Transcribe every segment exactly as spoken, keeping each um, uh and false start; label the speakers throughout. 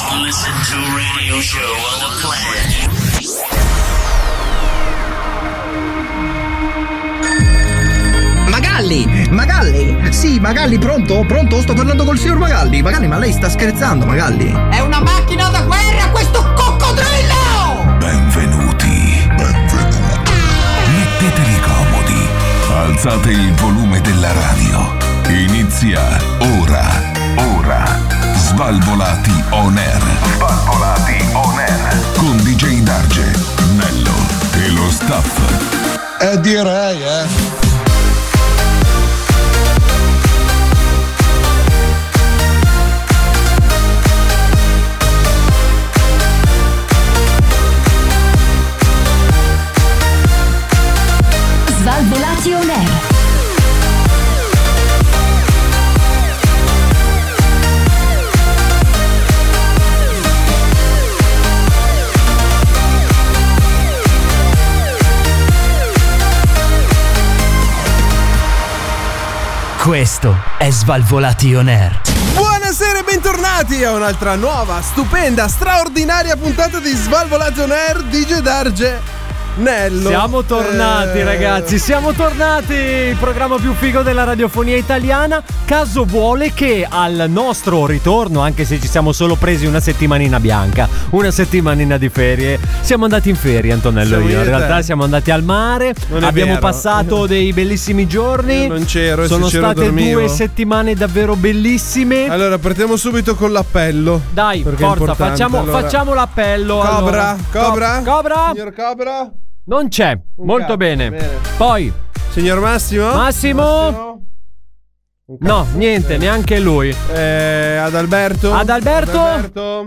Speaker 1: listen to radio show on the planet.
Speaker 2: Magalli, Magalli, sì, Magalli, pronto? Pronto? Sto parlando col signor Magalli. Magalli, ma lei sta scherzando, Magalli?
Speaker 3: È una macchina da guerra questo coccodrillo!
Speaker 4: Benvenuti. Benvenuti. Mettetevi comodi. Alzate il volume della radio. Inizia ora, ora. Svalvolati on air. Svalvolati on air. Con D J Darge, Nello e lo staff.
Speaker 5: Eh direi, eh.
Speaker 6: Svalvolati on air.
Speaker 7: Questo è Svalvolati on air.
Speaker 8: Buonasera e bentornati a un'altra nuova, stupenda, straordinaria puntata di Svalvolati on air. D J Darge, Nello.
Speaker 9: Siamo tornati, eh... ragazzi, siamo tornati. Il programma più figo della radiofonia italiana. Caso vuole che al nostro ritorno, anche se ci siamo solo presi una settimanina bianca, una settimanina di ferie, siamo andati in ferie, Antonello e io. In realtà siamo andati al mare, abbiamo vero. passato dei bellissimi giorni.
Speaker 8: Io non c'ero,
Speaker 9: sono
Speaker 8: se c'ero
Speaker 9: state
Speaker 8: dormivo.
Speaker 9: due settimane davvero bellissime.
Speaker 8: Allora partiamo subito con l'appello.
Speaker 9: Dai, forza, facciamo,
Speaker 8: allora.
Speaker 9: facciamo l'appello.
Speaker 8: Cobra,
Speaker 9: allora.
Speaker 8: Cobra,
Speaker 9: Co- Cobra,
Speaker 8: signor Cobra.
Speaker 9: Non c'è,
Speaker 8: Un
Speaker 9: molto
Speaker 8: capo,
Speaker 9: bene.
Speaker 8: bene.
Speaker 9: Poi
Speaker 8: signor Massimo.
Speaker 9: Massimo, Massimo. No, niente, neanche lui.
Speaker 8: Eh, ad Alberto.
Speaker 9: Ad Alberto.
Speaker 8: Ad Alberto.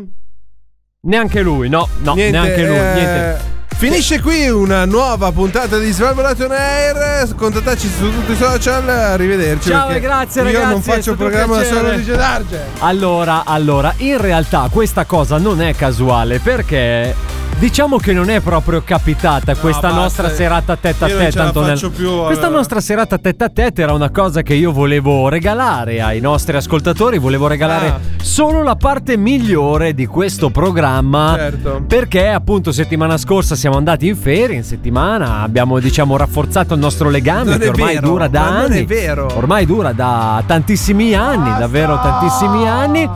Speaker 9: Neanche lui, no, no,
Speaker 8: niente,
Speaker 9: neanche lui,
Speaker 8: eh...
Speaker 9: niente.
Speaker 8: Finisce qui una nuova puntata di Svalvolati on air. Contattateci su tutti i social. Arrivederci.
Speaker 9: Ciao e grazie
Speaker 8: io
Speaker 9: ragazzi.
Speaker 8: Io non faccio il programma da solo di Darge.
Speaker 9: Allora, allora, in realtà questa cosa non è casuale, perché diciamo che non è proprio capitata questa
Speaker 8: no,
Speaker 9: nostra
Speaker 8: basta.
Speaker 9: serata tête a
Speaker 8: Io
Speaker 9: tête, Antonello.
Speaker 8: più,
Speaker 9: questa nostra serata tête a tête era una cosa che io volevo regalare ai nostri ascoltatori. Volevo regalare
Speaker 8: ah.
Speaker 9: solo la parte migliore di questo programma.
Speaker 8: Certo.
Speaker 9: Perché appunto settimana scorsa siamo andati in ferie, in settimana abbiamo diciamo rafforzato il nostro legame
Speaker 8: non
Speaker 9: che ormai
Speaker 8: vero,
Speaker 9: dura da
Speaker 8: ma
Speaker 9: anni.
Speaker 8: Non è vero.
Speaker 9: Ormai dura da tantissimi anni,
Speaker 8: Basta.
Speaker 9: davvero tantissimi anni.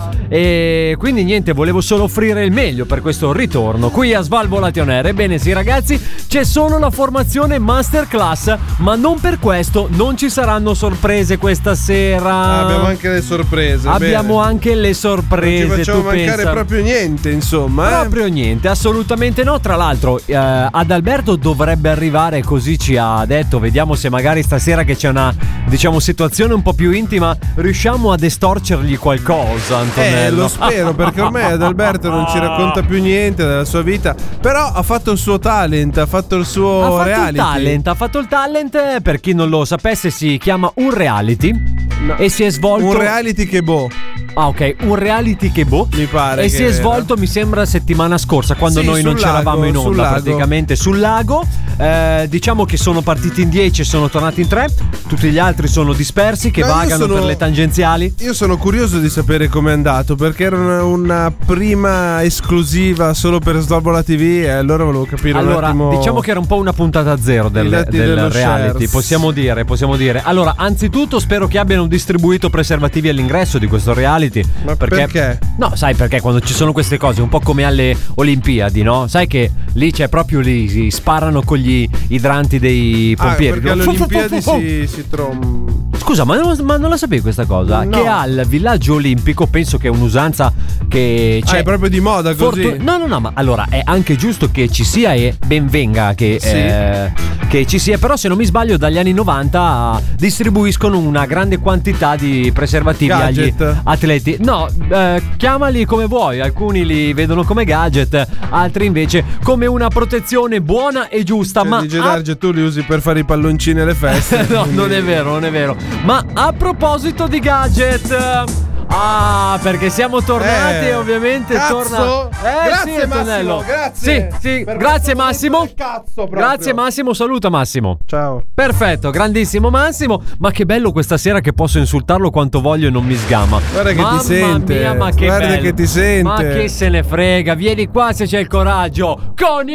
Speaker 9: E quindi niente, volevo solo offrire il meglio per questo ritorno qui a Svalvolati on air. Ebbene sì ragazzi, c'è solo la formazione masterclass, ma non per questo non ci saranno sorprese questa sera.
Speaker 8: Ah, abbiamo anche le sorprese.
Speaker 9: Abbiamo
Speaker 8: bene.
Speaker 9: anche le sorprese.
Speaker 8: Non ci facciamo
Speaker 9: tu
Speaker 8: mancare
Speaker 9: pensa?
Speaker 8: proprio niente, insomma.
Speaker 9: Proprio
Speaker 8: eh?
Speaker 9: niente, assolutamente no. Tra l'altro eh, ad Alberto dovrebbe arrivare, così ci ha detto. Vediamo se magari stasera che c'è una, diciamo, situazione un po' più intima riusciamo ad estorcergli qualcosa, Antonello.
Speaker 8: Eh, lo spero, perché ormai ad Alberto non ci racconta più niente della sua vita. Però ha fatto il suo talent, ha fatto il suo
Speaker 9: ha fatto
Speaker 8: reality.
Speaker 9: il talent, ha fatto il talent, per chi non lo sapesse si chiama un reality.
Speaker 8: No.
Speaker 9: E si è svolto
Speaker 8: un reality che boh.
Speaker 9: Ah ok, un reality che boh.
Speaker 8: Mi pare
Speaker 9: E
Speaker 8: che
Speaker 9: si è
Speaker 8: era.
Speaker 9: svolto mi sembra settimana scorsa, quando
Speaker 8: sì,
Speaker 9: noi non
Speaker 8: lago,
Speaker 9: c'eravamo in onda,
Speaker 8: sul
Speaker 9: praticamente sul lago. eh, Diciamo che sono partiti in dieci e sono tornati in tre. Tutti gli altri sono dispersi, che
Speaker 8: No, io
Speaker 9: vagano
Speaker 8: sono-
Speaker 9: per le tangenziali.
Speaker 8: Io sono curioso di sapere com'è andato, perché era una, una prima esclusiva solo per Svalvola T V e allora volevo capire un
Speaker 9: Allora,
Speaker 8: attimo.
Speaker 9: diciamo che era un po' una puntata zero del,
Speaker 8: I dati
Speaker 9: del
Speaker 8: dello
Speaker 9: reality,
Speaker 8: shares.
Speaker 9: possiamo dire, possiamo dire. Allora, anzitutto spero che abbiano distribuito preservativi all'ingresso di questo reality.
Speaker 8: Ma
Speaker 9: perché?
Speaker 8: perché?
Speaker 9: No, sai perché quando ci sono queste cose, un po' come alle Olimpiadi, no? Sai che lì c'è proprio lì, si sparano con gli idranti dei
Speaker 8: Ah,
Speaker 9: pompieri.
Speaker 8: perché alle
Speaker 9: Fu- fu- fu-
Speaker 8: Olimpiadi
Speaker 9: fu- fu-
Speaker 8: si, si trom...
Speaker 9: Scusa, ma non, ma non la sapevi questa cosa?
Speaker 8: No.
Speaker 9: Che al villaggio olimpico, penso che è un'usanza che c'è.
Speaker 8: Ah, è proprio di moda così.
Speaker 9: Fortu- no, no, no, ma allora è anche giusto che ci sia e ben venga che,
Speaker 8: Sì.
Speaker 9: eh, che ci sia. Però se non mi sbaglio dagli anni novanta distribuiscono una grande quantità di preservativi
Speaker 8: Gadget.
Speaker 9: agli atleti. No, eh, chiamali come vuoi. Alcuni li vedono come gadget, altri invece come una protezione buona e giusta.
Speaker 8: Cioè,
Speaker 9: Ma
Speaker 8: D J
Speaker 9: a-
Speaker 8: Darge, tu li usi per fare i palloncini alle feste.
Speaker 9: no,
Speaker 8: quindi-
Speaker 9: non è vero, non è vero. Ma a proposito di gadget, Ah, perché siamo tornati
Speaker 8: Eh,
Speaker 9: e ovviamente
Speaker 8: cazzo.
Speaker 9: torna. Eh,
Speaker 8: Grazie,
Speaker 9: sì, Antonello.
Speaker 8: Massimo, grazie.
Speaker 9: Sì, sì,
Speaker 8: Per
Speaker 9: grazie
Speaker 8: questo
Speaker 9: Massimo.
Speaker 8: momento del cazzo proprio.
Speaker 9: Grazie Massimo, saluta Massimo.
Speaker 8: Ciao.
Speaker 9: Perfetto, grandissimo Massimo. Ma che bello questa sera che posso insultarlo quanto voglio e non mi sgama.
Speaker 8: Guarda che
Speaker 9: Mamma
Speaker 8: ti sente.
Speaker 9: Mia, ma che
Speaker 8: Guarda
Speaker 9: bello.
Speaker 8: che ti sente.
Speaker 9: Ma che se ne frega, vieni qua se c'è il coraggio.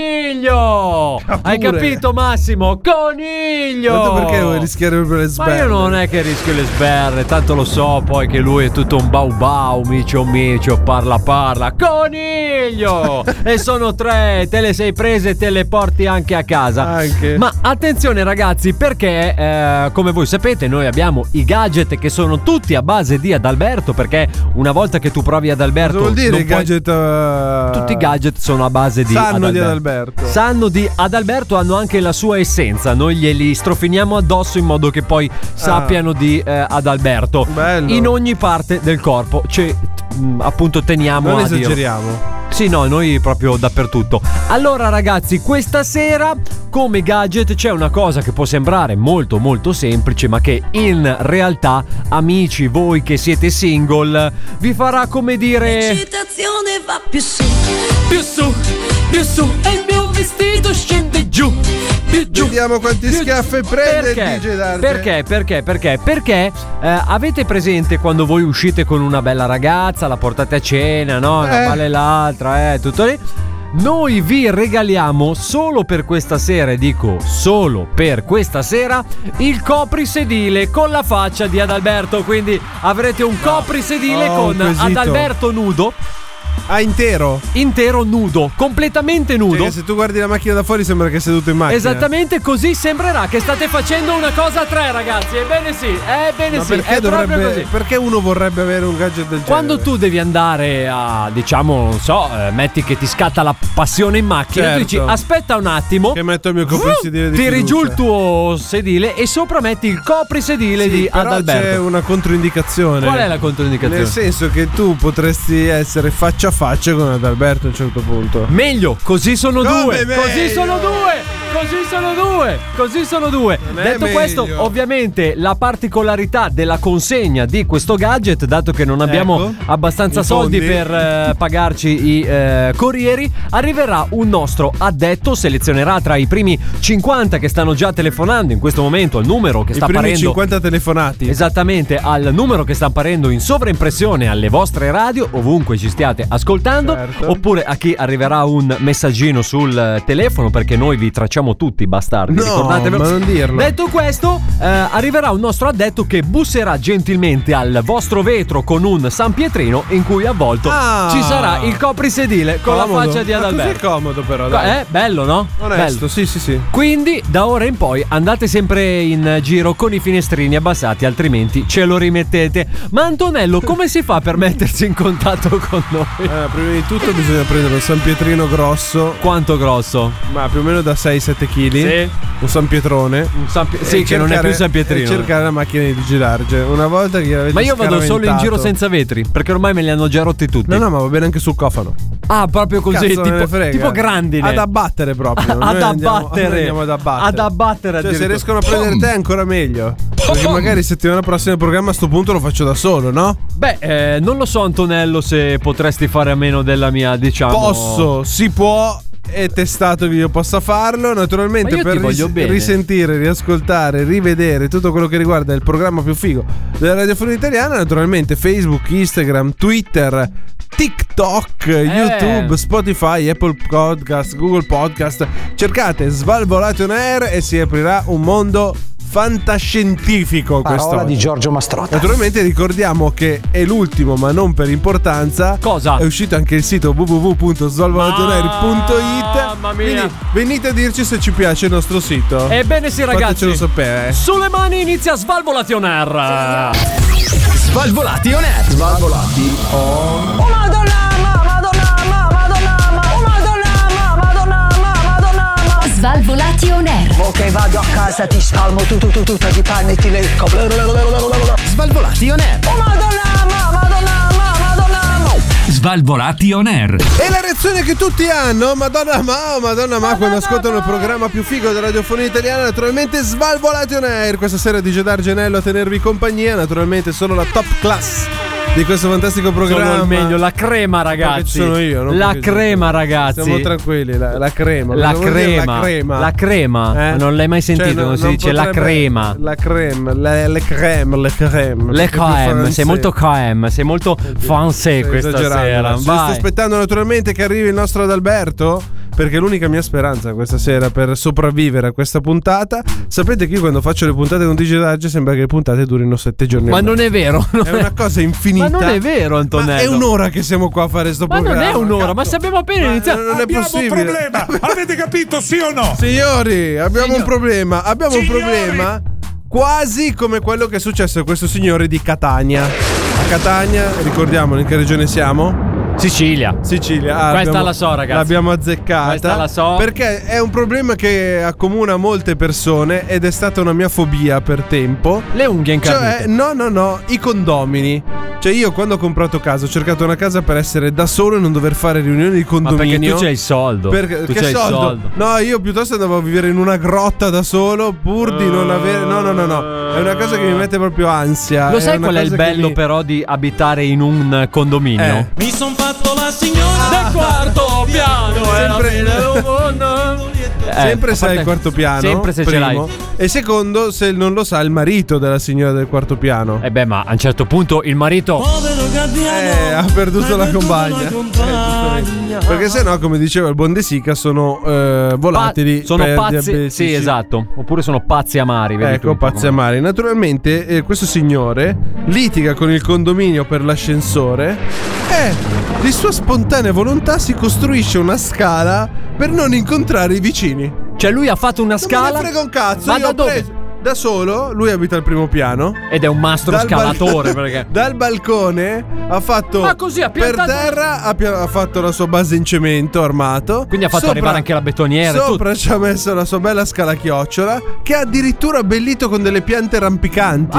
Speaker 9: Coniglio!
Speaker 8: Ah,
Speaker 9: Hai
Speaker 8: pure.
Speaker 9: capito Massimo? Coniglio!
Speaker 8: Ma tu perché vuoi rischiare proprio le
Speaker 9: Ma
Speaker 8: sberle?
Speaker 9: io non è che rischio le sberle, tanto lo so poi che lui è tutto un bau bau, micio micio, parla parla. Coniglio! E sono tre, te le sei prese e te le porti anche a casa.
Speaker 8: Anche.
Speaker 9: Ma attenzione ragazzi, perché eh, come voi sapete noi abbiamo i gadget che sono tutti a base di Adalberto, perché una volta che tu provi Adalberto
Speaker 8: Cosa vuol dire
Speaker 9: non
Speaker 8: i
Speaker 9: puoi-
Speaker 8: gadget? uh,
Speaker 9: tutti i gadget sono a base di
Speaker 8: Sanno di
Speaker 9: Adalberto.
Speaker 8: Adalberto.
Speaker 9: Sanno di Adalberto, hanno anche la sua essenza. Noi glieli strofiniamo addosso in modo che poi sappiano di eh, Adalberto.
Speaker 8: Bello.
Speaker 9: In ogni parte del corpo. Cioè, mh, appunto, teniamo
Speaker 8: Non
Speaker 9: a dire.
Speaker 8: esageriamo.
Speaker 9: Sì, no, noi proprio dappertutto. Allora, ragazzi, questa sera, come gadget, c'è una cosa che può sembrare molto, molto semplice, ma che in realtà, amici, voi che siete single, vi farà come dire.
Speaker 5: L'eccitazione va più su.
Speaker 9: Più su, più su, e il mio vestito scende giù. Più giù.
Speaker 8: Vediamo quanti
Speaker 9: più
Speaker 8: schiaffi
Speaker 9: giù.
Speaker 8: prende
Speaker 9: Perché?
Speaker 8: il D J Darge.
Speaker 9: Perché? Perché? Perché? Perché eh, avete presente quando voi uscite con una bella ragazza, la portate a cena, no? Una
Speaker 8: Eh.
Speaker 9: vale l'altra, eh, tutto lì. Noi vi regaliamo solo per questa sera, e dico solo per questa sera, il coprisedile con la faccia di Adalberto. Quindi avrete un coprisedile
Speaker 8: Oh, un
Speaker 9: con
Speaker 8: quesito.
Speaker 9: Adalberto nudo,
Speaker 8: Ah, intero?
Speaker 9: intero nudo, completamente nudo.
Speaker 8: Cioè, se tu guardi la macchina da fuori sembra che è seduto in macchina.
Speaker 9: Esattamente così sembrerà che state facendo una cosa a tre, ragazzi. Ebbene sì, ebbene
Speaker 8: Ma
Speaker 9: sì,
Speaker 8: perché
Speaker 9: è proprio
Speaker 8: dovrebbe
Speaker 9: così.
Speaker 8: perché uno vorrebbe avere un gadget del
Speaker 9: Quando
Speaker 8: genere?
Speaker 9: tu devi andare a, diciamo, non so, eh, metti che ti scatta la passione in macchina,
Speaker 8: Certo.
Speaker 9: tu dici aspetta un attimo,
Speaker 8: Che metto il mio coprisedile di
Speaker 9: tiri
Speaker 8: fiducia.
Speaker 9: giù il tuo sedile e sopra metti il coprisedile
Speaker 8: Sì,
Speaker 9: di
Speaker 8: però
Speaker 9: Adalberto.
Speaker 8: c'è una controindicazione.
Speaker 9: Qual è la controindicazione?
Speaker 8: Nel senso che tu potresti essere faccia a faccia con Adalberto a un certo punto.
Speaker 9: Meglio, così sono
Speaker 8: Come
Speaker 9: due.
Speaker 8: meglio?
Speaker 9: Così sono due. Così sono due. Così sono due.
Speaker 8: Non è
Speaker 9: Detto questo,
Speaker 8: meglio.
Speaker 9: ovviamente la particolarità della consegna di questo gadget, dato che non abbiamo
Speaker 8: Ecco,
Speaker 9: abbastanza
Speaker 8: i
Speaker 9: soldi
Speaker 8: fondi.
Speaker 9: per eh, pagarci i eh, corrieri, arriverà un nostro addetto, selezionerà tra i primi cinquanta che stanno già telefonando in questo momento al numero che
Speaker 8: I
Speaker 9: sta
Speaker 8: primi
Speaker 9: apparendo.
Speaker 8: cinquanta telefonati.
Speaker 9: Esattamente, al numero che sta apparendo in sovraimpressione alle vostre radio, ovunque ci stiate ascoltando,
Speaker 8: Certo.
Speaker 9: oppure a chi arriverà un messaggino sul eh, telefono, perché noi vi tracciamo tutti, bastardi,
Speaker 8: No,
Speaker 9: ricordatevelo.
Speaker 8: ma non dirlo.
Speaker 9: Detto questo, eh, arriverà un nostro addetto che busserà gentilmente al vostro vetro con un San Pietrino in cui avvolto
Speaker 8: Ah.
Speaker 9: ci sarà il coprisedile con
Speaker 8: Comodo.
Speaker 9: la faccia di
Speaker 8: Ma così è
Speaker 9: Adalberto.
Speaker 8: comodo però, dai.
Speaker 9: Eh, bello, no?
Speaker 8: Onesto,
Speaker 9: Bello.
Speaker 8: sì, sì, sì.
Speaker 9: Quindi da ora in poi andate sempre in giro con i finestrini abbassati, altrimenti ce lo rimettete. Ma Antonello, come si fa per mettersi in contatto con noi?
Speaker 8: Eh, prima di tutto bisogna prendere un San Pietrino grosso,
Speaker 9: Quanto grosso?
Speaker 8: ma più o meno da sei sette chili.
Speaker 9: Sì.
Speaker 8: Un San Pietrone.
Speaker 9: Un San Pie-
Speaker 8: E
Speaker 9: sì, che non è
Speaker 8: cercare-
Speaker 9: più San Pietrino.
Speaker 8: E cercare la macchina di D J Darge. Una volta che avete
Speaker 9: Ma io vado solo in
Speaker 8: scaraventato-
Speaker 9: giro senza vetri, perché ormai me li hanno già rotti tutti.
Speaker 8: No, no, ma va bene anche sul cofano.
Speaker 9: Ah, proprio così,
Speaker 8: Cazzo me ne
Speaker 9: tipo,
Speaker 8: frega.
Speaker 9: tipo grandine.
Speaker 8: Ad abbattere proprio.
Speaker 9: Ad
Speaker 8: Noi andiamo-
Speaker 9: abbattere.
Speaker 8: noi andiamo ad abbattere.
Speaker 9: Ad abbattere
Speaker 8: Cioè, se
Speaker 9: addirittura.
Speaker 8: riescono a prendere te ancora meglio. Perché magari settimana prossima il programma a sto punto lo faccio da solo, no?
Speaker 9: Beh, eh, non lo so Antonello se potresti fare a meno della mia, diciamo.
Speaker 8: Posso, si può. È testato che io possa farlo. Naturalmente
Speaker 9: Ma io
Speaker 8: per
Speaker 9: ti voglio bene.
Speaker 8: risentire, riascoltare, rivedere tutto quello che riguarda il programma più figo della radiofonia italiana. Naturalmente Facebook, Instagram, Twitter, TikTok,
Speaker 9: Eh.
Speaker 8: YouTube, Spotify, Apple Podcast, Google Podcast. Cercate Svalvolati on Air e si aprirà un mondo fantascientifico.
Speaker 6: Parola di
Speaker 8: quest'oggi.
Speaker 6: Giorgio Mastrota.
Speaker 8: Naturalmente ricordiamo che è l'ultimo, ma non per importanza.
Speaker 9: Cosa?
Speaker 8: È uscito anche il sito w w w punto svalvolatoneri punto it.
Speaker 9: Mamma mia.
Speaker 8: Quindi venite a dirci se ci piace il nostro sito.
Speaker 9: Ebbene sì ragazzi,
Speaker 8: Fatecelo sapere.
Speaker 9: sulle mani inizia Svalvolati on Air.
Speaker 7: Svalvolati on air. Svalvolati
Speaker 3: Oh Madonna, ma, Madonna, ma, Madonna, ma, oh Madonna, ma, Madonna, ma, Madonna, ma.
Speaker 5: Svalvolati on air.
Speaker 6: Ok, vado a casa, ti spalmo tu tu tu tutta di panni e ti lecco.
Speaker 7: Svalvolati on air.
Speaker 3: Oh Madonna, ma, Madonna, ma, Madonna, ma.
Speaker 7: Svalvolati on air.
Speaker 8: E la reazione che tutti hanno, Madonna ma, oh, Madonna ma, quando ascoltano il programma più figo della radiofonia italiana, naturalmente Svalvolati on Air. Questa sera D J Dargenello a tenervi compagnia, naturalmente solo la top class di questo fantastico programma.
Speaker 9: Sono il meglio, la crema, ragazzi.
Speaker 8: Perché ci sono io, non
Speaker 9: la
Speaker 8: perché
Speaker 9: crema, ragazzi.
Speaker 8: Stiamo tranquilli, la, la crema.
Speaker 9: La
Speaker 8: Cosa vuol dire
Speaker 9: crema.
Speaker 8: la crema.
Speaker 9: La crema.
Speaker 8: Eh?
Speaker 9: Non l'hai mai sentito?
Speaker 8: Cioè,
Speaker 9: non
Speaker 8: non
Speaker 9: si dice la
Speaker 8: potrebbe-
Speaker 9: crema.
Speaker 8: La crema, le, le creme, le creme.
Speaker 9: Le
Speaker 8: Più
Speaker 9: creme,
Speaker 8: francese.
Speaker 9: sei molto creme, sei molto français
Speaker 8: Stai
Speaker 9: questa
Speaker 8: esagerando.
Speaker 9: sera.
Speaker 8: Ci sto
Speaker 9: Vai.
Speaker 8: aspettando naturalmente che arrivi il nostro Adalberto, perché è l'unica mia speranza questa sera per sopravvivere a questa puntata. Sapete che io quando faccio le puntate con D J Darge sembra che le puntate durino sette giorni.
Speaker 9: Ma
Speaker 8: e
Speaker 9: non
Speaker 8: mezzo.
Speaker 9: è vero. non
Speaker 8: È una cosa infinita.
Speaker 9: Ma non è vero, Antonello.
Speaker 8: Ma è un'ora che siamo qua a fare sto
Speaker 9: Ma
Speaker 8: programma.
Speaker 9: non è un'ora, ma se abbiamo appena iniziato.
Speaker 8: Non è
Speaker 10: Abbiamo un
Speaker 8: possibile.
Speaker 10: problema, avete capito sì o no?
Speaker 8: Signori, abbiamo
Speaker 9: Signor-
Speaker 8: un problema. Abbiamo
Speaker 10: Signori!
Speaker 8: un problema quasi come quello che è successo a questo signore di Catania. A Catania, ricordiamolo, in che regione siamo?
Speaker 9: Sicilia.
Speaker 8: Sicilia. Ah,
Speaker 9: Questa
Speaker 8: abbiamo-
Speaker 9: la so, ragazzi.
Speaker 8: L'abbiamo azzeccata.
Speaker 9: Questa la so.
Speaker 8: Perché è un problema che accomuna molte persone ed è stata una mia fobia per tempo.
Speaker 9: Le unghie incarnite.
Speaker 8: Cioè, no, no, no, i condomini. Cioè, io quando ho comprato casa ho cercato una casa per essere da solo e non dover fare riunioni di
Speaker 9: Ma
Speaker 8: condominio.
Speaker 9: perché tu c'hai il soldo.
Speaker 8: Perché,
Speaker 9: tu
Speaker 8: che
Speaker 9: c'hai il
Speaker 8: soldo?
Speaker 9: soldo.
Speaker 8: No, io piuttosto andavo a vivere in una grotta da solo pur di non avere. No, no, no, no. È una cosa che mi mette proprio ansia.
Speaker 9: Lo
Speaker 8: È
Speaker 9: sai
Speaker 8: una
Speaker 9: qual è il
Speaker 8: cosa che
Speaker 9: bello
Speaker 8: mi-
Speaker 9: però di abitare in un condominio?
Speaker 8: Eh.
Speaker 3: Mi son fatto la signora
Speaker 9: Del quarto piano è la
Speaker 8: Sempre-
Speaker 9: fine del mondo. Eh,
Speaker 8: Sempre
Speaker 9: a
Speaker 8: se hai
Speaker 9: parte-
Speaker 8: il quarto piano.
Speaker 9: Sempre se
Speaker 8: primo.
Speaker 9: ce l'hai.
Speaker 8: E secondo, se non lo sa il marito della signora del quarto piano.
Speaker 9: Eh beh, ma a un certo punto il marito.
Speaker 8: Eh, ha perduto la compagna. Eh, giustamente. Perché se no, come diceva il buon De Sica, sono eh, volatili.
Speaker 9: Pa- sono
Speaker 8: per
Speaker 9: pazzi.
Speaker 8: diabetici.
Speaker 9: Sì, esatto. Oppure sono pazzi amari. Vedi tu
Speaker 8: Ecco,
Speaker 9: un po'
Speaker 8: pazzi
Speaker 9: come-
Speaker 8: amari. Naturalmente, eh, questo signore litiga con il condominio per l'ascensore e di sua spontanea volontà si costruisce una scala per non incontrare i vicini.
Speaker 9: Cioè, lui ha fatto una
Speaker 8: Non me
Speaker 9: scala.
Speaker 8: ne frega un cazzo.
Speaker 9: Ma
Speaker 8: io
Speaker 9: da
Speaker 8: ho
Speaker 9: dove?
Speaker 8: preso- Da solo, lui abita al primo piano.
Speaker 9: Ed è un mastro
Speaker 8: Dal bal-
Speaker 9: scalatore. Perché.
Speaker 8: Dal balcone ha fatto
Speaker 9: Ma così, ha
Speaker 8: per
Speaker 9: piantato-
Speaker 8: terra ha, pia- ha fatto la sua base in cemento armato.
Speaker 9: Quindi ha fatto arrivare anche la betoniera e
Speaker 8: Sopra ci ha messo la sua bella scala chiocciola che ha addirittura abbellito con delle piante rampicanti.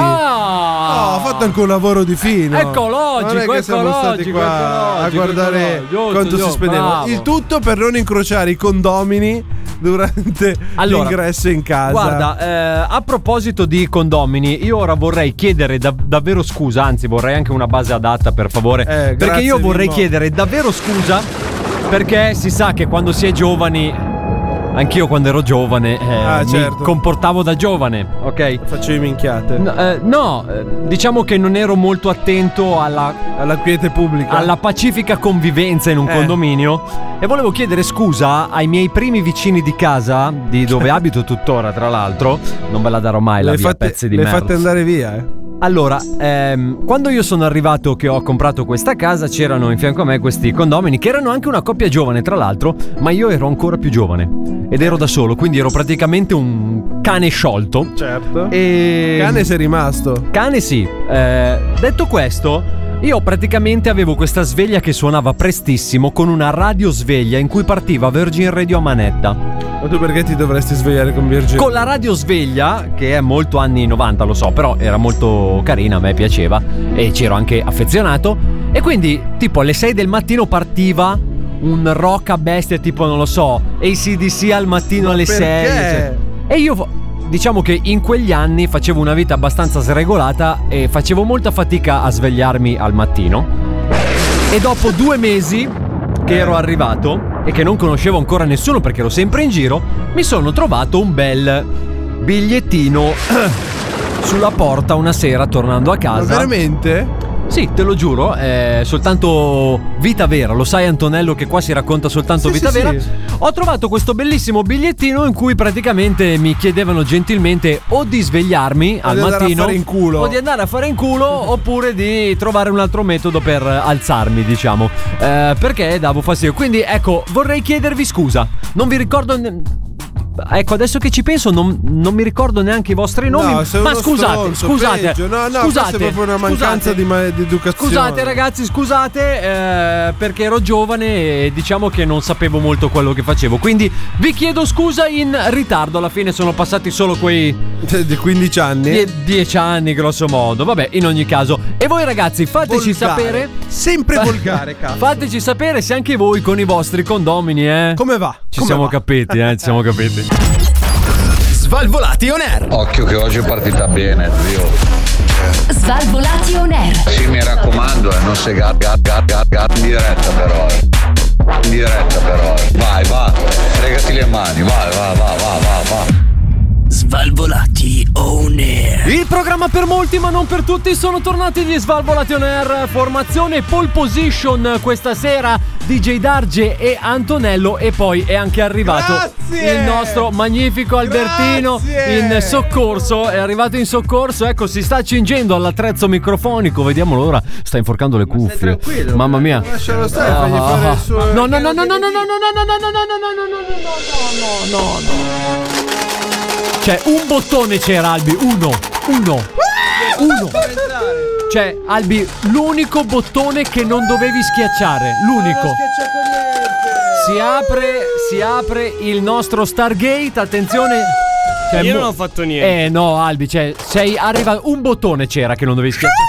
Speaker 9: Ah!
Speaker 8: Oh, ha fatto anche un lavoro di fino.
Speaker 9: Ecologico,
Speaker 8: Non è che siamo stati
Speaker 9: ecologico,
Speaker 8: qua a
Speaker 9: ecologico,
Speaker 8: guardare
Speaker 9: ecologico,
Speaker 8: quanto
Speaker 9: giusto,
Speaker 8: si spendeva.
Speaker 9: bravo.
Speaker 8: Il tutto per non incrociare i condomini durante
Speaker 9: Allora,
Speaker 8: l'ingresso in casa.
Speaker 9: Guarda, eh, a proposito di condomini, io ora vorrei chiedere da- davvero scusa, anzi vorrei anche una base adatta per favore,
Speaker 8: Eh,
Speaker 9: perché
Speaker 8: grazie,
Speaker 9: io vorrei
Speaker 8: Mimmo.
Speaker 9: chiedere davvero scusa perché si sa che quando si è giovani, anch'io quando ero giovane eh,
Speaker 8: Ah, certo.
Speaker 9: mi comportavo da giovane, ok?
Speaker 8: Facevi minchiate.
Speaker 9: No, eh, no, eh, diciamo che non ero molto attento alla,
Speaker 8: Alla quiete pubblica.
Speaker 9: alla pacifica convivenza in un
Speaker 8: Eh.
Speaker 9: condominio e volevo chiedere scusa ai miei primi vicini di casa, di dove abito tuttora tra l'altro, non ve la darò mai la
Speaker 8: Le
Speaker 9: via,
Speaker 8: fatte,
Speaker 9: pezzi di
Speaker 8: le
Speaker 9: merda.
Speaker 8: fate andare via, eh.
Speaker 9: Allora, ehm, quando io sono arrivato che ho comprato questa casa c'erano in fianco a me questi condomini che erano anche una coppia giovane tra l'altro, ma io ero ancora più giovane ed ero da solo, quindi ero praticamente un cane sciolto.
Speaker 8: Certo.
Speaker 9: E
Speaker 8: Cane sei rimasto.
Speaker 9: Cane sì. Eh, detto questo, io praticamente avevo questa sveglia che suonava prestissimo con una radiosveglia in cui partiva Virgin Radio a manetta.
Speaker 8: Ma tu perché ti dovresti svegliare con Virgin?
Speaker 9: Con la radiosveglia, che è molto anni novanta, lo so, però era molto carina, a me piaceva e c'ero anche affezionato. E quindi, tipo, alle sei del mattino partiva un rock a bestia, tipo, non lo so, A C D C al mattino
Speaker 8: Ma
Speaker 9: alle
Speaker 8: perché?
Speaker 9: sei. Cioè. E io, diciamo che in quegli anni facevo una vita abbastanza sregolata e facevo molta fatica a svegliarmi al mattino. E dopo due mesi che ero arrivato e che non conoscevo ancora nessuno perché ero sempre in giro, mi sono trovato un bel bigliettino sulla porta una sera tornando a
Speaker 8: Ma
Speaker 9: casa.
Speaker 8: veramente?
Speaker 9: Sì, te lo giuro, è soltanto vita vera. Lo sai, Antonello, che qua si racconta soltanto
Speaker 8: Sì,
Speaker 9: vita
Speaker 8: sì,
Speaker 9: vera.
Speaker 8: sì.
Speaker 9: Ho trovato questo bellissimo bigliettino in cui praticamente mi chiedevano gentilmente o di svegliarmi
Speaker 8: O
Speaker 9: al
Speaker 8: di andare a
Speaker 9: mattino
Speaker 8: fare in culo.
Speaker 9: o di andare a fare in culo oppure di trovare un altro metodo per alzarmi, diciamo, eh, perché davo fastidio. Quindi ecco, vorrei chiedervi scusa. Non vi ricordo ne- Ecco, adesso che ci penso non, non mi ricordo neanche i vostri nomi.
Speaker 8: No, sei
Speaker 9: ma
Speaker 8: uno
Speaker 9: scusate,
Speaker 8: stronzo,
Speaker 9: scusate,
Speaker 8: peggio. No, no,
Speaker 9: scusate,
Speaker 8: questa è proprio una mancanza
Speaker 9: scusate.
Speaker 8: di, ma- di educazione.
Speaker 9: Scusate ragazzi, scusate, eh, perché ero giovane e diciamo che non sapevo molto quello che facevo. Quindi vi chiedo scusa in ritardo. Alla fine sono passati solo quei
Speaker 8: Cioè, di quindici anni.
Speaker 9: die- dieci anni grosso modo. Vabbè, in ogni caso. E voi ragazzi, fateci
Speaker 8: Volgare.
Speaker 9: sapere.
Speaker 8: Sempre volgare, cazzo.
Speaker 9: Fateci sapere se anche voi con i vostri condomini, eh.
Speaker 8: Come va?
Speaker 9: Ci
Speaker 8: Come
Speaker 9: siamo
Speaker 8: va?
Speaker 9: capiti, eh, ci siamo capiti.
Speaker 7: Svalvolati on air.
Speaker 11: Occhio che oggi è partita bene, zio.
Speaker 5: Svalvolati on air.
Speaker 11: Sì, mi raccomando, eh, non sei gat, gat, gat, gat, gat in diretta però. Eh. In diretta però. Eh. Vai, va, fregati le mani, vai, va, va, va, va, va.
Speaker 7: Svalvolati on air.
Speaker 9: Il programma per molti ma non per tutti. Sono tornati gli Svalvolati on air. Formazione pole position questa sera, D J Darge e Antonello. E poi è anche arrivato
Speaker 8: Grazie.
Speaker 9: il nostro magnifico Albertino.
Speaker 8: Grazie.
Speaker 9: In soccorso. È arrivato in soccorso. Ecco, si sta accingendo all'attrezzo microfonico. Vediamolo ora. Sta inforcando le cuffie. Mamma mia.
Speaker 8: Lascialo stare, fagli fare il suo.
Speaker 9: No, no, no, no, no, no, no, no, no, no, no, no, no, no, no, no, no. Cioè, un bottone c'era, Albi. Uno. Uno. Uno. Cioè, Albi, l'unico bottone che non dovevi schiacciare. L'unico. Si apre, si apre il nostro Stargate. Attenzione. Cioè,
Speaker 12: Io
Speaker 9: mo-
Speaker 12: non ho fatto niente.
Speaker 9: Eh, no, Albi, cioè, sei arrivato. Un bottone c'era che non dovevi schiacciare.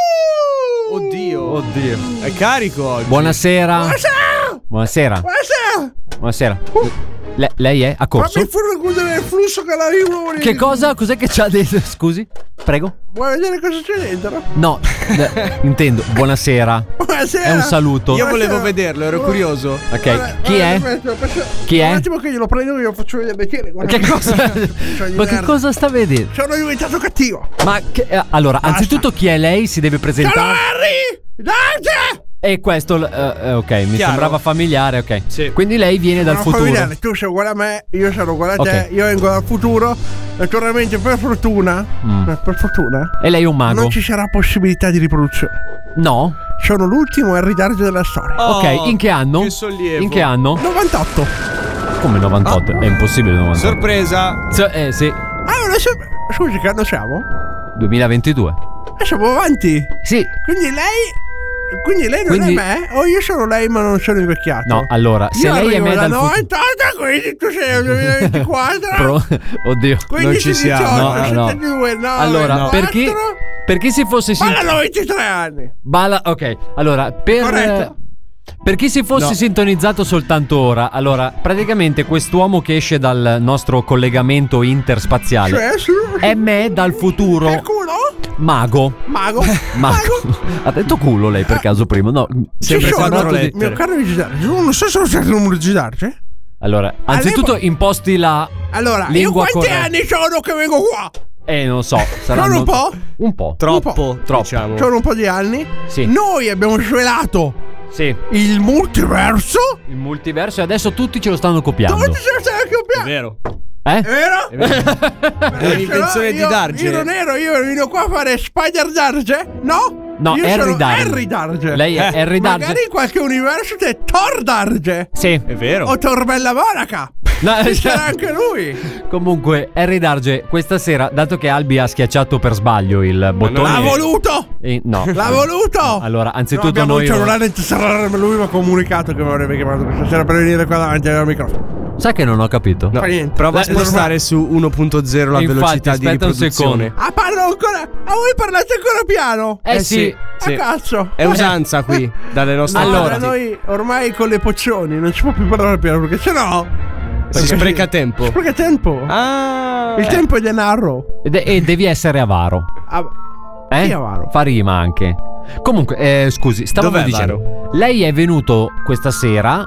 Speaker 12: Oddio.
Speaker 9: Oddio.
Speaker 12: È carico oggi.
Speaker 9: Buonasera.
Speaker 8: Buonasera.
Speaker 9: Buonasera.
Speaker 8: Buonasera.
Speaker 9: Buonasera. Le- lei è a corso?
Speaker 8: Fammi fare chiudere il flusso che arrivo.
Speaker 9: Che cosa? Cos'è che c'ha dentro? Scusi? Prego?
Speaker 8: Vuoi vedere cosa c'è dentro?
Speaker 9: No, eh, intendo. Buonasera.
Speaker 8: Buonasera.
Speaker 9: È un saluto.
Speaker 12: Io volevo vederlo, ero curioso.
Speaker 9: Ok,
Speaker 8: Guarda,
Speaker 9: chi
Speaker 8: guarda,
Speaker 9: è?
Speaker 8: aspetta, aspetta.
Speaker 9: Chi è?
Speaker 8: Un attimo che glielo prendo e glielo faccio vedere bene. Guarda.
Speaker 9: Che cosa?
Speaker 8: Cioè,
Speaker 9: Ma che
Speaker 8: merda.
Speaker 9: cosa sta vedendo?
Speaker 8: Sono diventato cattivo.
Speaker 9: Ma che, eh, allora,
Speaker 8: Basta.
Speaker 9: anzitutto chi è lei? Si deve
Speaker 8: Ciao
Speaker 9: presentare.
Speaker 8: Harry! Dante!
Speaker 9: E questo, eh, eh, ok, mi
Speaker 12: Chiaro.
Speaker 9: sembrava familiare, ok.
Speaker 12: Sì.
Speaker 9: Quindi lei viene dal
Speaker 8: Sono
Speaker 9: futuro.
Speaker 8: familiare, tu sei uguale a me, io sono uguale a
Speaker 9: Ok.
Speaker 8: te, io vengo dal futuro. Naturalmente, per fortuna,
Speaker 9: Mm.
Speaker 8: eh, per fortuna,
Speaker 9: E lei è un mago?
Speaker 8: non ci sarà possibilità di riproduzione.
Speaker 9: No?
Speaker 8: Sono l'ultimo Harry Darge della storia.
Speaker 12: Oh,
Speaker 9: ok, in che anno?
Speaker 12: che sollievo.
Speaker 9: In che anno?
Speaker 8: novantotto.
Speaker 9: Come novantotto? È impossibile novantotto.
Speaker 12: Sorpresa.
Speaker 9: So- eh, sì.
Speaker 8: Ah, adesso, scusi, che anno siamo?
Speaker 9: duemilaventidue.
Speaker 8: Eh, siamo avanti.
Speaker 9: Sì.
Speaker 8: Quindi lei. Quindi lei non
Speaker 9: Quindi-
Speaker 8: è me? O io sono lei ma non sono invecchiato?
Speaker 9: No, allora, se
Speaker 8: io
Speaker 9: lei è
Speaker 8: arrivo
Speaker 9: me
Speaker 8: da
Speaker 9: dal futuro.
Speaker 8: novantotto, quindi tu sei nel duemilaventiquattro.
Speaker 9: Pro- Oddio.
Speaker 8: quindi
Speaker 12: non ci siamo.
Speaker 8: diciotto,
Speaker 9: No, no.
Speaker 8: settantadue, nove,
Speaker 9: Allora,
Speaker 8: quattro.
Speaker 9: per chi, per chi si fosse
Speaker 8: Ma
Speaker 9: sentito.
Speaker 8: hanno ventitré anni.
Speaker 9: Bala, ok. Allora, per,
Speaker 8: Corretto.
Speaker 9: per chi si fosse
Speaker 12: No.
Speaker 9: sintonizzato soltanto ora, allora, praticamente quest'uomo che esce dal nostro collegamento interspaziale
Speaker 8: Cioè, su,
Speaker 9: è me dal futuro.
Speaker 8: che culo?
Speaker 9: Mago.
Speaker 8: Mago.
Speaker 9: Mago. Ha detto culo lei per caso prima? No,
Speaker 8: Ci
Speaker 9: sempre
Speaker 8: sono,
Speaker 9: sembrato di-
Speaker 8: mio caro Gidarge, non so se lo sai il numero di Gidarge.
Speaker 9: Allora, anzitutto
Speaker 8: All'epoca-
Speaker 9: imposti la
Speaker 8: Allora, io
Speaker 9: lingua
Speaker 8: quanti
Speaker 9: corretta.
Speaker 8: anni sono che vengo qua?
Speaker 9: Eh, non so, saranno
Speaker 8: Sono un po'?
Speaker 9: Un po'.
Speaker 12: Troppo,
Speaker 8: po'.
Speaker 9: Troppo.
Speaker 12: diciamo.
Speaker 8: Sono un po' di anni.
Speaker 9: Sì.
Speaker 8: Noi abbiamo svelato
Speaker 9: Sì.
Speaker 8: il multiverso.
Speaker 9: Il multiverso e adesso tutti ce lo stanno copiando.
Speaker 8: Dove ce lo stai a
Speaker 12: È
Speaker 8: copiare?
Speaker 12: vero.
Speaker 9: Eh?
Speaker 8: È vero?
Speaker 12: È vero. È l'invenzione di
Speaker 8: Io-
Speaker 12: Darge.
Speaker 8: Io non ero, io venivo qua a fare Spider Darge? No?
Speaker 9: No,
Speaker 8: io
Speaker 9: Harry
Speaker 8: sono
Speaker 9: Darge.
Speaker 8: Harry Darge.
Speaker 9: Lei è
Speaker 12: Eh,
Speaker 9: Harry Darge.
Speaker 8: Magari in qualche universo c'è Thor Darge.
Speaker 9: Sì.
Speaker 12: È vero.
Speaker 8: O Thor Bella Monaca.
Speaker 9: No,
Speaker 8: Ci
Speaker 9: cioè-
Speaker 8: sarà anche lui.
Speaker 9: Comunque, Harry Darge, questa sera, dato che Albi ha schiacciato per sbaglio il bottone.
Speaker 8: L'ha voluto.
Speaker 9: Eh, no.
Speaker 8: L'ha voluto.
Speaker 9: Allora,
Speaker 8: No,
Speaker 9: anzitutto
Speaker 8: abbiamo
Speaker 9: noi.
Speaker 8: un cellulare, sarà- lui mi ha comunicato che mi avrebbe chiamato questa sera per venire qua davanti al microfono.
Speaker 9: Sai che non ho capito?
Speaker 8: Fa niente.
Speaker 12: Prova a
Speaker 9: Eh,
Speaker 12: spostare su uno punto zero la
Speaker 9: Infatti,
Speaker 12: velocità di
Speaker 9: aspetta un
Speaker 12: riproduzione.
Speaker 8: Ah, parlo ancora. Ah, voi parlate ancora piano?
Speaker 9: Eh, sì.
Speaker 8: Ah, cazzo.
Speaker 12: È usanza qui, dalle nostre
Speaker 8: No,
Speaker 9: Allora.
Speaker 8: da noi ormai con le pozioni non si può più parlare piano perché sennò
Speaker 12: Si spreca tempo.
Speaker 8: si spreca tempo.
Speaker 12: Ah.
Speaker 8: Il tempo è denaro.
Speaker 9: E, de- e devi essere avaro.
Speaker 8: Ah,
Speaker 9: Eh?
Speaker 8: Chi è avaro?
Speaker 9: Fa rima anche. Comunque, eh, scusi, stavamo
Speaker 12: Dov'è
Speaker 9: dicendo. Lei è venuto questa sera.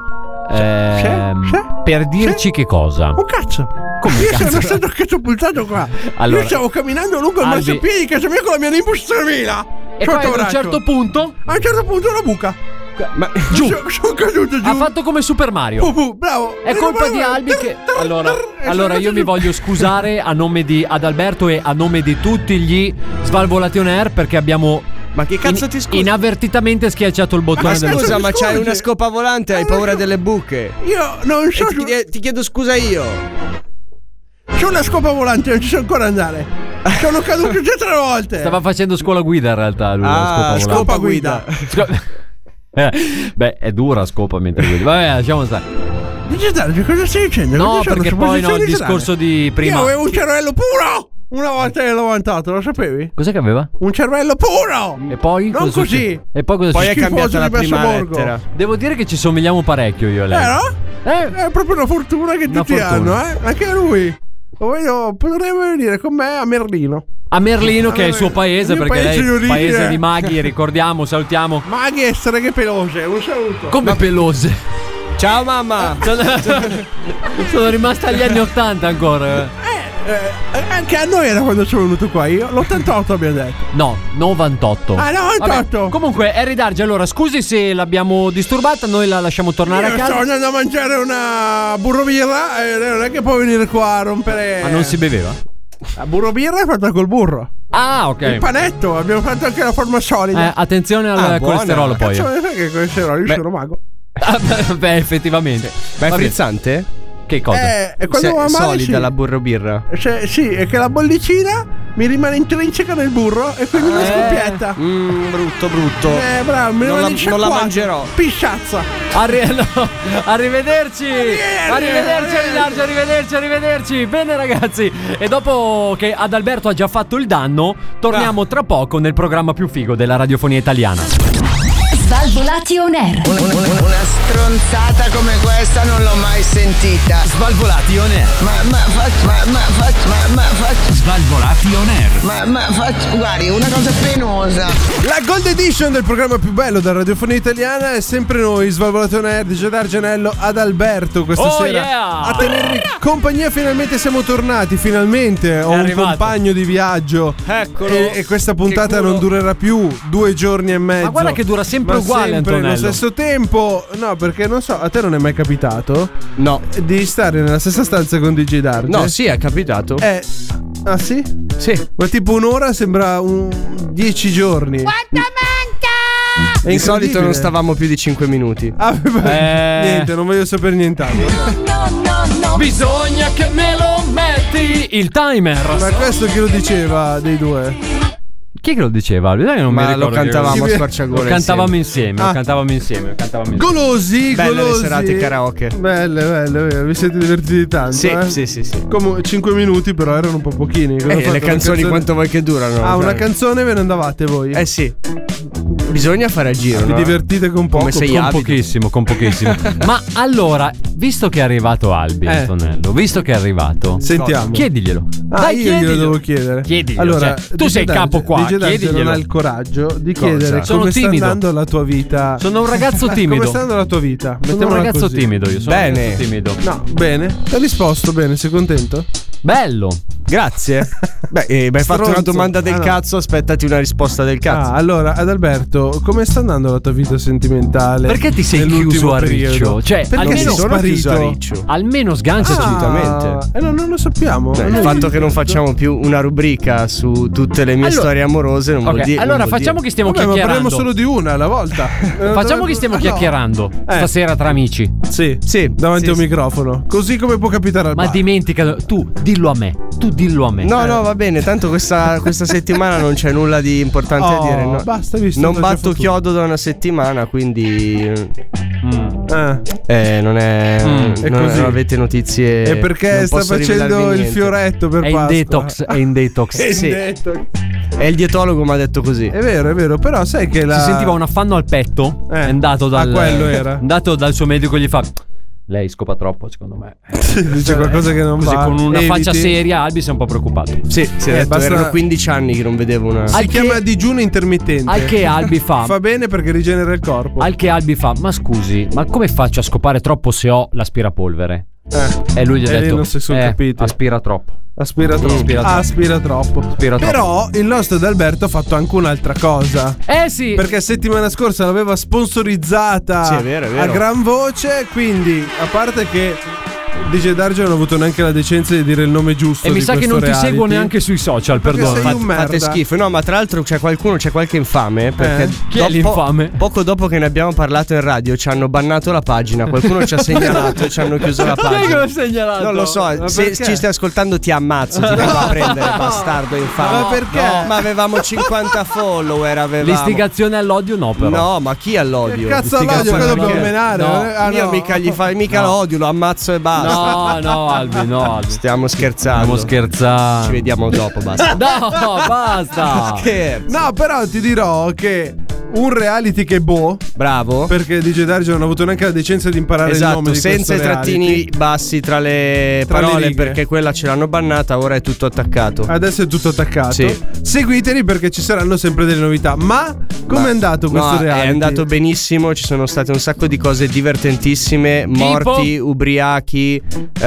Speaker 9: ehm,
Speaker 8: sì,
Speaker 9: per dirci
Speaker 8: sì.
Speaker 9: che cosa?
Speaker 8: Un cazzo.
Speaker 9: Come
Speaker 8: Io
Speaker 9: cazzo?
Speaker 8: sono stato catapultato qua.
Speaker 9: Allora,
Speaker 8: Io stavo camminando lungo il
Speaker 9: Albi-
Speaker 8: marciapiede di casa mia con la mia Nimbus tremila.
Speaker 9: E poi ad un certo punto
Speaker 8: A un certo punto una buca.
Speaker 12: Ma
Speaker 9: giù.
Speaker 8: Sono, sono caduto giù.
Speaker 9: Ha fatto come Super Mario.
Speaker 8: Pu, pu, bravo.
Speaker 9: È colpa di Albi che. Allora, allora io mi voglio scusare a nome di Adalberto e a nome di tutti gli Svalvolati on Air perché abbiamo.
Speaker 12: Ma che cazzo
Speaker 9: in-
Speaker 12: ti scusi?
Speaker 9: Inavvertitamente schiacciato il bottone
Speaker 12: Ma
Speaker 9: del
Speaker 12: scusa,
Speaker 8: mi
Speaker 12: ma c'hai
Speaker 8: scusi.
Speaker 12: una scopa volante, hai
Speaker 8: Eh,
Speaker 12: paura
Speaker 8: lo so.
Speaker 12: delle buche.
Speaker 8: Io non so.
Speaker 12: E ti, chie- ti chiedo scusa io.
Speaker 8: C'ho una scopa volante, non ci so ancora andare. Sono caduto già tre volte.
Speaker 9: Stava facendo scuola guida in realtà lui, la
Speaker 12: Ah,
Speaker 9: scopa volante.
Speaker 8: scopa guida.
Speaker 9: Sco- Eh, beh, è dura scopa mentre guidi. Vabbè, lasciamo stare.
Speaker 8: Dice Darge, cosa stai dicendo?
Speaker 9: No,
Speaker 8: Cosa sono
Speaker 9: perché poi no, il
Speaker 8: supposizioni
Speaker 9: discorso
Speaker 8: strane?
Speaker 9: di prima.
Speaker 8: Io avevo un cervello puro una volta nel novantotto, lo sapevi?
Speaker 9: Cos'è che aveva?
Speaker 8: Un cervello puro!
Speaker 9: E poi
Speaker 8: Non
Speaker 9: cosa
Speaker 8: così.
Speaker 9: succede? E poi cosa
Speaker 12: Poi è
Speaker 9: succede?
Speaker 12: cambiata la
Speaker 8: Schifoso di
Speaker 12: prima
Speaker 8: Bessoborgo.
Speaker 12: lettera.
Speaker 9: Devo dire che ci somigliamo parecchio io e lei.
Speaker 8: Vero?
Speaker 9: Eh?
Speaker 8: È proprio una fortuna che
Speaker 9: Una
Speaker 8: tutti
Speaker 9: fortuna.
Speaker 8: hanno, eh? Anche lui. Lo voglio- potrebbe venire con me a Merlino.
Speaker 9: A Merlino, che è il suo paese,
Speaker 8: Il mio
Speaker 9: perché
Speaker 8: paese
Speaker 9: lei
Speaker 8: di
Speaker 9: è
Speaker 8: origine.
Speaker 9: paese di maghi, ricordiamo, salutiamo.
Speaker 8: Maghi e streghe pelose, un saluto.
Speaker 9: Come pelose?
Speaker 12: Ciao mamma.
Speaker 9: Sono, sono rimasta agli anni ottanta ancora.
Speaker 8: Eh, anche a noi era quando sono venuto qua io. L'ottantotto abbiamo detto.
Speaker 9: No, novantotto.
Speaker 8: Ah, novantotto.
Speaker 9: Vabbè, comunque, Harry Darge, allora scusi se l'abbiamo disturbata, noi la lasciamo tornare
Speaker 8: Io
Speaker 9: a casa.
Speaker 8: sto andando a mangiare una burrobirra e non è che può venire qua a rompere.
Speaker 9: Ma non si beveva?
Speaker 8: La burrobirra è fatta col burro.
Speaker 9: Ah, ok.
Speaker 8: Il panetto, abbiamo fatto anche la forma solida.
Speaker 9: Eh, attenzione al
Speaker 12: Ah, buona.
Speaker 9: colesterolo poi.
Speaker 8: Cazzo, perché il colesterolo? Io
Speaker 12: Beh.
Speaker 8: sono mago.
Speaker 9: Ah, beh, beh, effettivamente.
Speaker 12: Ma è
Speaker 9: Vabbè.
Speaker 12: frizzante?
Speaker 9: Che cosa?
Speaker 8: Eh, e quando
Speaker 12: Se-
Speaker 8: va male,
Speaker 12: solida
Speaker 8: sì.
Speaker 12: la burro birra.
Speaker 8: Cioè, sì, è che la bollicina mi rimane intrinseca nel burro e quindi mi
Speaker 9: Eh.
Speaker 8: scoppietta.
Speaker 12: Mmm, brutto, brutto.
Speaker 8: Eh, bravo, me
Speaker 12: non,
Speaker 8: la,
Speaker 12: la,
Speaker 8: dice
Speaker 12: non la
Speaker 8: qua.
Speaker 12: mangerò.
Speaker 8: Pisciazza.
Speaker 9: Arri- no, arrivederci. Arrivederci, arrivederci, arrivederci, arrivederci. Bene, ragazzi. E dopo che Adalberto ha già fatto il danno, torniamo tra poco nel programma più figo della radiofonia italiana.
Speaker 5: Svalvolati on air.
Speaker 6: Una stronzata come questa non l'ho mai sentita.
Speaker 7: Svalvolati on air.
Speaker 6: Ma, ma, faccio, ma, ma, faccio, ma, ma, faccio,
Speaker 7: Svalvolati on air.
Speaker 6: ma, ma, faccio, guardi, una cosa penosa.
Speaker 8: La Gold Edition del programma più bello della radiofonia italiana è sempre noi, Svalvolato on Air, D J D'Argenello, ad Alberto questa
Speaker 9: Oh,
Speaker 8: sera
Speaker 9: yeah!
Speaker 8: a tenervi compagnia. Finalmente siamo tornati, finalmente ho un
Speaker 9: arrivato.
Speaker 8: compagno di viaggio.
Speaker 12: Eccolo.
Speaker 8: E, e questa puntata
Speaker 12: culo.
Speaker 8: non durerà più due giorni e mezzo.
Speaker 9: Ma guarda che dura sempre
Speaker 8: ma
Speaker 9: uguale,
Speaker 8: sempre
Speaker 9: Antonello.
Speaker 8: allo stesso tempo. No, perché non so, a te non è mai capitato
Speaker 12: No.
Speaker 8: di stare nella stessa stanza con D J D'Arge?
Speaker 12: No, sì, è capitato.
Speaker 8: Eh, ah sì?
Speaker 12: Sì.
Speaker 8: Ma tipo un'ora sembra un dieci giorni.
Speaker 12: Di solito non stavamo più di cinque minuti.
Speaker 8: Ah, beh,
Speaker 9: Eh.
Speaker 8: niente, non voglio sapere nient'altro.
Speaker 9: Bisogna che me lo metti il timer.
Speaker 8: Ma questo chi lo diceva dei due?
Speaker 9: Chi è che lo diceva? Dai, non
Speaker 12: Ma
Speaker 9: mi ricordo
Speaker 12: lo cantavamo
Speaker 8: chi-
Speaker 12: a squarciagole.
Speaker 9: Lo cantavamo insieme,
Speaker 8: Ah.
Speaker 9: lo cantavamo insieme, lo cantavamo insieme.
Speaker 8: Golosi,
Speaker 12: Belle le
Speaker 8: golosi.
Speaker 12: serate karaoke.
Speaker 8: Belle, belle, belle. Vi siete divertiti tanto,
Speaker 12: Sì,
Speaker 8: eh?
Speaker 12: sì, sì, sì.
Speaker 8: Come cinque minuti però erano un po' pochini. Cosa
Speaker 12: Eh,
Speaker 8: fate,
Speaker 12: le
Speaker 8: una
Speaker 12: canzoni quanto vuoi che durano?
Speaker 8: Ah, una
Speaker 12: Cioè.
Speaker 8: canzone ve ne andavate voi?
Speaker 12: Eh sì. Bisogna fare a giro,
Speaker 8: Vi
Speaker 12: no?
Speaker 8: divertite con poco.
Speaker 12: Come sei
Speaker 9: Con
Speaker 12: avido.
Speaker 9: pochissimo, con pochissimo. Ma allora, visto che è arrivato Albi,
Speaker 8: Eh.
Speaker 9: Antonello, visto che è arrivato,
Speaker 8: Sentiamo.
Speaker 9: chiediglielo.
Speaker 8: Ah,
Speaker 9: Dai,
Speaker 8: io
Speaker 9: chiediglielo.
Speaker 8: glielo devo chiedere.
Speaker 9: Chiediglielo,
Speaker 8: Allora,
Speaker 9: cioè, tu
Speaker 8: D J
Speaker 9: sei il
Speaker 8: Darge-
Speaker 9: capo qua,
Speaker 8: D J Darge
Speaker 9: chiediglielo.
Speaker 8: non ha il coraggio di
Speaker 12: Cosa?
Speaker 8: chiedere
Speaker 9: Sono
Speaker 8: come sta
Speaker 9: timido.
Speaker 8: andando la tua vita.
Speaker 9: Sono un ragazzo timido.
Speaker 8: Come sta andando la tua vita?
Speaker 9: Sono un
Speaker 8: Mettiamola
Speaker 9: ragazzo
Speaker 8: così.
Speaker 9: timido, io sono
Speaker 12: Bene.
Speaker 9: un ragazzo timido.
Speaker 8: No, bene. Ti ha risposto bene, sei contento?
Speaker 9: Bello.
Speaker 12: Grazie. Beh, eh, mi hai fatto una
Speaker 8: Stronzo.
Speaker 12: domanda del
Speaker 8: Ah, no.
Speaker 12: cazzo, aspettati una risposta del cazzo.
Speaker 8: Ah, allora, Adalberto, come sta andando la tua vita sentimentale?
Speaker 9: Perché ti sei
Speaker 8: nell'ultimo
Speaker 9: chiuso a
Speaker 8: periodo?
Speaker 9: riccio? Cioè,
Speaker 8: perché
Speaker 12: non mi
Speaker 9: almeno,
Speaker 8: sei
Speaker 12: sono
Speaker 8: sparito?
Speaker 12: chiuso a riccio.
Speaker 9: almeno sgancia.
Speaker 8: Ah,
Speaker 12: Assolutamente.
Speaker 8: Eh, no, non lo sappiamo.
Speaker 12: Beh, il
Speaker 8: Noi-
Speaker 12: fatto che non facciamo più una rubrica su tutte le mie
Speaker 9: Allora-
Speaker 12: storie amorose non
Speaker 9: Ok,
Speaker 12: vuol dire.
Speaker 9: allora
Speaker 12: non vuol
Speaker 9: facciamo
Speaker 12: dire.
Speaker 9: che stiamo
Speaker 8: Vabbè, ma
Speaker 9: chiacchierando.
Speaker 8: parliamo solo di una alla volta. Eh,
Speaker 9: Facciamo che stiamo
Speaker 8: no.
Speaker 9: chiacchierando
Speaker 8: Eh.
Speaker 9: stasera tra amici.
Speaker 8: Sì,
Speaker 12: Sì,
Speaker 8: davanti
Speaker 12: sì,
Speaker 8: a un
Speaker 12: sì.
Speaker 8: microfono. Così come può capitare al
Speaker 9: Ma
Speaker 8: bar.
Speaker 9: dimentica, tu dillo a me. Tu dillo a me.
Speaker 12: No, no, va bene, tanto questa, questa settimana non c'è nulla di importante
Speaker 8: Oh,
Speaker 12: da dire. No.
Speaker 8: basta, hai visto
Speaker 12: Non
Speaker 8: cosa c'è
Speaker 12: batto
Speaker 8: fatto?
Speaker 12: chiodo da una settimana, quindi
Speaker 9: Mm.
Speaker 8: Eh.
Speaker 12: eh, non è.
Speaker 9: Mm,
Speaker 8: è
Speaker 12: non,
Speaker 8: così.
Speaker 12: non avete notizie.
Speaker 8: E perché
Speaker 12: non
Speaker 8: sta
Speaker 12: posso
Speaker 8: facendo
Speaker 12: rivelarvi
Speaker 8: il
Speaker 12: niente.
Speaker 8: fioretto per
Speaker 9: È in
Speaker 8: Pasqua.
Speaker 9: detox, è in detox.
Speaker 8: È in
Speaker 12: Sì.
Speaker 8: detox.
Speaker 12: E il dietologo mi ha detto così.
Speaker 8: È vero, è vero, però sai che la
Speaker 9: Si sentiva un affanno al petto.
Speaker 8: Eh.
Speaker 9: È andato dal,
Speaker 8: Ah, quello era.
Speaker 9: È andato dal suo medico e gli fa: lei scopa troppo, secondo me.
Speaker 8: dice qualcosa che non
Speaker 9: Così
Speaker 8: va.
Speaker 9: con una
Speaker 8: Eviti.
Speaker 9: faccia seria, Albi si è un po' preoccupato.
Speaker 12: Sì, si è
Speaker 8: Eh,
Speaker 12: detto,
Speaker 8: basta-
Speaker 12: erano quindici anni che non vedevo una.
Speaker 8: Si
Speaker 9: Al
Speaker 8: chiama
Speaker 9: che-
Speaker 8: digiuno intermittente.
Speaker 9: Al che Albi fa.
Speaker 8: Fa bene perché rigenera il corpo.
Speaker 9: Al che Albi fa: ma scusi, ma come faccio a scopare troppo se ho l'aspirapolvere?
Speaker 8: Eh.
Speaker 9: E lui gli ha
Speaker 8: E lì
Speaker 9: detto:
Speaker 8: non si sono
Speaker 9: eh,
Speaker 8: capiti.
Speaker 9: aspira troppo.
Speaker 8: Aspira troppo.
Speaker 9: Aspira troppo.
Speaker 8: Aspira troppo.
Speaker 9: Aspira troppo.
Speaker 8: Però il nostro Adalberto ha fatto anche un'altra cosa.
Speaker 9: Eh sì.
Speaker 8: Perché settimana scorsa l'aveva sponsorizzata
Speaker 12: Sì, è vero, è vero.
Speaker 8: a gran voce. Quindi, a parte che D J Darge non ha avuto neanche la decenza di dire il nome giusto.
Speaker 9: E mi
Speaker 8: di
Speaker 9: sa che
Speaker 8: questo
Speaker 9: non ti
Speaker 8: reality.
Speaker 9: seguo neanche sui social,
Speaker 8: Perché
Speaker 9: perdono.
Speaker 8: sei un merda.
Speaker 12: Fate schifo. No, ma tra l'altro c'è qualcuno, c'è qualche infame. Perché
Speaker 8: Eh?
Speaker 9: Chi è l'infame?
Speaker 12: Poco dopo che ne abbiamo parlato in radio, ci hanno bannato la pagina. Qualcuno ci ha segnalato e ci hanno chiuso la
Speaker 9: Chi è che
Speaker 12: pagina.
Speaker 9: l'ha segnalato?
Speaker 12: Non lo so,
Speaker 8: Ma
Speaker 12: se
Speaker 8: perché?
Speaker 12: ci stai ascoltando ti ammazzo, ti vengo a prendere, bastardo infame.
Speaker 8: Ma perché?
Speaker 12: No, ma avevamo cinquanta follower, avevamo.
Speaker 9: L'istigazione all'odio no, però.
Speaker 12: No, ma chi all'odio?
Speaker 8: Che cazzo all'odio?
Speaker 12: L'istigazione
Speaker 8: Quello dobbiamo
Speaker 12: perché?
Speaker 8: menare.
Speaker 9: No.
Speaker 8: eh? Ah,
Speaker 12: Io
Speaker 8: no.
Speaker 12: mica gli fa, mica
Speaker 9: No.
Speaker 12: lo odio, lo ammazzo e basta.
Speaker 9: No, no, Albi, no, Albi.
Speaker 12: Stiamo scherzando.
Speaker 9: Stiamo scherzando.
Speaker 12: Ci vediamo dopo, basta.
Speaker 9: No, basta.
Speaker 12: Scherzo.
Speaker 8: No, però ti dirò che un reality che boh.
Speaker 12: Bravo.
Speaker 8: Perché D J Darge non ha avuto neanche la decenza di imparare
Speaker 12: esatto,
Speaker 8: il nome di
Speaker 12: senza i
Speaker 8: questo
Speaker 12: trattini
Speaker 8: reality.
Speaker 12: bassi tra le
Speaker 8: Tra le
Speaker 12: parole,
Speaker 8: righe.
Speaker 12: perché quella ce l'hanno bannata, ora è tutto attaccato.
Speaker 8: Adesso è tutto attaccato.
Speaker 12: Sì.
Speaker 8: Seguiteli perché ci saranno sempre delle novità. Ma come è andato questo
Speaker 12: No,
Speaker 8: reality?
Speaker 12: è andato benissimo, ci sono state un sacco di cose divertentissime, morti, ubriachi,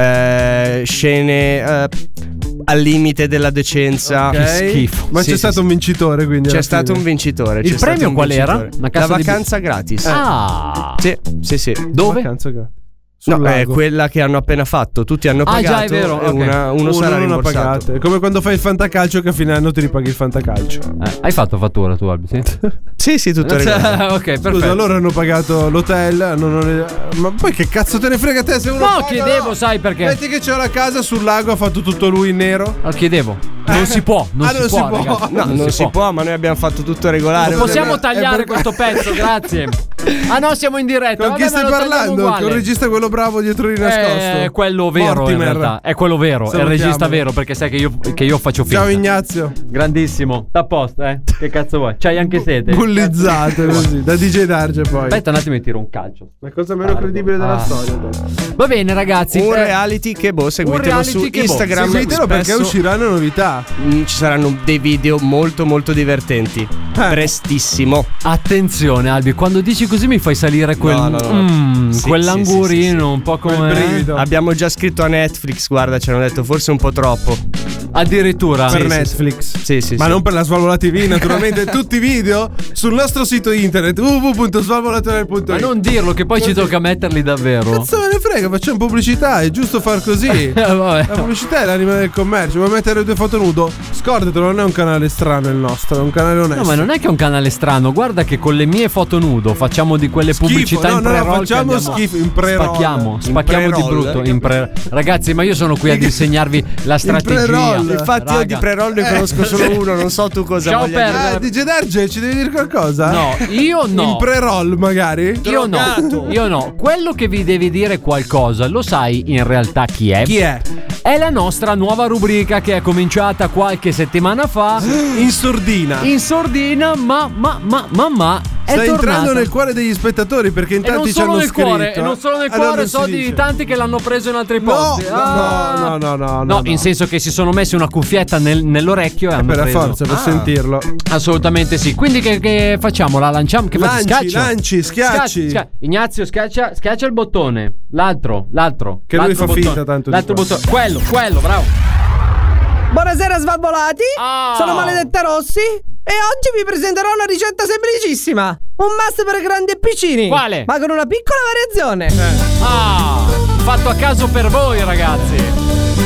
Speaker 12: eh, scene eh, al limite della decenza.
Speaker 8: Ok.
Speaker 9: Che schifo.
Speaker 8: Ma
Speaker 12: Sì,
Speaker 8: c'è
Speaker 12: sì,
Speaker 8: stato
Speaker 12: sì.
Speaker 8: un vincitore, quindi
Speaker 12: C'è
Speaker 8: alla
Speaker 12: stato
Speaker 8: fine.
Speaker 12: un vincitore.
Speaker 9: Il
Speaker 12: c'è stato
Speaker 9: premio
Speaker 12: un
Speaker 9: qual era?
Speaker 12: vincitore.
Speaker 9: Una
Speaker 12: La
Speaker 9: cassa di-
Speaker 12: vacanza gratis.
Speaker 9: Ah.
Speaker 12: Sì, sì, sì.
Speaker 9: Dove?
Speaker 8: Vacanza gratis.
Speaker 12: No,
Speaker 8: Sul
Speaker 12: è
Speaker 8: lago.
Speaker 12: quella che hanno appena fatto. Tutti hanno
Speaker 9: Ah,
Speaker 12: pagato.
Speaker 9: già, è vero,
Speaker 12: e
Speaker 9: ok.
Speaker 12: una- uno,
Speaker 8: Uno
Speaker 12: sarà
Speaker 8: non ha
Speaker 12: rimborsato.
Speaker 8: pagato. È come quando fai il fantacalcio che a fine anno ti ripaghi il fantacalcio.
Speaker 9: Eh, hai fatto fattura tu, Albi? Sì.
Speaker 12: Sì, sì, tutto regolato.
Speaker 9: Ok, perfetto.
Speaker 8: Scusa, loro hanno pagato l'hotel. hanno- non- Ma poi che cazzo te ne frega te se uno
Speaker 9: No,
Speaker 8: paga,
Speaker 9: chiedevo,
Speaker 8: no?
Speaker 9: sai perché?
Speaker 8: Metti che c'è la casa sul lago, ha fatto tutto lui in nero.
Speaker 9: Lo chiedevo. Non si può, non,
Speaker 8: Ah,
Speaker 9: si,
Speaker 8: non
Speaker 9: può,
Speaker 8: si può.
Speaker 9: ragazzi.
Speaker 12: No, non, si può. ma noi abbiamo fatto tutto regolare.
Speaker 9: Possiamo
Speaker 8: È
Speaker 9: tagliare
Speaker 8: perché-
Speaker 9: questo pezzo, grazie. Ah no, siamo in diretta.
Speaker 8: Con chi
Speaker 9: Vabbè,
Speaker 8: stai
Speaker 9: ma lo tagliamo
Speaker 8: parlando?
Speaker 9: uguale.
Speaker 8: Con il regista quello bravo dietro di nascosto.
Speaker 9: È quello vero
Speaker 8: Mortimer.
Speaker 9: in realtà. È quello vero, è il regista
Speaker 8: Salutiamolo.
Speaker 9: vero, perché sai che io, che io faccio finta.
Speaker 8: Ciao Ignazio.
Speaker 9: Grandissimo. Sta a posto, eh. Che cazzo vuoi? C'hai anche sete.
Speaker 8: Bullizzate così. Da D J Darge poi.
Speaker 9: Aspetta un attimo e tiro un calcio.
Speaker 8: La cosa meno credibile della
Speaker 9: Ah.
Speaker 8: storia. adesso.
Speaker 9: Va bene, ragazzi.
Speaker 12: Un
Speaker 9: eh,
Speaker 12: reality che boh, seguitelo
Speaker 9: reality
Speaker 12: su
Speaker 9: che boh.
Speaker 12: Instagram.
Speaker 8: Seguitelo perché
Speaker 12: spesso,
Speaker 8: usciranno novità.
Speaker 12: mm, ci saranno dei video molto molto divertenti. Prestissimo.
Speaker 9: Attenzione, Albi, quando dici così mi fai salire quel
Speaker 12: No, no, no.
Speaker 9: mm,
Speaker 12: Sì,
Speaker 9: quell'angurino
Speaker 12: sì, sì, sì, sì.
Speaker 9: un po'
Speaker 8: Quel
Speaker 9: come
Speaker 8: brivido.
Speaker 12: Abbiamo già scritto a Netflix, guarda, ci hanno detto forse un po' troppo.
Speaker 9: addirittura
Speaker 8: Per
Speaker 12: Sì, sì,
Speaker 8: Netflix.
Speaker 12: Sì, sì,
Speaker 8: Ma
Speaker 12: sì.
Speaker 8: non per la Svalvola T V, naturalmente. Tutti i video sul nostro sito internet w w w punto svalvolationair punto
Speaker 9: Ma
Speaker 8: it.
Speaker 9: non dirlo che poi ci tocca metterli davvero.
Speaker 8: Cazzo me ne frega, facciamo pubblicità, è giusto far così.
Speaker 9: Eh, vabbè.
Speaker 8: La pubblicità è l'anima del commercio. Vuoi mettere due foto nudo? Scordatelo, non è un canale strano il nostro, è un canale onesto.
Speaker 9: No, ma non è che è un canale strano. Guarda che con le mie foto nudo facciamo di quelle
Speaker 8: Schifo,
Speaker 9: pubblicità
Speaker 8: no,
Speaker 9: in
Speaker 8: no, no,
Speaker 9: pre-roll. che
Speaker 8: facciamo
Speaker 9: andiamo-
Speaker 8: schifo, in pre-roll.
Speaker 9: Spacchiamo,
Speaker 8: In
Speaker 9: spacchiamo di
Speaker 12: pre-roll,
Speaker 9: brutto.
Speaker 12: eh,
Speaker 9: In pre- Ragazzi, ma io sono qui ad insegnarvi la strategia.
Speaker 8: pre-roll.
Speaker 12: Infatti io
Speaker 9: Raga.
Speaker 12: di pre-roll ne conosco solo uno, non so tu cosa
Speaker 9: Ciao
Speaker 12: voglia
Speaker 9: per-
Speaker 12: dire.
Speaker 8: Ah, D J Darge, ci devi dire qualcosa?
Speaker 9: No, io no.
Speaker 8: In pre-roll magari?
Speaker 9: Io no,
Speaker 12: Drogato.
Speaker 9: io no. Quello che vi devi dire qualcosa, lo sai in realtà chi è?
Speaker 8: Chi è?
Speaker 9: È la nostra nuova rubrica che è cominciata qualche settimana fa
Speaker 8: In sordina.
Speaker 9: in sordina, ma ma ma ma ma è
Speaker 8: Stai
Speaker 9: tornata.
Speaker 8: entrando nel cuore degli spettatori perché in
Speaker 9: E non
Speaker 8: tanti ci
Speaker 9: solo
Speaker 8: hanno
Speaker 9: nel
Speaker 8: scritto.
Speaker 9: cuore, e non solo nel
Speaker 8: Ah, no,
Speaker 9: cuore,
Speaker 8: non
Speaker 9: so
Speaker 8: si
Speaker 9: di
Speaker 8: dice.
Speaker 9: tanti che l'hanno preso in altri
Speaker 8: No,
Speaker 9: posti.
Speaker 8: no,
Speaker 9: Ah.
Speaker 8: no, no, no, no,
Speaker 9: No,
Speaker 8: no.
Speaker 9: in senso che si sono messi una cuffietta nel- nell'orecchio e hanno
Speaker 8: Per la
Speaker 9: preso.
Speaker 8: forza, per
Speaker 9: Ah.
Speaker 8: sentirlo.
Speaker 9: Assolutamente sì. Quindi che, che facciamo? La lanciamo? Che
Speaker 8: Lanci,
Speaker 9: faccio? Schiaccio?
Speaker 8: lanci, schiacci.
Speaker 9: Schiaccia. Ignazio, schiaccia, schiaccia il bottone. L'altro, l'altro.
Speaker 8: Che lui
Speaker 9: l'altro
Speaker 8: fa finta
Speaker 9: bottone.
Speaker 8: tanto di
Speaker 9: L'altro
Speaker 8: qua.
Speaker 9: bottone. Quello, quello, bravo.
Speaker 3: Buonasera svalvolati,
Speaker 9: Ah.
Speaker 3: sono Maledetta Rossi e oggi vi presenterò una ricetta semplicissima. Un must per grandi e piccini.
Speaker 9: Quale?
Speaker 3: Ma con una piccola variazione.
Speaker 9: Ah, fatto a caso per voi, ragazzi.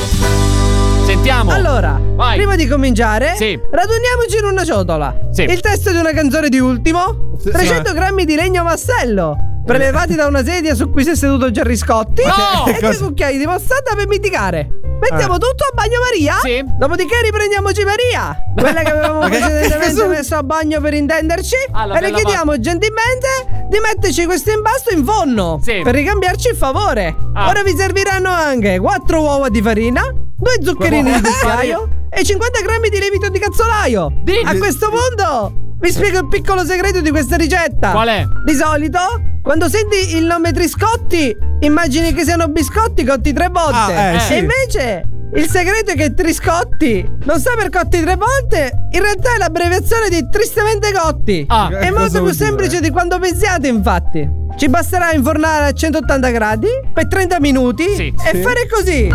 Speaker 9: Sentiamo.
Speaker 3: Allora,
Speaker 9: Vai.
Speaker 3: prima di cominciare,
Speaker 9: Sì.
Speaker 3: raduniamoci in una ciotola.
Speaker 9: Sì.
Speaker 3: Il testo di una canzone di Ultimo,
Speaker 8: Sì,
Speaker 3: trecento
Speaker 8: sì.
Speaker 3: grammi di legno massello, prelevati da una sedia su cui si è seduto Gerry Scotti,
Speaker 9: No!
Speaker 3: e
Speaker 8: Che
Speaker 3: due
Speaker 8: cosa-
Speaker 3: cucchiai di mostarda per mitigare. Mettiamo
Speaker 8: Eh.
Speaker 3: tutto a bagnomaria.
Speaker 9: Sì.
Speaker 3: Dopodiché riprendiamoci Maria, quella che avevamo
Speaker 8: Ma che-
Speaker 3: precedentemente
Speaker 8: che-
Speaker 3: messo a bagno per intenderci,
Speaker 9: Ah, la
Speaker 3: e le
Speaker 9: bella
Speaker 3: chiediamo gentilmente di metterci questo impasto in forno
Speaker 9: Sì.
Speaker 3: per ricambiarci il favore.
Speaker 9: Ah.
Speaker 3: Ora vi serviranno anche quattro uova di farina, due zuccherini di cucchiaio e cinquanta grammi di lievito di cazzolaio.
Speaker 9: Di-
Speaker 3: A questo punto vi spiego il piccolo segreto di questa ricetta.
Speaker 9: Qual è?
Speaker 3: Di solito, quando senti il nome Triscotti, immagini che siano biscotti cotti tre volte.
Speaker 8: Ah, eh, sì.
Speaker 3: E invece il segreto è che Triscotti non sta per cotti tre volte, in realtà è l'abbreviazione di tristemente cotti.
Speaker 9: Ah.
Speaker 3: È
Speaker 8: Che
Speaker 3: molto
Speaker 8: cosa
Speaker 3: più
Speaker 8: vuol dire?
Speaker 3: semplice di quanto pensiate, infatti. Ci basterà infornare a centottanta gradi per trenta minuti
Speaker 9: Sì.
Speaker 3: e
Speaker 8: Sì.
Speaker 3: fare così.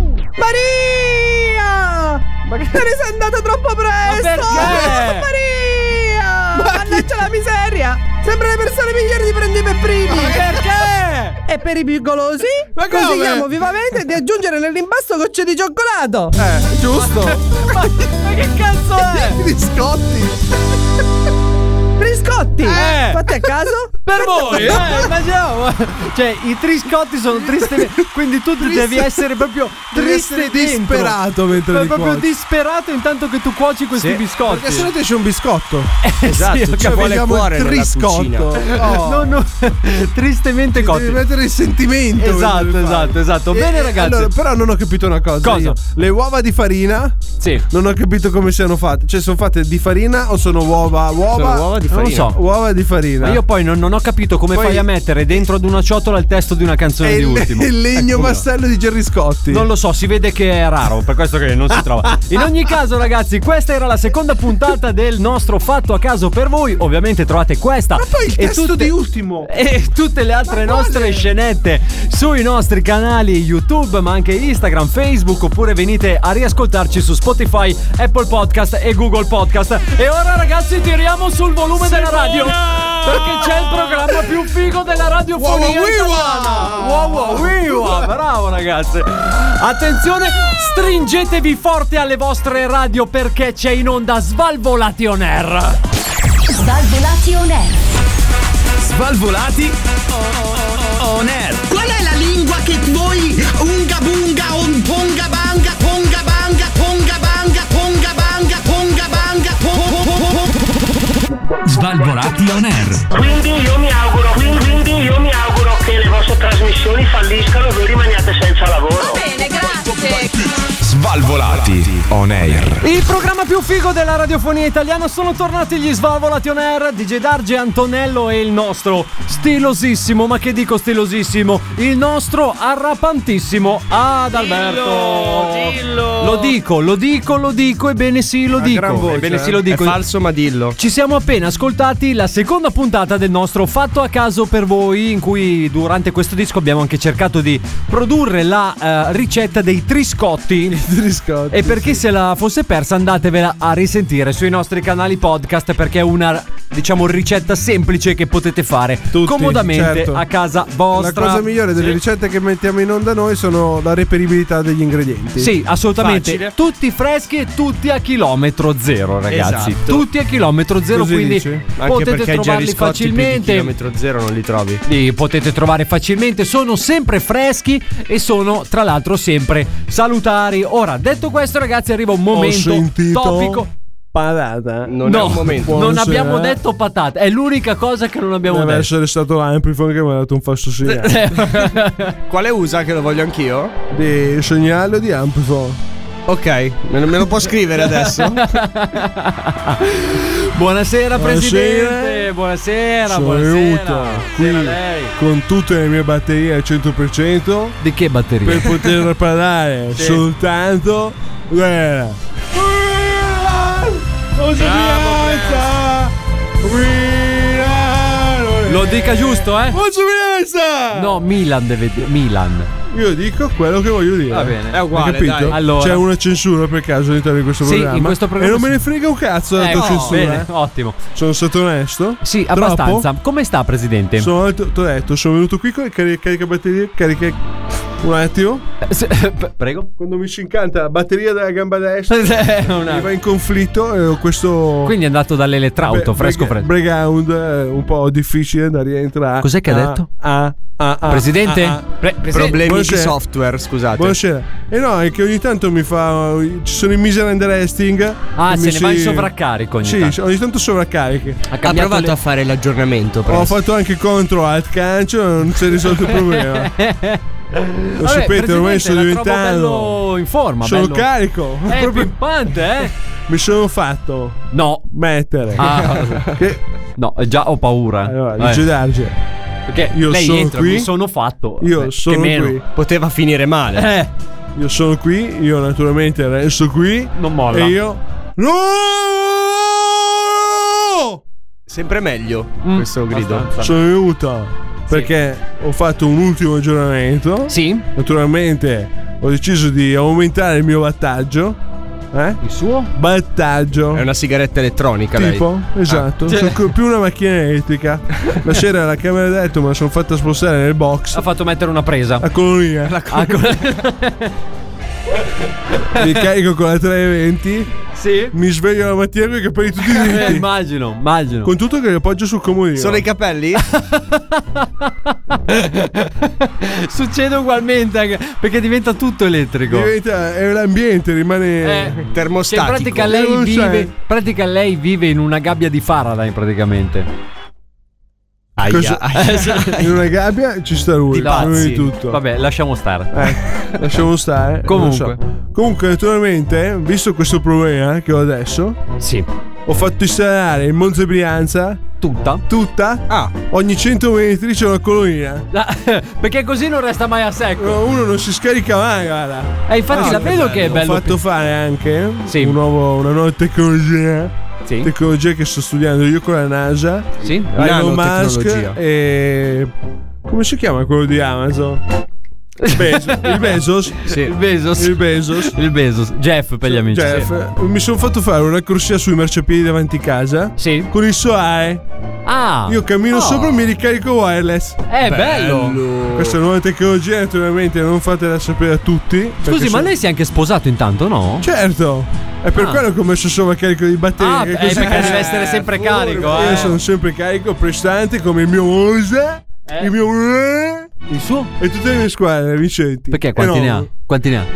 Speaker 3: Maria!
Speaker 8: Ma che-
Speaker 3: Te ne sei andata troppo presto!
Speaker 9: perché?
Speaker 3: Maria! Mannaggia la miseria! Sembra le persone migliori di prendi per primi!
Speaker 9: Perché?
Speaker 3: E per i più golosi,
Speaker 8: Ma come?
Speaker 3: consigliamo vivamente di aggiungere nell'impasto gocce di cioccolato!
Speaker 8: Eh, giusto.
Speaker 9: Ma, ma che cazzo è?
Speaker 8: Biscotti.
Speaker 3: Triscotti!
Speaker 9: Eh.
Speaker 3: Fatti a caso?
Speaker 9: Per voi, eh, immaginiamo. Cioè, i triscotti sono tristi. Quindi tu devi essere proprio
Speaker 8: Devi
Speaker 9: triste
Speaker 8: essere
Speaker 9: dentro.
Speaker 8: disperato mentre
Speaker 9: È
Speaker 8: li
Speaker 9: proprio
Speaker 8: cuoci.
Speaker 9: disperato intanto che tu cuoci questi
Speaker 12: Sì,
Speaker 9: biscotti.
Speaker 8: Perché se no ti esce un biscotto.
Speaker 12: Esatto,
Speaker 9: sì, ho
Speaker 12: ci
Speaker 8: Cioè,
Speaker 12: vuole
Speaker 8: vogliamo
Speaker 12: cuore
Speaker 8: il
Speaker 12: nella cucina.
Speaker 8: triscotto. Oh.
Speaker 9: No, no, tristemente
Speaker 8: Devi
Speaker 9: cotti.
Speaker 8: mettere il sentimento.
Speaker 9: Esatto,
Speaker 8: mentre li fai.
Speaker 9: esatto, esatto.
Speaker 8: E-
Speaker 9: Bene,
Speaker 8: e
Speaker 9: ragazzi.
Speaker 8: allora, però non ho capito una cosa.
Speaker 9: Cosa?
Speaker 8: io. Le uova di farina.
Speaker 9: Sì.
Speaker 8: Non ho capito come siano fatte. Cioè, sono fatte di farina o sono uova? Uova?
Speaker 12: Sono uova di
Speaker 9: Non
Speaker 12: farina.
Speaker 9: lo so, so.
Speaker 8: Uova di farina.
Speaker 9: Ma io poi non, non ho capito come
Speaker 8: Poi-
Speaker 9: fai a mettere dentro ad una ciotola il testo di una canzone
Speaker 8: È
Speaker 9: di
Speaker 8: il,
Speaker 9: Ultimo.
Speaker 8: il legno
Speaker 9: Ecco,
Speaker 8: massello di Gerry Scotti.
Speaker 9: non lo so, si vede che è raro, per questo che non si trova. In ogni caso, ragazzi, questa era la seconda puntata del nostro Fatto a caso per voi. Ovviamente trovate questa
Speaker 8: Ma poi il
Speaker 9: e
Speaker 8: testo
Speaker 9: tutte,
Speaker 8: di Ultimo.
Speaker 9: e tutte le altre
Speaker 8: Ma
Speaker 9: nostre
Speaker 8: quale?
Speaker 9: scenette sui nostri canali YouTube, ma anche Instagram, Facebook, oppure venite a riascoltarci su Spotify, Apple Podcast e Google Podcast. E ora, ragazzi, tiriamo sul volume della radio, perché c'è il programma più figo della radiofonia
Speaker 8: Wow, wow,
Speaker 9: italiana. Wow, wow, wiwa. Bravo, ragazzi. Attenzione, stringetevi forte alle vostre radio, perché c'è in onda Svalvolati on Air.
Speaker 5: Svalvolati on air.
Speaker 7: Svalvolati on air.
Speaker 6: Qual è la lingua che voi unga bunga un ponga banga ponga banga ponga banga ponga banga ponga banga po- po- po- po-
Speaker 7: Svalvolati on air.
Speaker 13: Quindi io mi auguro, quindi io mi auguro che le vostre trasmissioni falliscano e voi rimaniate senza lavoro.
Speaker 5: Va bene, grazie.
Speaker 4: Svalvolati on air.
Speaker 9: Il programma più figo della radiofonia italiana, sono tornati gli Svalvolati on Air, D J Darge, Antonello e il nostro stilosissimo, ma che dico stilosissimo, il nostro arrapantissimo Adalberto.
Speaker 12: Dillo.
Speaker 9: Lo dico, lo dico, lo dico, ebbene sì, lo
Speaker 8: A
Speaker 9: dico.
Speaker 8: gran voce,
Speaker 9: Ebbene sì,
Speaker 8: eh.
Speaker 9: lo dico.
Speaker 12: È falso, ma dillo.
Speaker 9: Ci siamo appena ascoltati la seconda puntata del nostro Fatto a caso per voi, in cui durante questo disco abbiamo anche cercato di produrre la eh, ricetta dei triscotti.
Speaker 8: Triscotti.
Speaker 9: E per chi se la fosse persa, andatevela a risentire sui nostri canali podcast, perché è una, diciamo, ricetta semplice che potete fare
Speaker 8: Tutti,
Speaker 9: comodamente
Speaker 8: certo.
Speaker 9: a casa
Speaker 8: La
Speaker 9: vostra.
Speaker 8: cosa migliore delle
Speaker 9: Sì.
Speaker 8: ricette che mettiamo in onda noi sono la reperibilità degli ingredienti.
Speaker 9: Sì, assolutamente.
Speaker 12: Facile.
Speaker 9: Tutti freschi e tutti a chilometro zero, ragazzi.
Speaker 12: Esatto.
Speaker 9: Tutti a chilometro zero,
Speaker 8: Così
Speaker 9: quindi
Speaker 8: dici?
Speaker 12: Anche
Speaker 9: potete
Speaker 12: perché Gerry
Speaker 9: trovarli
Speaker 12: Scotti più di
Speaker 9: facilmente.
Speaker 12: chilometro zero non li trovi.
Speaker 9: Li potete trovare facilmente, sono sempre freschi e sono tra l'altro sempre salutari. Ora, detto questo, ragazzi, arriva un
Speaker 8: Ho
Speaker 9: momento
Speaker 8: sentito
Speaker 9: topico.
Speaker 8: patata.
Speaker 12: Non
Speaker 9: no,
Speaker 12: è un momento.
Speaker 9: non
Speaker 8: Buonasera.
Speaker 9: abbiamo detto patate, è l'unica cosa che non abbiamo
Speaker 8: Deve
Speaker 9: detto.
Speaker 8: essere stato l'Amplifon che mi ha dato un falso segnale.
Speaker 12: Quale usa che lo voglio anch'io?
Speaker 8: Di segnale o di Amplifon?
Speaker 12: Ok, me lo, me lo può scrivere adesso?
Speaker 9: Buonasera,
Speaker 8: Buonasera.
Speaker 9: presidente. Buonasera,
Speaker 8: Sono
Speaker 9: buonasera.
Speaker 8: venuto qui
Speaker 9: Buonasera a lei.
Speaker 8: con tutte le mie batterie al cento per cento
Speaker 9: Di che batteria?
Speaker 8: per poter parlare
Speaker 9: Sì.
Speaker 8: soltanto. Guarda.
Speaker 9: Lo dica giusto, eh?
Speaker 8: Conseguenza!
Speaker 9: No, Milan deve dire. Milan.
Speaker 8: Io dico quello che voglio dire.
Speaker 9: Va bene.
Speaker 12: È uguale,
Speaker 8: Hai capito?
Speaker 12: dai.
Speaker 9: Allora.
Speaker 8: C'è una censura per caso all'interno di questo
Speaker 9: Sì,
Speaker 8: programma.
Speaker 9: in questo programma
Speaker 8: E non me
Speaker 9: sì.
Speaker 8: ne frega un cazzo della
Speaker 9: Eh,
Speaker 8: tua
Speaker 9: no,
Speaker 8: censura.
Speaker 9: bene,
Speaker 8: eh.
Speaker 9: ottimo.
Speaker 8: Sono stato onesto.
Speaker 9: Sì,
Speaker 8: Troppo?
Speaker 9: abbastanza. Come sta, presidente?
Speaker 8: Sono, ti ho detto, sono venuto qui con il cari- caricabatterie. Carica. Un attimo.
Speaker 9: Eh, se- p- Prego.
Speaker 8: Quando mi si incanta la batteria della gamba destra,
Speaker 9: Eh, una-
Speaker 8: mi va in conflitto e ho questo.
Speaker 9: Quindi è andato dall'elettrauto,
Speaker 8: Bre-
Speaker 9: fresco
Speaker 8: brega-
Speaker 9: fresco.
Speaker 8: Breakdown eh, un po' difficile da rientrare.
Speaker 9: Cos'è che ha detto?
Speaker 8: Ah, ah, ah,
Speaker 9: Presidente?
Speaker 8: ah, ah.
Speaker 9: Pre- presidente?
Speaker 12: Problemi di
Speaker 8: Buonasera.
Speaker 12: software, scusate.
Speaker 8: Buonasera. E no, è che ogni tanto mi fa. Ci sono i miserand resting.
Speaker 9: Ah,
Speaker 8: che
Speaker 9: se
Speaker 8: mi
Speaker 9: ne va in
Speaker 8: si-
Speaker 9: sovraccarico ogni
Speaker 8: Sì,
Speaker 9: tanto.
Speaker 8: ogni tanto sovraccariche.
Speaker 9: Ha
Speaker 12: Ha
Speaker 9: cambiato
Speaker 12: provato
Speaker 9: le-
Speaker 12: a fare l'aggiornamento.
Speaker 8: Ho
Speaker 12: presto.
Speaker 8: fatto anche contro alt cancio, non si è risolto il problema. Lo
Speaker 9: Vabbè,
Speaker 8: sapete, ormai
Speaker 9: presidente,
Speaker 8: sto
Speaker 9: la trovo
Speaker 8: diventando.
Speaker 9: bello in forma,
Speaker 8: sono
Speaker 9: bello-
Speaker 8: carico.
Speaker 9: È
Speaker 8: Proprio-
Speaker 9: pimpante, eh?
Speaker 8: Mi sono fatto
Speaker 9: No.
Speaker 8: mettere.
Speaker 9: Ah,
Speaker 8: Che-
Speaker 9: no, già ho paura.
Speaker 8: Allora,
Speaker 9: Eh,
Speaker 8: dice Darge,
Speaker 9: Perché
Speaker 8: io
Speaker 9: lei
Speaker 8: sono
Speaker 9: entra,
Speaker 8: qui.
Speaker 9: mi sono fatto.
Speaker 8: io
Speaker 9: Beh,
Speaker 8: sono
Speaker 9: che meno.
Speaker 8: qui.
Speaker 12: Poteva finire male.
Speaker 9: Eh,
Speaker 8: Io sono qui, io naturalmente resto qui.
Speaker 9: non molla.
Speaker 8: E io. No!
Speaker 12: Sempre meglio
Speaker 9: Mm,
Speaker 12: questo grido.
Speaker 9: abbastanza.
Speaker 8: Sono venuto perché ho fatto un ultimo aggiornamento.
Speaker 9: Sì?
Speaker 8: Naturalmente ho deciso di aumentare il mio wattaggio. Eh?
Speaker 9: Il suo?
Speaker 8: Battaggio.
Speaker 12: È una sigaretta elettronica,
Speaker 8: Tipo, esatto.
Speaker 9: Ah.
Speaker 8: Sono co- più una macchina elettrica. La sera alla camera da letto me la sono fatta spostare nel box.
Speaker 9: Ha fatto mettere una presa.
Speaker 8: A colonia.
Speaker 9: Ah, co-
Speaker 8: Mi carico con la trecentoventi.
Speaker 9: sì?
Speaker 8: Mi sveglio la mattina con i capelli tutti
Speaker 9: Eh,
Speaker 8: dritti.
Speaker 9: immagino, immagino.
Speaker 8: Con tutto che li appoggio sul comodino.
Speaker 12: Sono i capelli?
Speaker 9: Succede ugualmente anche- perché diventa tutto elettrico.
Speaker 8: Diventa, è l'ambiente, rimane
Speaker 9: Eh,
Speaker 12: Termostatico.
Speaker 9: Cioè, in pratica lei
Speaker 8: Eh, non
Speaker 9: vive,
Speaker 8: sai.
Speaker 9: in pratica lei vive in una gabbia di Faraday praticamente.
Speaker 12: Aia,
Speaker 8: Cosa-
Speaker 12: aia.
Speaker 8: in una gabbia ci sta lui.
Speaker 9: Di
Speaker 8: prima
Speaker 9: pazzi.
Speaker 8: di tutto.
Speaker 9: Vabbè, lasciamo stare.
Speaker 8: Eh, lasciamo stare.
Speaker 9: Comunque.
Speaker 8: non so. Comunque, naturalmente, visto questo problema che ho adesso,
Speaker 9: Sì.
Speaker 8: ho fatto installare il Monza Brianza
Speaker 9: Tutta?
Speaker 8: Tutta?
Speaker 12: Ah.
Speaker 8: Ogni cento metri c'è una colonia.
Speaker 9: Perché così non resta mai a secco.
Speaker 8: No, uno non si scarica mai, guarda.
Speaker 9: E infatti
Speaker 8: Ah,
Speaker 9: la vedo
Speaker 8: bello.
Speaker 9: che è bello.
Speaker 8: Ho fatto fare anche
Speaker 9: Sì.
Speaker 8: un nuovo, una nuova tecnologia.
Speaker 9: Sì.
Speaker 8: Tecnologia che sto studiando io con la NASA.
Speaker 9: Sì.
Speaker 8: Elon Musk
Speaker 12: Nanotecnologia.
Speaker 8: e come si chiama quello di Amazon? Bezos. Il Bezos.
Speaker 12: Sì.
Speaker 9: Il Bezos.
Speaker 8: Il Bezos.
Speaker 9: Il Bezos. Jeff per gli amici.
Speaker 8: Jeff,
Speaker 9: Sì.
Speaker 8: mi sono fatto fare una corsia sui marciapiedi davanti casa.
Speaker 9: Sì.
Speaker 8: Con il Soae.
Speaker 9: Ah.
Speaker 8: Io cammino
Speaker 9: Oh.
Speaker 8: sopra e mi ricarico wireless.
Speaker 9: È bello.
Speaker 8: Questa nuova tecnologia, naturalmente, non fatela sapere a tutti.
Speaker 9: Scusi,
Speaker 8: perché
Speaker 9: ma
Speaker 8: so-
Speaker 9: lei si è anche sposato intanto, no?
Speaker 8: Certo. È per
Speaker 9: Ah.
Speaker 8: quello che ho messo sopra carico di batterie.
Speaker 9: Ah,
Speaker 8: che
Speaker 9: eh,
Speaker 8: così-
Speaker 9: perché deve essere sempre carico,
Speaker 8: Io
Speaker 9: eh.
Speaker 8: sono sempre carico, prestante, come il mio Mosa.
Speaker 9: Eh?
Speaker 8: Il mio
Speaker 9: Il suo?
Speaker 8: e tutte le mie squadre, Vicenti.
Speaker 9: Perché? Quanti ne ha?
Speaker 8: Enorme.
Speaker 9: Quanti ne ha?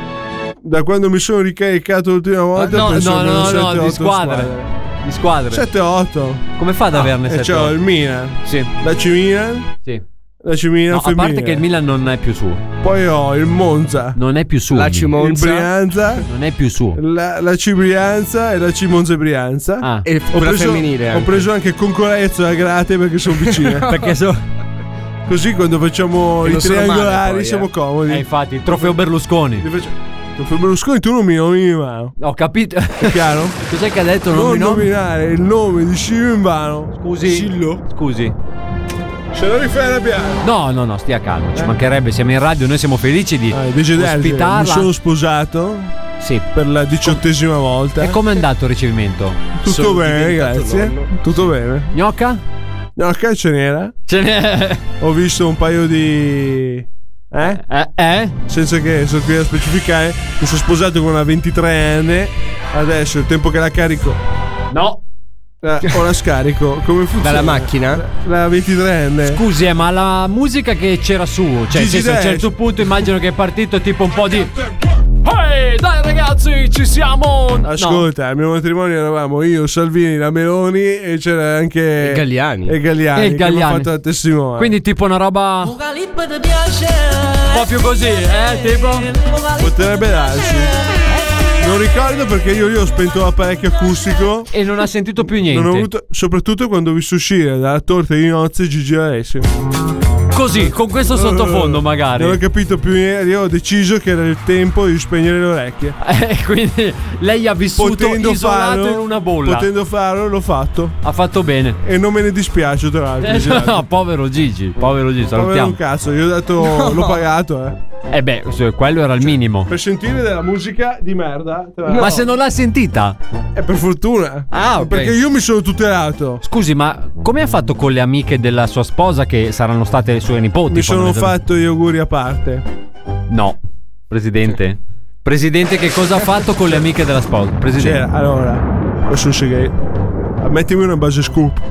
Speaker 8: Da quando mi sono ricaricato l'ultima volta,
Speaker 9: no,
Speaker 8: penso
Speaker 9: no,
Speaker 8: almeno
Speaker 9: no, no,
Speaker 8: sette,
Speaker 9: di
Speaker 8: otto
Speaker 9: squadre. Di squadre.
Speaker 8: sette otto.
Speaker 9: Come fa ad averne
Speaker 8: E
Speaker 9: sette?
Speaker 8: c'ho il Milan,
Speaker 9: Sì.
Speaker 8: la C Milan,
Speaker 9: Sì.
Speaker 8: la C Milan
Speaker 9: No, a
Speaker 8: femminile.
Speaker 9: parte che il Milan non è più suo.
Speaker 8: Poi ho il Monza,
Speaker 9: Non è più suo.
Speaker 12: La C
Speaker 8: il
Speaker 12: Monza
Speaker 8: Brianza,
Speaker 9: Non è più suo.
Speaker 8: la, la C Brianza e la C Monza e Brianza.
Speaker 9: Ah.
Speaker 12: e
Speaker 8: Ho
Speaker 12: quella
Speaker 8: preso,
Speaker 12: femminile.
Speaker 8: ho
Speaker 12: anche.
Speaker 8: preso anche Concorrezzo e Agrate perché sono vicine.
Speaker 9: Perché so.
Speaker 8: Così quando facciamo
Speaker 12: Che
Speaker 8: i
Speaker 12: non sono
Speaker 8: triangolari
Speaker 12: male poi,
Speaker 8: siamo
Speaker 12: eh.
Speaker 8: comodi.
Speaker 9: Eh, infatti, il trofeo Berlusconi.
Speaker 8: Li faccio- Trofeo Berlusconi tu non mi nomini in mano.
Speaker 9: Ho capito.
Speaker 8: È chiaro?
Speaker 9: Cos'è che ha detto? Non
Speaker 8: Non
Speaker 9: mi nom-
Speaker 8: nominare il nome di Scillo in vano.
Speaker 9: Scusi.
Speaker 8: Scillo.
Speaker 9: Scusi.
Speaker 8: Se lo rifai arrabbiare.
Speaker 9: No, no, no, stia calmo. Ci mancherebbe, siamo in radio, noi siamo felici di
Speaker 8: Ah, invece di altri, mi
Speaker 9: ospitarla.
Speaker 8: sono sposato
Speaker 9: Sì.
Speaker 8: per la diciottesima volta.
Speaker 9: E com'è andato il ricevimento?
Speaker 8: Tutto
Speaker 12: Sono
Speaker 8: bene,
Speaker 12: diventato
Speaker 8: grazie.
Speaker 12: nonno.
Speaker 8: Tutto bene.
Speaker 9: Gnocca?
Speaker 8: No, che ce n'era?
Speaker 9: Ce n'è.
Speaker 8: Ho visto un paio di. Eh?
Speaker 9: Eh? eh?
Speaker 8: Senza che sono qui a specificare. Mi sono sposato con una ventitreenne. Adesso è il tempo che la carico.
Speaker 9: No.
Speaker 8: Eh, o la scarico. Come funziona?
Speaker 12: Dalla macchina?
Speaker 8: La ventitreenne.
Speaker 9: Scusi, eh, ma la musica che c'era su, cioè, nel
Speaker 8: Gigi
Speaker 9: senso, a un
Speaker 8: Dash.
Speaker 9: certo punto immagino che è partito tipo un po' di. Ehi, dai ragazzi, ci siamo! No.
Speaker 8: Ascolta, al mio matrimonio eravamo io, Salvini, la Meloni e c'era anche
Speaker 12: E Galliani.
Speaker 8: E Galliani,
Speaker 9: E il
Speaker 8: che mi ha
Speaker 9: Galliani.
Speaker 8: fatto la testimone.
Speaker 9: Quindi tipo una roba un po' più così, eh, tipo.
Speaker 8: potrebbe darsi. Non ricordo perché io lì ho spento l'apparecchio acustico.
Speaker 9: E non ha sentito più niente.
Speaker 8: Non ho avuto, soprattutto quando ho visto uscire dalla torta di nozze Gigi D'Alessio.
Speaker 9: Così, con questo sottofondo magari.
Speaker 8: Non ho capito più niente. Io ho deciso che era il tempo di spegnere le orecchie.
Speaker 9: Eh, quindi lei ha vissuto
Speaker 8: Potendo
Speaker 9: isolato
Speaker 8: farlo,
Speaker 9: in una bolla.
Speaker 8: Potendo farlo, l'ho fatto.
Speaker 9: Ha fatto bene.
Speaker 8: E non me ne dispiace, tra l'altro.
Speaker 9: Eh,
Speaker 8: Gigi.
Speaker 9: no, povero Gigi, povero Gigi,
Speaker 8: Povero
Speaker 9: salutiamo.
Speaker 8: un cazzo, io ho dato. L'ho pagato, eh.
Speaker 9: Eh beh, se- quello era il minimo.
Speaker 8: Per sentire della musica di merda. te la-
Speaker 9: Ma se non l'ha sentita?
Speaker 8: È per fortuna.
Speaker 9: Ah, ok.
Speaker 8: Perché io mi sono tutelato.
Speaker 9: Scusi, ma come ha fatto con le amiche della sua sposa che saranno state le sue nipoti?
Speaker 8: Mi sono
Speaker 9: fondamentalmente?
Speaker 8: fatto gli auguri a parte.
Speaker 9: No, presidente. Presidente, che cosa ha fatto con le amiche della sposa? Presidente.
Speaker 8: C'era, allora, questo è un segreto. Mettimi una base scoop.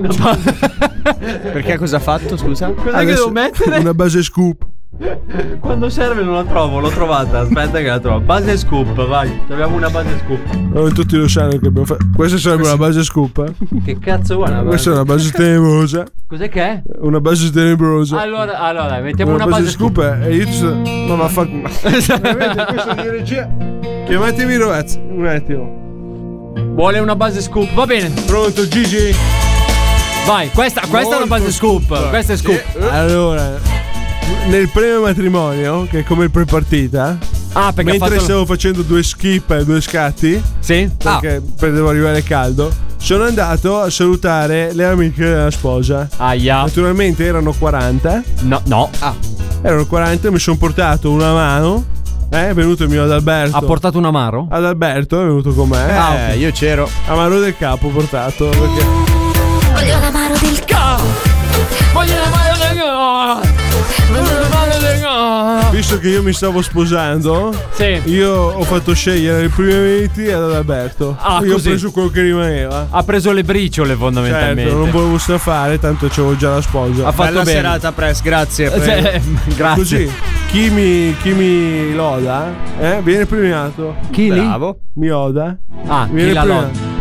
Speaker 12: Perché cosa ha fatto, scusa?
Speaker 9: Cos'è che
Speaker 8: Adesso-
Speaker 9: devo mettere?
Speaker 8: Una base scoop.
Speaker 9: Quando serve non la trovo, l'ho trovata. Aspetta che la trovo. Base scoop, vai. Abbiamo una base scoop.
Speaker 8: Non tutti lo sanno che abbiamo fatto. Questa sarebbe una base scoop. eh?
Speaker 9: Che cazzo vuoi? una
Speaker 8: Questa è
Speaker 9: base?
Speaker 8: una base tenebrosa.
Speaker 9: Cos'è che è?
Speaker 8: Una base tenebrosa.
Speaker 9: Allora, allora, mettiamo
Speaker 8: una,
Speaker 9: una,
Speaker 8: base, scoop. eh, E io ti sto. Ma vaffanculo. Veramente, questo di regia. Chiamatemi Roaz. Un attimo.
Speaker 9: Vuole una base scoop, va bene.
Speaker 8: Pronto, Gigi?
Speaker 9: Vai, questa, questa è una base scoop. Questa è scoop.
Speaker 8: Allora, nel premio matrimonio, che è come il pre-partita,
Speaker 9: Ah, perché
Speaker 8: mentre
Speaker 9: ha fatto...
Speaker 8: stavo facendo due skip e due scatti,
Speaker 9: Sì?
Speaker 8: perché devo arrivare caldo, sono andato a salutare le amiche della sposa.
Speaker 9: Aia.
Speaker 8: Naturalmente erano quaranta.
Speaker 9: No, no. Ah.
Speaker 8: Erano quaranta, mi sono portato una mano. Eh, è venuto il mio Adalberto.
Speaker 9: Ha portato un amaro?
Speaker 8: Adalberto è venuto con me.
Speaker 12: Eh,
Speaker 8: Ah, ok.
Speaker 12: io c'ero.
Speaker 8: Amaro del capo ho portato. Perché...
Speaker 5: Voglio l'amaro del
Speaker 9: Ca! Voglio l'amaro del ca! Voglio l'amaro del ca!
Speaker 8: Visto che io mi stavo sposando,
Speaker 9: Sì.
Speaker 8: io ho fatto scegliere i primi eventi ad Adalberto.
Speaker 9: Ah,
Speaker 8: io
Speaker 9: così.
Speaker 8: ho preso quello che rimaneva.
Speaker 9: Ha preso le briciole fondamentalmente.
Speaker 8: Certo, non volevo strafare, tanto c'avevo già la sposa.
Speaker 9: Ha fatto
Speaker 12: Bella
Speaker 9: bene.
Speaker 12: serata, Press, grazie.
Speaker 9: Eh, Grazie.
Speaker 8: Così, chi mi, chi mi loda, eh, viene premiato.
Speaker 9: Chi lì?
Speaker 12: Bravo.
Speaker 8: Mi oda.
Speaker 9: Ah,
Speaker 8: Viene
Speaker 9: chi la
Speaker 8: premiato.
Speaker 9: loda?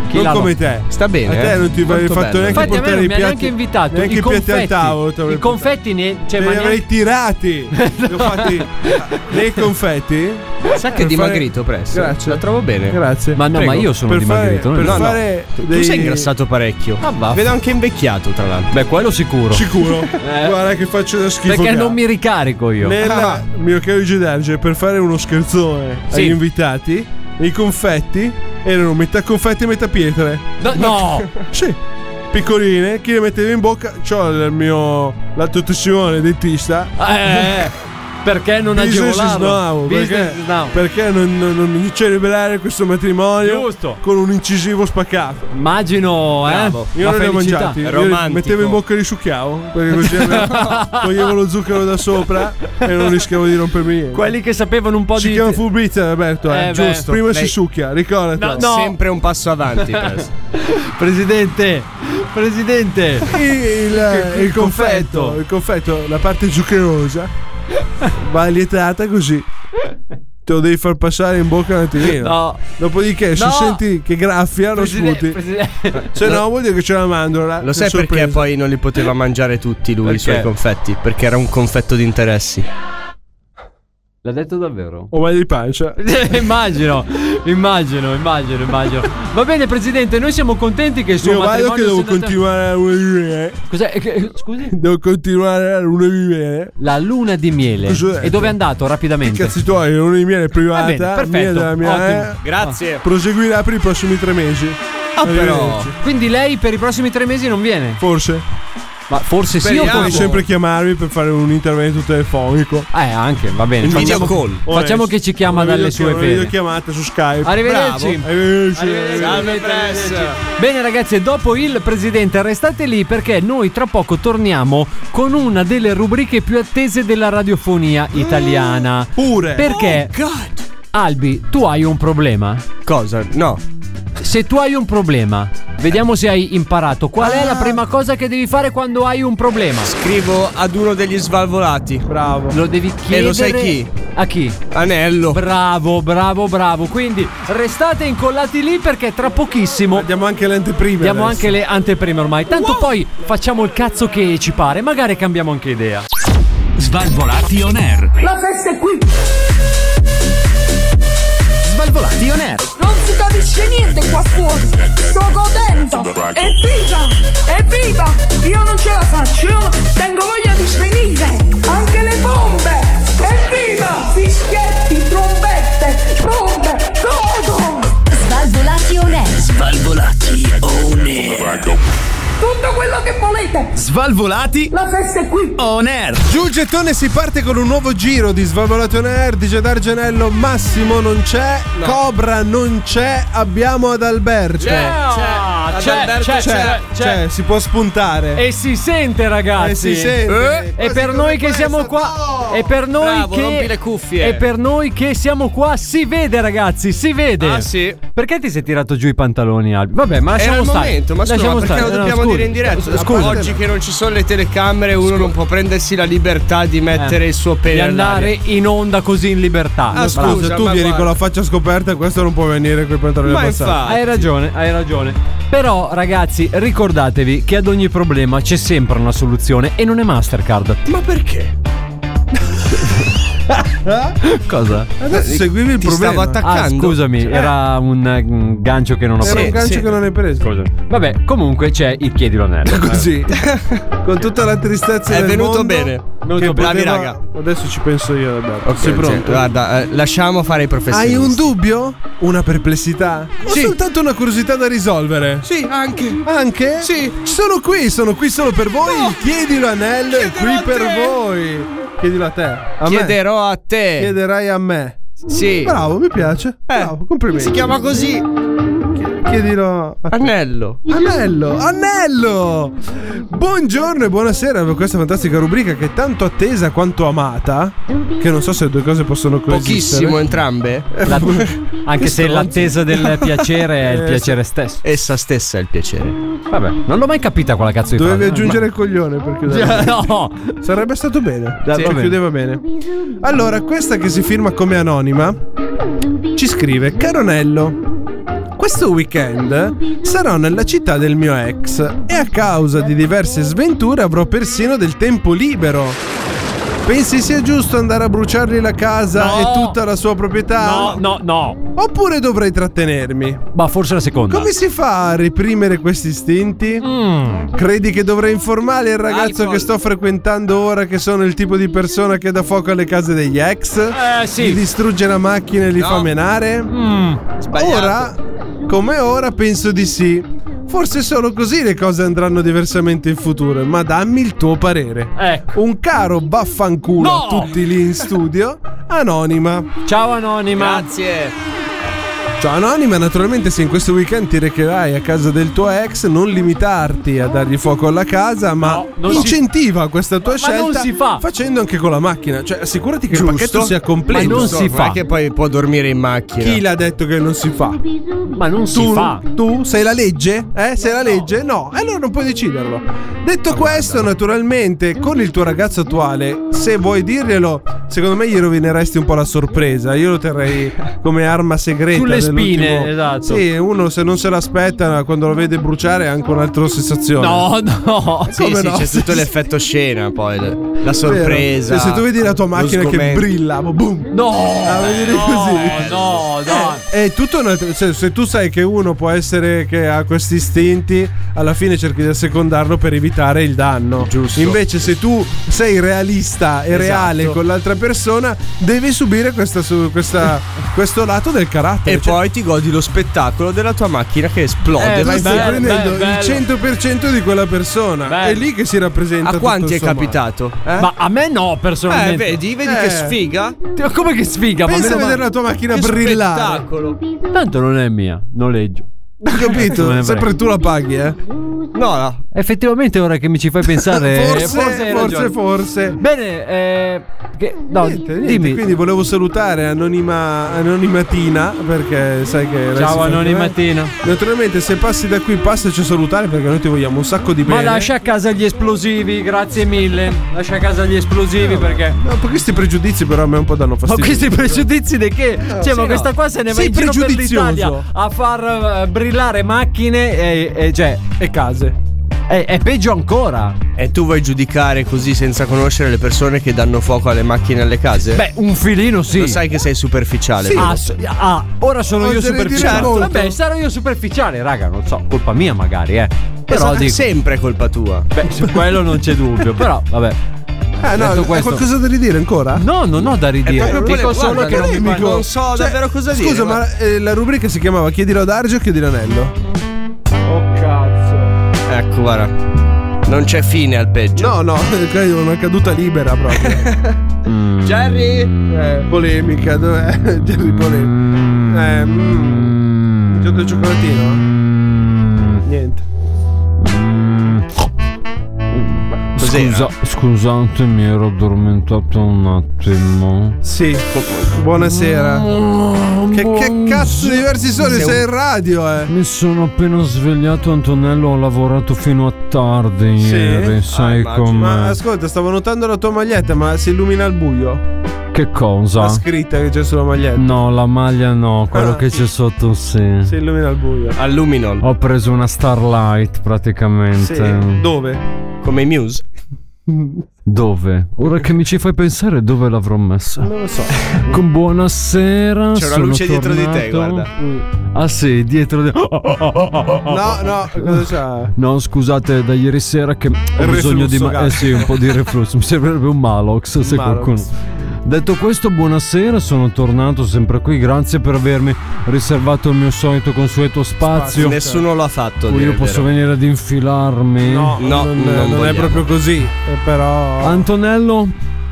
Speaker 8: non
Speaker 9: l'ha
Speaker 8: come te.
Speaker 12: Sta bene.
Speaker 8: A te
Speaker 12: eh?
Speaker 8: non ti avrei
Speaker 12: Molto
Speaker 8: fatto
Speaker 12: bello.
Speaker 8: neanche
Speaker 9: Infatti a me
Speaker 8: portare
Speaker 9: non
Speaker 8: i
Speaker 9: mi ha
Speaker 8: piatti.
Speaker 9: neanche invitato.
Speaker 8: Neanche
Speaker 9: I
Speaker 8: i piatti
Speaker 9: confetti,
Speaker 8: al tavolo.
Speaker 9: I confetti ne. Cioè,
Speaker 8: Te
Speaker 9: ma
Speaker 8: li avrei
Speaker 9: neanche-
Speaker 8: tirati. Li ho fatti dei confetti.
Speaker 12: Sa che è
Speaker 8: per
Speaker 12: dimagrito
Speaker 8: fare-
Speaker 12: presto.
Speaker 8: Grazie.
Speaker 12: La trovo bene.
Speaker 8: Grazie.
Speaker 9: Ma no,
Speaker 12: Prego.
Speaker 9: ma io sono
Speaker 8: Per fare-
Speaker 9: dimagrito.
Speaker 8: per
Speaker 9: non-
Speaker 12: No, no.
Speaker 8: fare
Speaker 12: Tu
Speaker 8: dei-
Speaker 12: sei ingrassato parecchio.
Speaker 9: Ah, va.
Speaker 12: Vedo anche invecchiato, tra l'altro.
Speaker 9: Beh, quello sicuro.
Speaker 8: Sicuro. Guarda che faccio da schifo.
Speaker 9: Perché
Speaker 8: che
Speaker 9: non
Speaker 8: ha.
Speaker 9: mi ricarico io.
Speaker 8: Nel
Speaker 12: Ah.
Speaker 8: mio caro Gidarge, per fare uno scherzone
Speaker 9: Sì.
Speaker 8: agli invitati, i confetti erano metà confetti e metà pietre.
Speaker 9: No, no.
Speaker 8: Sì. Piccoline, chi le metteva in bocca? C'ho il mio l'autotussione dentista.
Speaker 9: Eh, perché non
Speaker 8: Business is
Speaker 9: agevolarlo?
Speaker 8: now,
Speaker 9: Business
Speaker 8: perché,
Speaker 9: is now.
Speaker 8: perché non, non, non celebrare questo matrimonio
Speaker 9: Giusto.
Speaker 8: con un incisivo spaccato?
Speaker 9: Immagino, eh.
Speaker 12: Bravo.
Speaker 8: Io
Speaker 9: La
Speaker 8: non li ho
Speaker 9: felicità.
Speaker 8: mangiati, io li
Speaker 12: romantico.
Speaker 8: mettevo in bocca e li succhiavo, perché così toglievo lo zucchero da sopra e non rischiavo di rompermi niente.
Speaker 9: Quelli che sapevano un po'
Speaker 8: Si
Speaker 9: di.
Speaker 8: chiama furbizia, Alberto, eh.
Speaker 9: Eh, beh.
Speaker 8: Giusto. Prima
Speaker 12: Lei-
Speaker 8: si succhia, ricordati.
Speaker 9: No, no.
Speaker 12: Sempre un passo avanti. presto.
Speaker 9: Presidente, presidente.
Speaker 8: Il, il, il confetto, il confetto, la parte zuccherosa va lietata così. Te lo devi far passare in bocca un attimino.
Speaker 9: No.
Speaker 8: Dopodiché, se
Speaker 9: No.
Speaker 8: senti che graffia, lo
Speaker 9: Preside-
Speaker 8: sputi.
Speaker 9: presidente.
Speaker 8: Se no, vuol dire che c'è la mandorla.
Speaker 12: Lo sai
Speaker 8: Che
Speaker 12: perché
Speaker 8: sorpresa.
Speaker 12: poi non li poteva mangiare tutti lui,
Speaker 9: Perché?
Speaker 12: i suoi confetti? Perché era un confetto di interessi.
Speaker 9: L'ha detto davvero?
Speaker 8: O mal di pancia.
Speaker 9: immagino, immagino, immagino, immagino. Va bene, presidente, noi siamo contenti che il suo
Speaker 8: Io vado
Speaker 9: matrimonio
Speaker 8: che devo
Speaker 9: sia andato-
Speaker 8: continuare la luna di miele.
Speaker 9: Cos'è? Eh, Scusi?
Speaker 8: Devo continuare la luna di miele.
Speaker 9: La luna di miele.
Speaker 8: Cosa ho detto?
Speaker 9: E dove è andato rapidamente?
Speaker 8: Cazzi tuoi, la luna di miele privata.
Speaker 9: Va bene, perfetto,
Speaker 8: mia della mia,
Speaker 9: ottimo.
Speaker 8: eh,
Speaker 12: Grazie.
Speaker 8: proseguirà per i prossimi tre mesi.
Speaker 9: Ah, però.
Speaker 8: Arrivederci.
Speaker 9: Quindi lei per i prossimi tre mesi non viene?
Speaker 8: Forse.
Speaker 9: Ma forse sì o
Speaker 12: Speriamo.
Speaker 8: Puoi
Speaker 9: forse
Speaker 8: sempre chiamarmi per fare un intervento telefonico.
Speaker 9: Eh, anche, va bene.
Speaker 12: Un
Speaker 9: Facciamo,
Speaker 12: video call.
Speaker 9: facciamo che ci chiama
Speaker 8: Una
Speaker 9: dalle
Speaker 8: video-
Speaker 9: sue
Speaker 8: una
Speaker 9: ferie.
Speaker 8: videochiamata su Skype.
Speaker 9: Arrivederci.
Speaker 8: Bravo. Arrivederci.
Speaker 9: Arrivederci.
Speaker 12: Salve,
Speaker 9: Arrivederci.
Speaker 12: press.
Speaker 9: Bene ragazzi, e dopo il presidente restate lì perché noi tra poco torniamo con una delle rubriche più attese della radiofonia italiana.
Speaker 8: Pure.
Speaker 9: Perché Albi, tu hai un problema?
Speaker 12: Cosa? No.
Speaker 9: Se tu hai un problema, vediamo se hai imparato. Qual è la prima cosa che devi fare quando hai un problema?
Speaker 12: Scrivo ad uno degli svalvolati.
Speaker 8: Bravo.
Speaker 9: Lo devi chiedere.
Speaker 12: E lo sai chi?
Speaker 9: A chi?
Speaker 12: Anello.
Speaker 9: Bravo, bravo, bravo. Quindi restate incollati lì perché tra pochissimo
Speaker 8: Diamo anche le anteprime.
Speaker 9: diamo
Speaker 8: adesso.
Speaker 9: anche le anteprime ormai. Tanto poi facciamo il cazzo che ci pare. Magari cambiamo anche idea.
Speaker 1: Svalvolati on air.
Speaker 14: La festa è qui!
Speaker 1: Svalvolati on air.
Speaker 14: Non si capisce niente qua fuori! Sto godendo! Evviva! Evviva! Io non ce la faccio! Io tengo voglia di svenire! Anche le bombe! Evviva! Fischietti, trombette, bombe! Godo!
Speaker 5: Svalvolati on air.
Speaker 1: Svalvolati on air.
Speaker 14: Tutto quello che volete!
Speaker 1: Svalvolati
Speaker 14: La festa è qui!
Speaker 1: on air.
Speaker 8: Giù il gettone, si parte con un nuovo giro di Svalvolati on air. D J D'Argenello, Massimo non c'è, Cobra non c'è, abbiamo ad Alberto.
Speaker 12: C'è, c'è.
Speaker 9: c'è,
Speaker 12: Adalberto
Speaker 9: c'è,
Speaker 8: C'è, c'è, si può spuntare.
Speaker 9: E si sente, ragazzi.
Speaker 8: E si sente.
Speaker 9: E per noi che siamo qua, e per noi
Speaker 12: Bravo,
Speaker 9: che
Speaker 12: rompi le cuffie.
Speaker 9: E per noi che siamo qua si vede, ragazzi, si vede.
Speaker 12: Ah, sì.
Speaker 9: Perché ti sei tirato giù i pantaloni, Albi? Vabbè, ma lasciamo
Speaker 12: Era il
Speaker 9: stare.
Speaker 12: momento, ma scusa,
Speaker 9: lasciamo
Speaker 12: ma perché
Speaker 9: stare.
Speaker 12: lo
Speaker 9: No,
Speaker 12: dobbiamo
Speaker 9: scusa.
Speaker 12: dire in diretta?
Speaker 9: Scusa.
Speaker 12: Oggi che non ci sono le telecamere, uno non può prendersi la libertà di mettere il suo pene
Speaker 9: Di
Speaker 12: all'aria.
Speaker 9: andare in onda così in libertà.
Speaker 12: Ah,
Speaker 8: Scusa,
Speaker 12: Scusa,
Speaker 8: tu
Speaker 12: ma
Speaker 8: vieni
Speaker 12: guarda.
Speaker 8: con la faccia scoperta e questo non può venire con i pantaloni
Speaker 12: Ma
Speaker 8: abbassati.
Speaker 12: infatti.
Speaker 9: Hai ragione, hai ragione. Però, ragazzi, ricordatevi che ad ogni problema c'è sempre una soluzione e non è Mastercard.
Speaker 12: Ma perché?
Speaker 9: Cosa?
Speaker 8: Adesso seguivi il
Speaker 12: Ti
Speaker 8: problema.
Speaker 12: stavo attaccando.
Speaker 9: Ah, scusami, era un, un gancio che non ho
Speaker 8: Era
Speaker 9: preso.
Speaker 8: un gancio
Speaker 12: sì.
Speaker 8: che non hai preso.
Speaker 9: Scusa. Vabbè, comunque c'è il chiedilo anello.
Speaker 8: Così. Con tutta la tristezza
Speaker 12: È
Speaker 8: del
Speaker 12: venuto
Speaker 8: mondo,
Speaker 12: bene.
Speaker 8: che
Speaker 9: Venuto
Speaker 12: bravi,
Speaker 8: poteva-
Speaker 12: raga.
Speaker 8: Adesso ci penso io, Alberto.
Speaker 12: Ok,
Speaker 8: Sei pronto?
Speaker 12: sì, guarda, eh, lasciamo fare i professionisti.
Speaker 8: Hai un dubbio? Una perplessità? O
Speaker 12: Sì.
Speaker 8: soltanto una curiosità da risolvere?
Speaker 12: Sì, anche.
Speaker 8: Anche?
Speaker 12: Sì.
Speaker 8: Sono qui, sono qui solo per voi. Il Chiedilo Anello è
Speaker 12: Chiederò
Speaker 8: qui
Speaker 12: a
Speaker 8: per
Speaker 12: te.
Speaker 8: voi. Chiedilo a te. A
Speaker 12: Chiederò a
Speaker 8: me.
Speaker 12: te.
Speaker 8: Chiederai a me.
Speaker 12: Sì.
Speaker 8: Bravo, mi piace.
Speaker 12: Eh,
Speaker 8: Bravo, complimenti.
Speaker 12: Si chiama così.
Speaker 8: Chiedilo a te.
Speaker 12: Anello.
Speaker 8: Anello, Anello! Buongiorno e buonasera per questa fantastica rubrica che è tanto attesa quanto amata. Che non so se le due cose possono coesistere.
Speaker 12: Pochissimo entrambe.
Speaker 9: La- anche
Speaker 8: Che
Speaker 9: se
Speaker 8: stronzo.
Speaker 9: l'attesa del piacere è il
Speaker 8: Eh,
Speaker 9: piacere stesso.
Speaker 12: Essa stessa è il piacere.
Speaker 9: Vabbè, non l'ho mai capita quella cazzo di
Speaker 8: Dovevi
Speaker 9: frase.
Speaker 8: aggiungere il coglione per chiudere.
Speaker 9: No.
Speaker 8: Sarebbe stato bene.
Speaker 9: Dai,
Speaker 8: Sì,
Speaker 9: va bene.
Speaker 8: chiudeva bene. Allora, questa che si firma come anonima ci scrive: Caro Nello, Questo weekend sarò nella città del mio ex e a causa di diverse sventure avrò persino del tempo libero. Pensi sia giusto andare a bruciargli la casa
Speaker 9: No.
Speaker 8: e tutta la sua proprietà?
Speaker 9: No, no, no.
Speaker 8: Oppure dovrei trattenermi?
Speaker 9: Ma forse la seconda.
Speaker 8: Come si fa a reprimere questi istinti?
Speaker 9: Mm.
Speaker 8: Credi che dovrei informare il ragazzo
Speaker 12: Alcol.
Speaker 8: che sto frequentando ora che sono il tipo di persona che dà fuoco alle case degli ex?
Speaker 9: Eh, sì.
Speaker 8: Gli distrugge la macchina e li
Speaker 12: No.
Speaker 8: fa menare?
Speaker 9: Mm.
Speaker 12: Sbagliato.
Speaker 8: Ora, come ora, penso di sì. Forse solo così le cose andranno diversamente in futuro, ma dammi il tuo parere.
Speaker 9: Ecco.
Speaker 8: Un caro vaffanculo
Speaker 9: No.
Speaker 8: a tutti lì in studio, Anonima.
Speaker 9: Ciao Anonima.
Speaker 12: Grazie.
Speaker 8: Ciao Anonima, naturalmente se in questo weekend ti recherai a casa del tuo ex, non limitarti a dargli fuoco alla casa, ma
Speaker 9: No, non si-
Speaker 8: incentiva questa tua
Speaker 9: Ma
Speaker 8: scelta
Speaker 9: non si fa.
Speaker 8: facendo anche con la macchina. Cioè assicurati che
Speaker 12: Giusto.
Speaker 8: il pacchetto sia completo.
Speaker 9: Ma non si
Speaker 12: Non
Speaker 9: fa.
Speaker 12: è che poi può dormire in macchina.
Speaker 8: Chi l'ha detto che non si fa?
Speaker 9: Ma non si
Speaker 8: Tu,
Speaker 9: fa.
Speaker 8: tu sei la legge? Eh? Sei la legge? No, e allora non puoi deciderlo. Detto questo, naturalmente, con il tuo ragazzo attuale, se vuoi dirglielo, secondo me gli rovineresti un po' la sorpresa. Io lo terrei come arma segreta.
Speaker 9: Sulle spine,
Speaker 8: dell'ultimo-
Speaker 9: esatto.
Speaker 8: Sì, uno se non se l'aspetta, quando lo vede bruciare, ha anche un'altra sensazione.
Speaker 9: No, no.
Speaker 12: Sì,
Speaker 8: Come
Speaker 12: sì,
Speaker 8: no?
Speaker 12: c'è
Speaker 8: Sì,
Speaker 12: tutto
Speaker 8: sì.
Speaker 12: l'effetto scena, poi la
Speaker 8: Vero.
Speaker 12: sorpresa.
Speaker 8: Sì, se tu vedi la tua macchina
Speaker 12: lo
Speaker 8: che
Speaker 12: sgomento.
Speaker 8: brilla, boom.
Speaker 9: No.
Speaker 8: Ah, vedi
Speaker 9: no,
Speaker 8: così.
Speaker 9: no, no.
Speaker 8: È tutto un altro- cioè, se tu sai che uno può essere che ha questi istinti, alla fine cerchi di assecondarlo per evitare il danno.
Speaker 12: Giusto.
Speaker 8: Invece, se tu sei realista e
Speaker 12: Esatto.
Speaker 8: reale con l'altra persona, devi subire questa, su- questa- questo lato del carattere.
Speaker 12: E
Speaker 8: Cioè,
Speaker 12: poi ti godi lo spettacolo della tua macchina che esplode.
Speaker 9: Eh,
Speaker 8: tu
Speaker 12: vai
Speaker 8: stai
Speaker 9: bello,
Speaker 8: prendendo
Speaker 9: bello.
Speaker 8: il cento per cento di quella persona.
Speaker 9: Bello.
Speaker 8: È lì che si rappresenta.
Speaker 12: A quanti
Speaker 8: tutto
Speaker 12: è
Speaker 8: il sommato.
Speaker 12: capitato? Eh?
Speaker 9: Ma a me no,
Speaker 12: Eh,
Speaker 9: personalmente.
Speaker 12: vedi, vedi
Speaker 8: Eh.
Speaker 12: che sfiga?
Speaker 9: Come che sfiga? Ma
Speaker 8: Pensa a
Speaker 9: meno
Speaker 8: vedere
Speaker 9: male.
Speaker 8: la tua macchina
Speaker 12: Che
Speaker 8: brillare.
Speaker 12: spettacolo.
Speaker 9: Tanto non è mia, noleggio.
Speaker 8: Hai capito?
Speaker 9: Me ne
Speaker 8: Sempre
Speaker 9: frega.
Speaker 8: tu la paghi, eh?
Speaker 12: No, no.
Speaker 9: Effettivamente ora che mi ci fai pensare
Speaker 8: forse,
Speaker 9: forse hai
Speaker 8: forse,
Speaker 9: ragione.
Speaker 8: forse.
Speaker 9: Bene, eh, che, no,
Speaker 8: Niente, niente,
Speaker 9: dimmi.
Speaker 8: quindi volevo salutare Anonima, Anonimatina, perché sai che lei si
Speaker 9: Ciao
Speaker 8: fa
Speaker 9: Anonimatina.
Speaker 8: chiamare. Naturalmente se passi da qui passaci a salutare perché noi ti vogliamo un sacco di
Speaker 9: Ma
Speaker 8: bene.
Speaker 9: lascia a casa gli esplosivi, grazie mille. Lascia a casa gli esplosivi perché.
Speaker 8: No, poi questi pregiudizi però a me un po' danno
Speaker 9: Ma
Speaker 8: fastidio.
Speaker 9: questi pregiudizi di che? cioè,
Speaker 8: sì,
Speaker 9: ma
Speaker 8: no.
Speaker 9: questa qua se ne va
Speaker 8: Sei
Speaker 9: in giro per
Speaker 8: pregiudizioso.
Speaker 9: l'Italia a far eh, brillare macchine e, e cioè.
Speaker 8: E case.
Speaker 9: È, è peggio ancora.
Speaker 12: E tu vuoi giudicare così senza conoscere le persone che danno fuoco alle macchine e alle case?
Speaker 9: Beh, un filino sì.
Speaker 12: Lo sai che sei superficiale.
Speaker 8: Sì.
Speaker 12: però.
Speaker 9: Ah, so- ah, ora sono io
Speaker 8: Oserei dire
Speaker 9: superficiale.
Speaker 8: molto.
Speaker 9: Vabbè, sarò io superficiale, raga, non so, colpa mia magari, eh. Però
Speaker 12: Esatto,
Speaker 9: dico,
Speaker 12: sempre colpa tua.
Speaker 9: beh, su quello non c'è dubbio, però vabbè.
Speaker 8: Ah no,
Speaker 9: Detto
Speaker 8: hai
Speaker 9: questo-
Speaker 8: qualcosa da ridire ancora?
Speaker 9: No, non ho da ridire.
Speaker 12: proprio
Speaker 9: Dico
Speaker 12: le-
Speaker 9: solo
Speaker 12: guarda,
Speaker 9: che non mi
Speaker 8: polemico.
Speaker 9: fanno.
Speaker 12: Non so
Speaker 8: Cioè,
Speaker 12: davvero cosa dire.
Speaker 8: Scusa, ma eh, la rubrica si chiamava Chiedilo ad Arge o Chiedilo Anello?
Speaker 9: Oh cazzo.
Speaker 12: Ecco, guarda. Non c'è fine al peggio.
Speaker 8: No, no, è una caduta libera proprio.
Speaker 12: Jerry!
Speaker 8: Eh, polemica, dov'è? Jerry polemica. Eh, mm. Gioco del cioccolatino? Niente.
Speaker 12: Cos'era?
Speaker 9: Scusa, scusate, mi ero addormentato un attimo.
Speaker 8: Sì, buonasera. Che, che cazzo di versi sono?
Speaker 12: Sei
Speaker 8: Sei
Speaker 12: un-
Speaker 8: in radio, eh?
Speaker 9: Mi sono appena svegliato, Antonello. Ho lavorato fino a tardi
Speaker 8: Sì?
Speaker 9: ieri, sai
Speaker 12: immagino.
Speaker 9: com'è.
Speaker 8: Ma ascolta, stavo notando la tua maglietta, ma si illumina al buio?
Speaker 9: Che cosa?
Speaker 8: La scritta che c'è sulla maglietta.
Speaker 9: No, la maglia no, quello
Speaker 8: Ah.
Speaker 9: che c'è sotto sì.
Speaker 8: Si illumina al buio.
Speaker 12: Alluminol.
Speaker 9: Ho preso una Starlight praticamente.
Speaker 8: Sì. Dove?
Speaker 12: Come i Muse.
Speaker 9: Dove? Ora che mi ci fai pensare, dove l'avrò messa?
Speaker 8: Non lo so.
Speaker 9: Con buonasera.
Speaker 12: C'è una
Speaker 9: sono
Speaker 12: luce dietro di te,
Speaker 9: tornato.
Speaker 12: guarda.
Speaker 9: Ah sì, dietro di...
Speaker 8: No, no, cosa c'ha?
Speaker 9: No, scusate, da ieri sera che ho
Speaker 8: Il
Speaker 9: bisogno di...
Speaker 8: reflusso,
Speaker 9: Ma-
Speaker 8: gatto.
Speaker 9: eh sì, un po' di reflusso. Mi servirebbe un Malox, se
Speaker 8: Malox.
Speaker 9: qualcuno... Detto questo, buonasera, sono tornato sempre qui. Grazie per avermi riservato il mio solito consueto spazio.
Speaker 12: Nessuno l'ha fatto. a
Speaker 9: Cui
Speaker 12: dire
Speaker 9: io
Speaker 12: il
Speaker 9: posso
Speaker 12: vero.
Speaker 9: venire ad infilarmi.
Speaker 8: No,
Speaker 12: No,
Speaker 8: non,
Speaker 12: non
Speaker 8: non è
Speaker 12: vogliamo.
Speaker 8: proprio così. eh, Però.
Speaker 9: Antonello,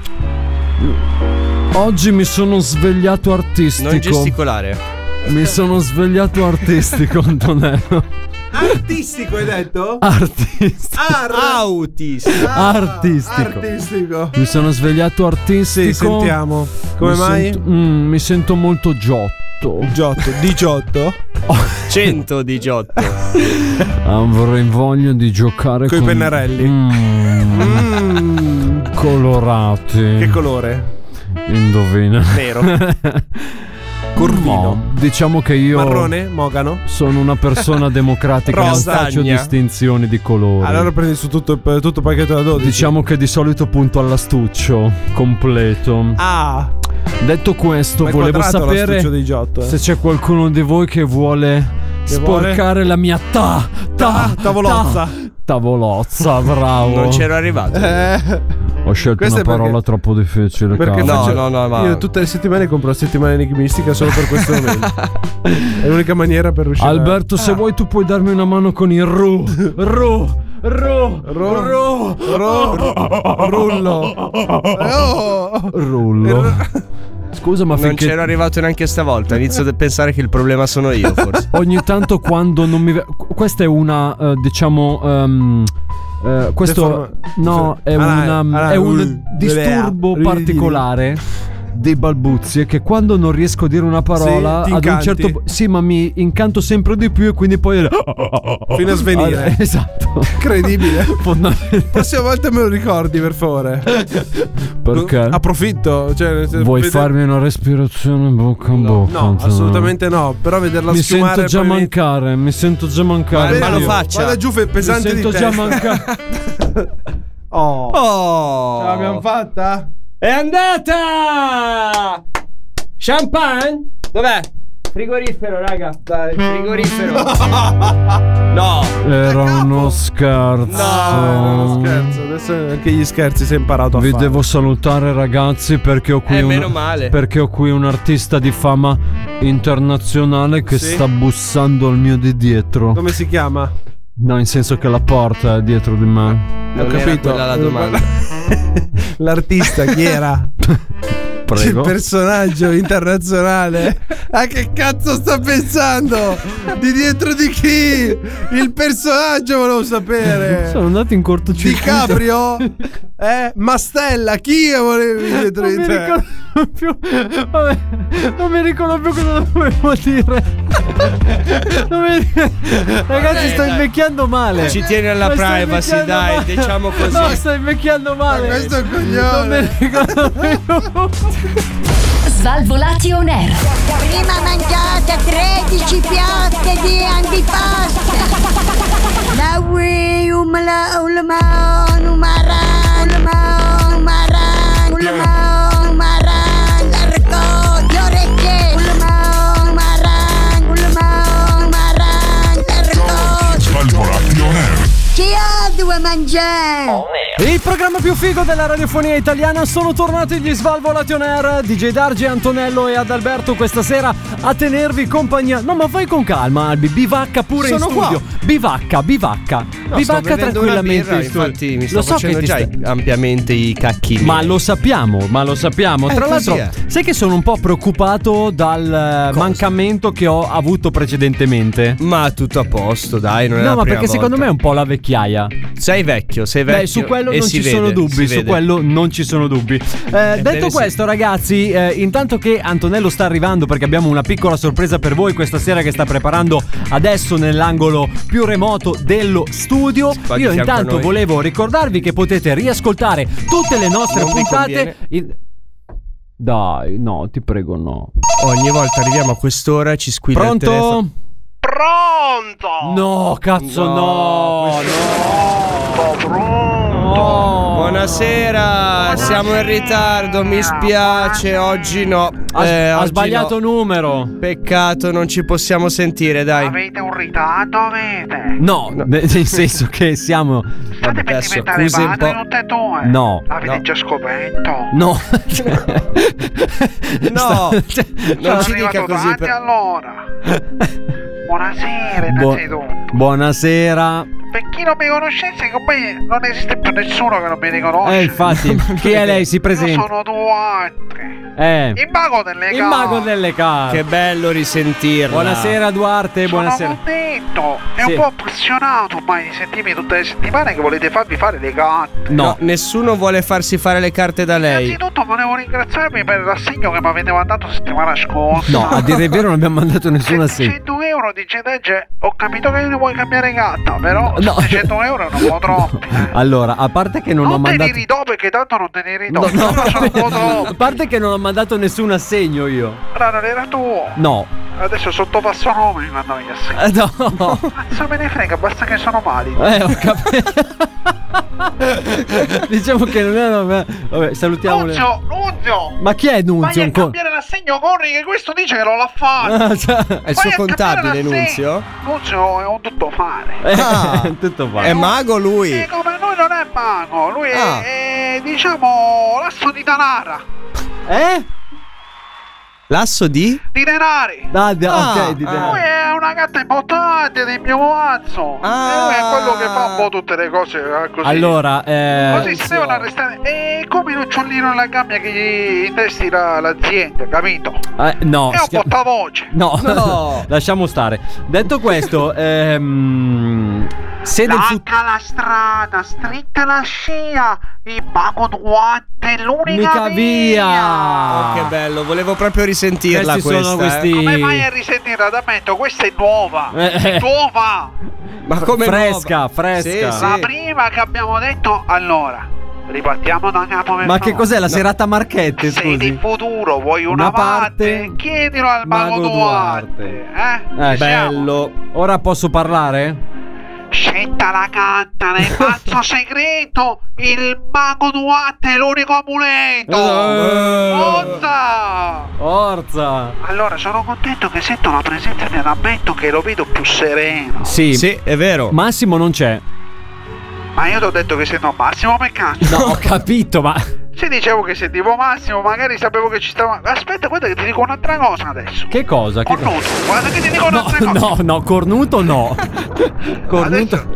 Speaker 9: oggi mi sono svegliato artistico.
Speaker 12: Non gesticolare.
Speaker 9: Mi sono svegliato artistico, Antonello.
Speaker 8: Artistico hai detto?
Speaker 9: Artistico.
Speaker 8: Ar-
Speaker 12: Autis.
Speaker 9: Artistico.
Speaker 8: Artistico.
Speaker 9: Mi sono svegliato artistico.
Speaker 8: Sì, sentiamo. Come
Speaker 9: Mi
Speaker 8: mai?
Speaker 9: sento- mm, mi sento molto giotto.
Speaker 8: Giotto, diciotto.
Speaker 12: cento diciotto.
Speaker 9: Avrei voglia di giocare
Speaker 8: Coi
Speaker 9: con
Speaker 8: pennarelli.
Speaker 9: Mm,
Speaker 8: Mm,
Speaker 9: colorati.
Speaker 8: che colore?
Speaker 9: Indovina.
Speaker 12: Nero.
Speaker 8: Corvino.
Speaker 9: No, diciamo che io
Speaker 8: Marrone? Mogano?
Speaker 9: sono una persona democratica, non
Speaker 8: Rosagna.
Speaker 9: faccio distinzioni di colore.
Speaker 8: Allora prendi su tutto, tutto il pacchetto da dodici.
Speaker 9: Diciamo che di solito punto all'astuccio completo.
Speaker 8: Ah.
Speaker 9: Detto questo,
Speaker 8: Ma è
Speaker 9: volevo
Speaker 8: quadrato
Speaker 9: sapere
Speaker 8: l'astuccio di Giotto, eh.
Speaker 9: se c'è qualcuno di voi che vuole
Speaker 8: Che
Speaker 9: sporcare
Speaker 8: vuole?
Speaker 9: la mia ta, ta,
Speaker 8: tavolozza.
Speaker 9: ta- tavolozza, bravo.
Speaker 12: Non c'ero arrivato.
Speaker 8: Eh.
Speaker 9: Ho scelto
Speaker 8: Questo
Speaker 9: una
Speaker 8: è perché-
Speaker 9: parola troppo difficile.
Speaker 8: Perché
Speaker 9: cavolo.
Speaker 8: faccio,
Speaker 12: no, no, ma-
Speaker 8: io tutte le settimane compro la settimana enigmistica solo per questo momento. È l'unica maniera per riuscire.
Speaker 9: Alberto,
Speaker 8: a...
Speaker 9: se vuoi tu puoi darmi una mano con il ru, ru, ru,
Speaker 8: Ro-
Speaker 9: ru,
Speaker 8: ro- rullo. Oh.
Speaker 9: rullo. Scusa, ma
Speaker 12: Non
Speaker 9: finché
Speaker 12: c'ero arrivato neanche stavolta. Inizio a pensare che il problema sono io, forse.
Speaker 9: ogni tanto quando non mi ve- questa è una eh, diciamo ehm, eh, questo
Speaker 8: Deforma-
Speaker 9: no è,
Speaker 8: Ah,
Speaker 9: una,
Speaker 8: ah,
Speaker 9: è un
Speaker 8: uh,
Speaker 9: disturbo
Speaker 8: uh,
Speaker 9: particolare dei balbuzi, è che quando non riesco a dire una parola
Speaker 8: Sì, ti
Speaker 9: ad un
Speaker 8: incanti.
Speaker 9: certo sì, ma mi incanto sempre di più e quindi poi
Speaker 8: Fino a svenire.
Speaker 9: esatto,
Speaker 8: Incredibile.
Speaker 9: fondamentale.
Speaker 8: Prossima volta me lo ricordi, per favore.
Speaker 9: Perché?
Speaker 8: Approfitto. Cioè, nel senso,
Speaker 9: Vuoi
Speaker 8: veder-
Speaker 9: farmi una respirazione bocca a bocca?
Speaker 8: No,
Speaker 9: Antonio?
Speaker 8: assolutamente no. Però vederla
Speaker 9: Mi
Speaker 8: schiumare
Speaker 9: sento già
Speaker 8: poi mi-
Speaker 9: mancare, mi sento già mancare.
Speaker 12: Ma- ma lo
Speaker 9: Io.
Speaker 12: faccia.
Speaker 8: Vada giù, fe- pesante
Speaker 9: Mi
Speaker 8: di
Speaker 9: sento già
Speaker 8: testa.
Speaker 9: mancare.
Speaker 8: Oh.
Speaker 12: Oh!
Speaker 8: Ce l'abbiamo fatta?
Speaker 12: È andata! Champagne? Dov'è? Frigorifero, raga. Dai, frigorifero. No.
Speaker 9: Era uno scherzo.
Speaker 8: No, non scherzo. Adesso anche gli scherzi si è imparato a
Speaker 9: Vi
Speaker 8: fare.
Speaker 9: devo salutare, ragazzi, perché ho qui
Speaker 12: Eh,
Speaker 9: un,
Speaker 12: meno male.
Speaker 9: perché ho qui un artista di fama internazionale che
Speaker 8: Sì?
Speaker 9: sta bussando al mio di dietro.
Speaker 8: Come si chiama?
Speaker 9: No, in senso che la porta è dietro di me.
Speaker 8: Ho
Speaker 12: Non era
Speaker 8: capito.
Speaker 12: quella la domanda.
Speaker 8: L'artista chi era? Il
Speaker 9: Prego.
Speaker 8: personaggio internazionale. A che cazzo sta pensando? Di dietro di chi? Il personaggio volevo sapere.
Speaker 9: Sono andato in cortocircuito.
Speaker 8: DiCaprio? Eh? Mastella? Chi volevi dietro
Speaker 9: Non
Speaker 8: di
Speaker 9: mi
Speaker 8: te?
Speaker 9: ricordo più. Vabbè, non mi ricordo più cosa dovevo dire. Non mi... Ragazzi, sto invecchiando male.
Speaker 12: Ci tieni alla
Speaker 9: Ma sto
Speaker 12: privacy,
Speaker 9: invecchiando
Speaker 12: dai,
Speaker 9: male.
Speaker 12: diciamo così.
Speaker 9: No, sto invecchiando male.
Speaker 8: Ma questo è un
Speaker 9: Non mi
Speaker 8: coglione.
Speaker 9: ricordo più.
Speaker 5: Svalvolati on air.
Speaker 14: Prima mangiate tredici piatte di antipasto. La ui umla ulma numara ulma numara ulma numara largo le orecchie ulma numara ulma numara largo.
Speaker 10: Svalvolati on air.
Speaker 14: Chi ha due mangiare?
Speaker 9: Il programma più figo della radiofonia italiana, sono tornati gli Svalvolati on air. D J Dargi, Antonello e Adalberto questa sera a tenervi compagnia. No, ma vai con calma, Albi, bivacca pure
Speaker 8: Sono
Speaker 9: in studio.
Speaker 8: qua.
Speaker 9: Bivacca, bivacca.
Speaker 12: No,
Speaker 9: bivacca
Speaker 12: sto bevendo una
Speaker 9: tranquillamente
Speaker 12: birra,
Speaker 9: in studio.
Speaker 12: infatti mi sto
Speaker 9: Lo so
Speaker 12: facendo
Speaker 9: che ti
Speaker 12: già
Speaker 9: sta-
Speaker 12: ampiamente i cacchi.
Speaker 9: Ma lo sappiamo, ma lo sappiamo.
Speaker 12: Eh,
Speaker 9: Tra
Speaker 12: così
Speaker 9: l'altro,
Speaker 12: è.
Speaker 9: sai che sono un po' preoccupato dal eh, mancamento che ho avuto precedentemente?
Speaker 12: Ma tutto a posto, dai, non è
Speaker 9: No,
Speaker 12: la
Speaker 9: ma
Speaker 12: prima
Speaker 9: perché secondo
Speaker 12: volta.
Speaker 9: me è un po' la vecchiaia.
Speaker 12: Sei vecchio, sei vecchio.
Speaker 9: Beh, su quello
Speaker 12: e
Speaker 9: non
Speaker 12: si
Speaker 9: ci
Speaker 12: vede,
Speaker 9: sono
Speaker 12: si
Speaker 9: dubbi, su
Speaker 12: vede.
Speaker 9: quello non ci sono dubbi. Eh, detto
Speaker 12: sì.
Speaker 9: questo, ragazzi, eh, intanto che Antonello sta arrivando, perché abbiamo una piccola sorpresa per voi questa sera che sta preparando adesso nell'angolo più remoto dello studio.
Speaker 12: Qua di
Speaker 9: Io
Speaker 12: fianco a
Speaker 9: intanto
Speaker 12: noi.
Speaker 9: volevo ricordarvi che potete riascoltare tutte le nostre
Speaker 12: Non vi
Speaker 9: puntate.
Speaker 12: conviene.
Speaker 9: in- Dai, no, ti prego, no.
Speaker 12: Ogni volta arriviamo a quest'ora e ci squilla il telefono.
Speaker 9: Pronto? No, cazzo, no, no.
Speaker 12: Buonasera, siamo in ritardo, mi spiace, oggi no.
Speaker 9: Ha,
Speaker 12: Eh,
Speaker 9: ha
Speaker 12: oggi
Speaker 9: sbagliato
Speaker 12: no.
Speaker 9: numero.
Speaker 12: Peccato, non ci possiamo sentire, dai.
Speaker 13: Avete un ritardo, avete?
Speaker 9: No, nel nel senso che siamo.
Speaker 13: State per
Speaker 12: adesso
Speaker 13: diventare
Speaker 12: accusi un
Speaker 13: padri
Speaker 12: po'.
Speaker 13: tutte e due?
Speaker 9: No.
Speaker 13: L'avete
Speaker 12: No.
Speaker 13: già scoperto?
Speaker 9: No.
Speaker 12: No, non
Speaker 13: Sono
Speaker 12: ci dica
Speaker 13: arrivato
Speaker 12: così.
Speaker 13: tardi
Speaker 12: Per...
Speaker 13: allora. Buonasera,
Speaker 9: Bu-
Speaker 13: innanzitutto.
Speaker 9: Buonasera.
Speaker 13: Per chi non mi conoscesse, con me non esiste più nessuno che non mi riconosce.
Speaker 9: Eh, infatti, chi è lei? Si
Speaker 13: Io
Speaker 9: presenta.
Speaker 13: sono Duarte,
Speaker 9: Eh.
Speaker 13: il mago delle
Speaker 9: Il
Speaker 13: carte.
Speaker 9: mago delle carte.
Speaker 12: Che bello risentirla.
Speaker 9: Buonasera Duarte,
Speaker 13: Sono
Speaker 9: buonasera.
Speaker 13: contento e
Speaker 9: Sì.
Speaker 13: un po' appassionato ormai di sentirmi tutte le settimane che volete farvi fare le carte.
Speaker 12: No,
Speaker 9: No.
Speaker 12: nessuno vuole farsi fare le carte da lei.
Speaker 13: Innanzitutto volevo ringraziarvi per l'assegno che mi avete mandato settimana scorsa.
Speaker 9: No, a dire il vero non abbiamo mandato nessun assegno.
Speaker 13: cento euro
Speaker 15: euro dice Degge, ho capito che ne vuoi cambiare gatta, però
Speaker 9: No.
Speaker 15: settecento euro è un po' troppi.
Speaker 9: Allora, a parte che non,
Speaker 15: Non
Speaker 9: ho
Speaker 15: te
Speaker 9: mandato.
Speaker 15: li ridò perché tanto non te li ridò.
Speaker 9: No, no,
Speaker 15: Però sono un po'
Speaker 9: a
Speaker 15: troppi.
Speaker 9: parte che non ho mandato nessun assegno io.
Speaker 15: Allora, non era tuo.
Speaker 9: No.
Speaker 15: Adesso sottopasso nome mi mandano gli assegni.
Speaker 9: Eh, no.
Speaker 15: Cazzo me ne frega, basta che sono valido.
Speaker 9: Eh, ho capito. Diciamo che non è. Vabbè, salutiamo. le-
Speaker 15: Nunzio, Nunzio!
Speaker 9: Ma chi è Nunzio?
Speaker 15: Vai a
Speaker 9: Un co-
Speaker 15: cambiare l'assegno, corri che questo dice che non l'ha fatto.
Speaker 9: Ah, cioè-
Speaker 12: È il suo contabile, Nunzio?
Speaker 15: Nunzio è un tuttofare.
Speaker 12: Ah,
Speaker 9: tutto fa.
Speaker 12: È mago lui.
Speaker 15: E come lui non è mago, lui
Speaker 12: Ah.
Speaker 15: è, è diciamo l'asso di Danara.
Speaker 9: Eh?
Speaker 12: L'asso di?
Speaker 15: Di denari.
Speaker 9: Ah, di-
Speaker 12: Ah,
Speaker 9: ok, di
Speaker 12: ah.
Speaker 9: denaro.
Speaker 15: Lui è una gatta importante di mio mazzo.
Speaker 12: Ah.
Speaker 15: E lui è quello che fa un po' tutte le cose eh, così.
Speaker 9: Allora, eh.
Speaker 15: Così si devono arrestare. È come un uccellino nella gabbia che gli testi la- l'azienda, capito?
Speaker 9: eh, no.
Speaker 15: È un
Speaker 9: schia-
Speaker 15: portavoce.
Speaker 9: No,
Speaker 12: No.
Speaker 9: lasciamo stare. Detto questo, ehm, se nel futuro.
Speaker 15: Larga la strada, stritta la scia, il mago Duarte è l'unica
Speaker 9: Unica via.
Speaker 12: Oh, che bello, volevo proprio risentirla
Speaker 9: Questi
Speaker 12: questa.
Speaker 9: sono
Speaker 12: eh.
Speaker 9: questi-
Speaker 15: Come vai a risentirla da me? Questa è nuova.
Speaker 9: Eh, eh.
Speaker 15: Nuova.
Speaker 12: Ma come
Speaker 9: Fresca,
Speaker 12: nuova?
Speaker 9: fresca.
Speaker 12: Sì,
Speaker 15: La
Speaker 12: sì.
Speaker 15: prima che abbiamo detto, allora, ripartiamo da capo per
Speaker 9: Ma che
Speaker 15: favore.
Speaker 9: cos'è la serata Marchette?
Speaker 15: Sei di
Speaker 9: Scusi.
Speaker 15: futuro, vuoi una,
Speaker 9: Una
Speaker 15: parte?
Speaker 9: parte?
Speaker 15: Chiedilo al mago,
Speaker 9: Mago
Speaker 15: Duarte. Eh?
Speaker 9: Eh,
Speaker 15: Siamo?
Speaker 12: Bello.
Speaker 9: Ora posso parlare?
Speaker 15: Scelta la carta nel mazzo segreto. Il mago Duarte è l'unico amuleto.
Speaker 9: Eh.
Speaker 15: Forza!
Speaker 9: Forza!
Speaker 15: Allora, sono contento che sento la presenza di Adammetto, che lo vedo più sereno.
Speaker 9: Sì.
Speaker 12: Sì, è vero.
Speaker 9: Massimo non c'è.
Speaker 15: Ma io ti ho detto che sento Massimo, per cazzo.
Speaker 9: No, ho capito, ma.
Speaker 15: Se dicevo che sentivo Massimo, magari sapevo che ci stava. Aspetta, guarda che ti dico un'altra cosa adesso.
Speaker 9: Che cosa? Che cosa?
Speaker 15: Cornuto, guarda che ti dico
Speaker 9: No,
Speaker 15: un'altra cosa.
Speaker 9: no, no, cornuto no. Cornuto.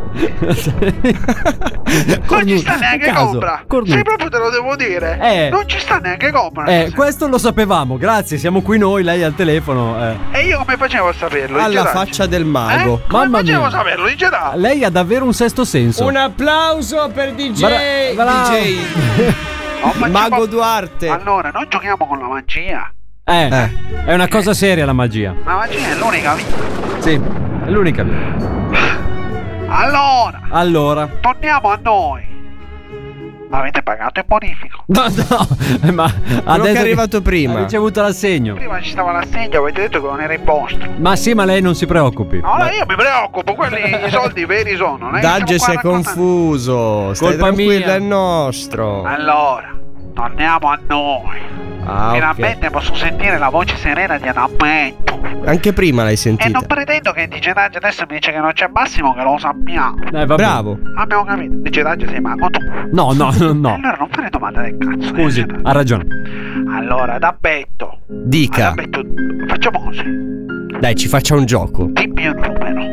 Speaker 15: Non ci sta neanche
Speaker 9: a caso,
Speaker 15: Cobra.
Speaker 9: cornuto.
Speaker 15: Se proprio te lo devo dire.
Speaker 9: Eh.
Speaker 15: Non ci sta neanche Cobra.
Speaker 9: Eh, questo lo sapevamo, grazie, siamo qui noi, lei al telefono. Eh.
Speaker 15: E io come facevo a saperlo?
Speaker 12: Alla
Speaker 15: Dice,
Speaker 12: faccia del
Speaker 15: Eh?
Speaker 12: mago.
Speaker 15: Come
Speaker 9: Mamma
Speaker 15: facevo
Speaker 9: mia.
Speaker 15: a saperlo? Dice dai.
Speaker 9: Lei ha davvero un sesto senso.
Speaker 12: Un applauso per D J.
Speaker 9: Bra- bravo.
Speaker 12: D J.
Speaker 15: Oh, facciamo-
Speaker 12: Mago Duarte.
Speaker 15: Allora, noi giochiamo con la magia.
Speaker 9: Eh,
Speaker 12: Eh.
Speaker 9: è una cosa seria la magia.
Speaker 15: La magia è l'unica via.
Speaker 9: Sì, è l'unica via.
Speaker 15: Allora,
Speaker 9: Allora.
Speaker 15: torniamo a noi. Avete pagato il bonifico.
Speaker 9: No, no, eh, ma
Speaker 12: Quello che è arrivato prima.
Speaker 9: Ha ricevuto l'assegno.
Speaker 15: Prima ci stava l'assegno, avete detto che non era imposto.
Speaker 9: Ma sì, ma lei non si preoccupi.
Speaker 15: No, allora io mi preoccupo, quelli i soldi veri sono. non è che
Speaker 12: Dagge
Speaker 15: stiamo
Speaker 12: si
Speaker 15: qua
Speaker 12: è
Speaker 15: a raccontare.
Speaker 12: confuso. Stai
Speaker 9: Colpa
Speaker 12: tranquillo,
Speaker 9: mia.
Speaker 12: è nostro.
Speaker 15: Allora, torniamo a noi.
Speaker 12: Ah,
Speaker 15: Finalmente posso sentire la voce serena di Adammetto.
Speaker 12: ok. Anche prima l'hai
Speaker 15: E
Speaker 12: sentita.
Speaker 15: non pretendo che dice Dagge adesso mi dice che non c'è Massimo, che lo sappiamo.
Speaker 9: Eh, vabbè.
Speaker 12: Bravo.
Speaker 15: Abbiamo capito. Dice Dagge sei mago tu.
Speaker 9: No, no, no, no.
Speaker 15: Allora non fare domande del cazzo.
Speaker 9: Scusi,
Speaker 15: eh.
Speaker 9: ha ragione.
Speaker 15: Allora, Adammetto.
Speaker 12: Dica.
Speaker 15: Adammetto, facciamo così.
Speaker 12: Dai, ci faccia un gioco.
Speaker 15: Dimmi un numero.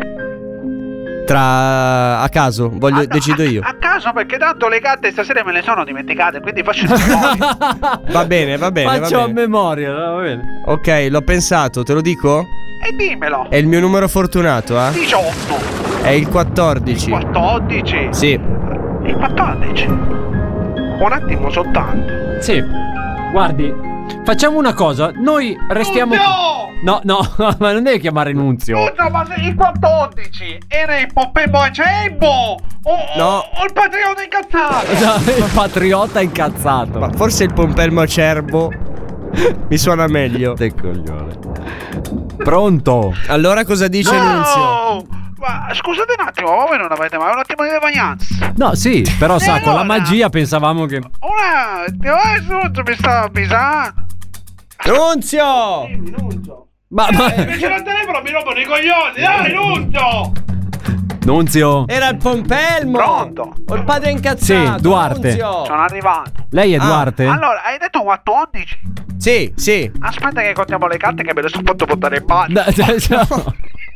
Speaker 12: Tra a caso, voglio
Speaker 15: Ah, no,
Speaker 12: decido
Speaker 15: a-
Speaker 12: io.
Speaker 15: A caso, perché tanto le carte stasera me le sono dimenticate, quindi faccio il memoria.
Speaker 12: Va bene, va bene, va
Speaker 9: Faccio a
Speaker 12: bene.
Speaker 9: memoria, va bene.
Speaker 12: Ok, l'ho pensato, te lo dico?
Speaker 15: E dimmelo.
Speaker 12: È il mio numero fortunato, eh?
Speaker 15: diciotto.
Speaker 12: È il quattordici.
Speaker 15: quattordici.
Speaker 12: Sì.
Speaker 15: Il quattordici. Un attimo soltanto.
Speaker 9: Sì. Guardi, facciamo una cosa. Noi restiamo.
Speaker 15: No!
Speaker 9: No, no, ma non devi chiamare Nunzio.
Speaker 15: No, ma il quattordici era il Pompembo Acembo. O,
Speaker 12: No.
Speaker 15: o, o il patriota incazzato.
Speaker 9: Il patriota incazzato.
Speaker 12: Ma forse il pompelmo acerbo mi suona meglio.
Speaker 9: Te coglione. Pronto?
Speaker 12: Allora cosa dice Nunzio?
Speaker 15: No! Ma scusate un attimo, ma voi non avete mai un attimo di devaglianza?
Speaker 9: No, sì, però
Speaker 15: E
Speaker 9: sa, con la
Speaker 15: allora?
Speaker 9: magia pensavamo che.
Speaker 15: Un attimo, adesso mi stava avvisando.
Speaker 12: Nunzio!
Speaker 15: Dimmi, Nunzio.
Speaker 9: Ma, ma...
Speaker 15: Eh, c'era il telefono, mi rompono i coglioni, dai, Nunzio!
Speaker 9: Nunzio?
Speaker 12: Era il pompelmo!
Speaker 15: Pronto?
Speaker 12: O il padre incazzato?
Speaker 9: Sì, Duarte.
Speaker 12: Nunzio.
Speaker 15: Sono arrivato.
Speaker 9: Lei è
Speaker 12: Ah,
Speaker 9: Duarte?
Speaker 15: Allora, hai detto quattordici?
Speaker 12: Sì, sì.
Speaker 15: Aspetta che contiamo le carte che me le sono fatto portare in bagno.
Speaker 9: Da- da- no.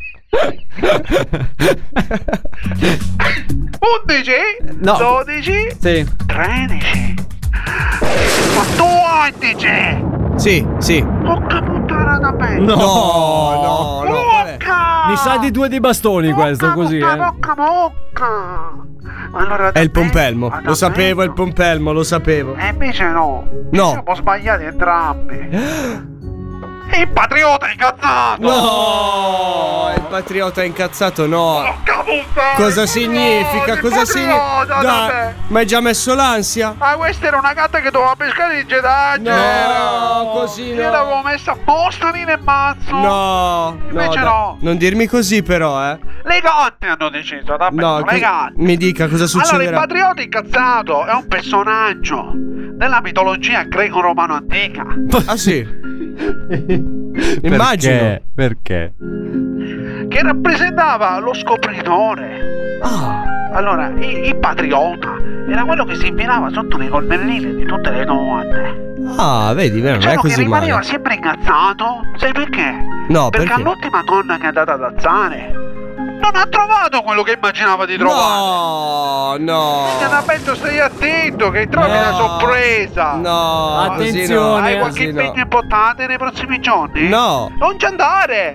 Speaker 15: undici?
Speaker 9: No.
Speaker 15: dodici?
Speaker 9: Sì.
Speaker 15: tredici? quattordici?
Speaker 12: Sì, sì.
Speaker 15: Porca puttana da me.
Speaker 9: No,
Speaker 12: no, no. qual è?
Speaker 15: Bocca!
Speaker 9: Mi sa di due di bastoni questo,
Speaker 15: Bocca,
Speaker 9: così,
Speaker 15: bocca,
Speaker 9: eh.
Speaker 15: Bocca, bocca. Allora,
Speaker 12: È il
Speaker 15: da me-
Speaker 12: pompelmo.
Speaker 15: da
Speaker 12: Lo
Speaker 15: me-
Speaker 12: sapevo, è il pompelmo, lo sapevo.
Speaker 15: E invece no.
Speaker 12: No.
Speaker 15: Siamo sbagliati entrambi. Il patriota è incazzato!
Speaker 12: No, il patriota è incazzato, no.
Speaker 15: Puttana,
Speaker 12: Cosa significa?
Speaker 15: no,
Speaker 12: Cosa significa?
Speaker 15: patriota,
Speaker 12: Dai, ma hai già messo l'ansia?
Speaker 15: Ma questa era una gatta che doveva pescare di Jedi.
Speaker 12: No, così no.
Speaker 15: Io l'avevo messa apposta lì nel mazzo.
Speaker 12: No,
Speaker 15: Invece
Speaker 12: no,
Speaker 15: no.
Speaker 12: Non dirmi così però, eh.
Speaker 15: Le gatte hanno deciso, da
Speaker 12: No,
Speaker 15: le
Speaker 12: cos-
Speaker 15: gatte.
Speaker 12: mi dica cosa
Speaker 15: Allora, il
Speaker 12: succederà.
Speaker 15: patriota incazzato è un personaggio della mitologia greco-romano antica.
Speaker 12: Ah sì?
Speaker 9: Immagino. Perché?
Speaker 15: Che rappresentava lo scopritore.
Speaker 12: Ah.
Speaker 15: Allora, il, il patriota era quello che si infilava sotto le colmelline di tutte le donne.
Speaker 12: Ah, vedi, beh, non
Speaker 15: Diciamo
Speaker 12: è così
Speaker 15: che rimaneva
Speaker 12: male.
Speaker 15: sempre incazzato. Sai perché?
Speaker 12: No,
Speaker 15: perché?
Speaker 12: perché?
Speaker 15: all'ultima donna che è andata ad alzare non ha trovato quello che immaginava di trovare.
Speaker 12: No, no.
Speaker 15: Adalberto, stai attento che trovi
Speaker 12: No.
Speaker 15: una sorpresa.
Speaker 12: No,
Speaker 9: Attenzione.
Speaker 15: Hai qualche
Speaker 12: così no.
Speaker 15: impegno importante nei prossimi giorni?
Speaker 12: No.
Speaker 15: Non ci andare.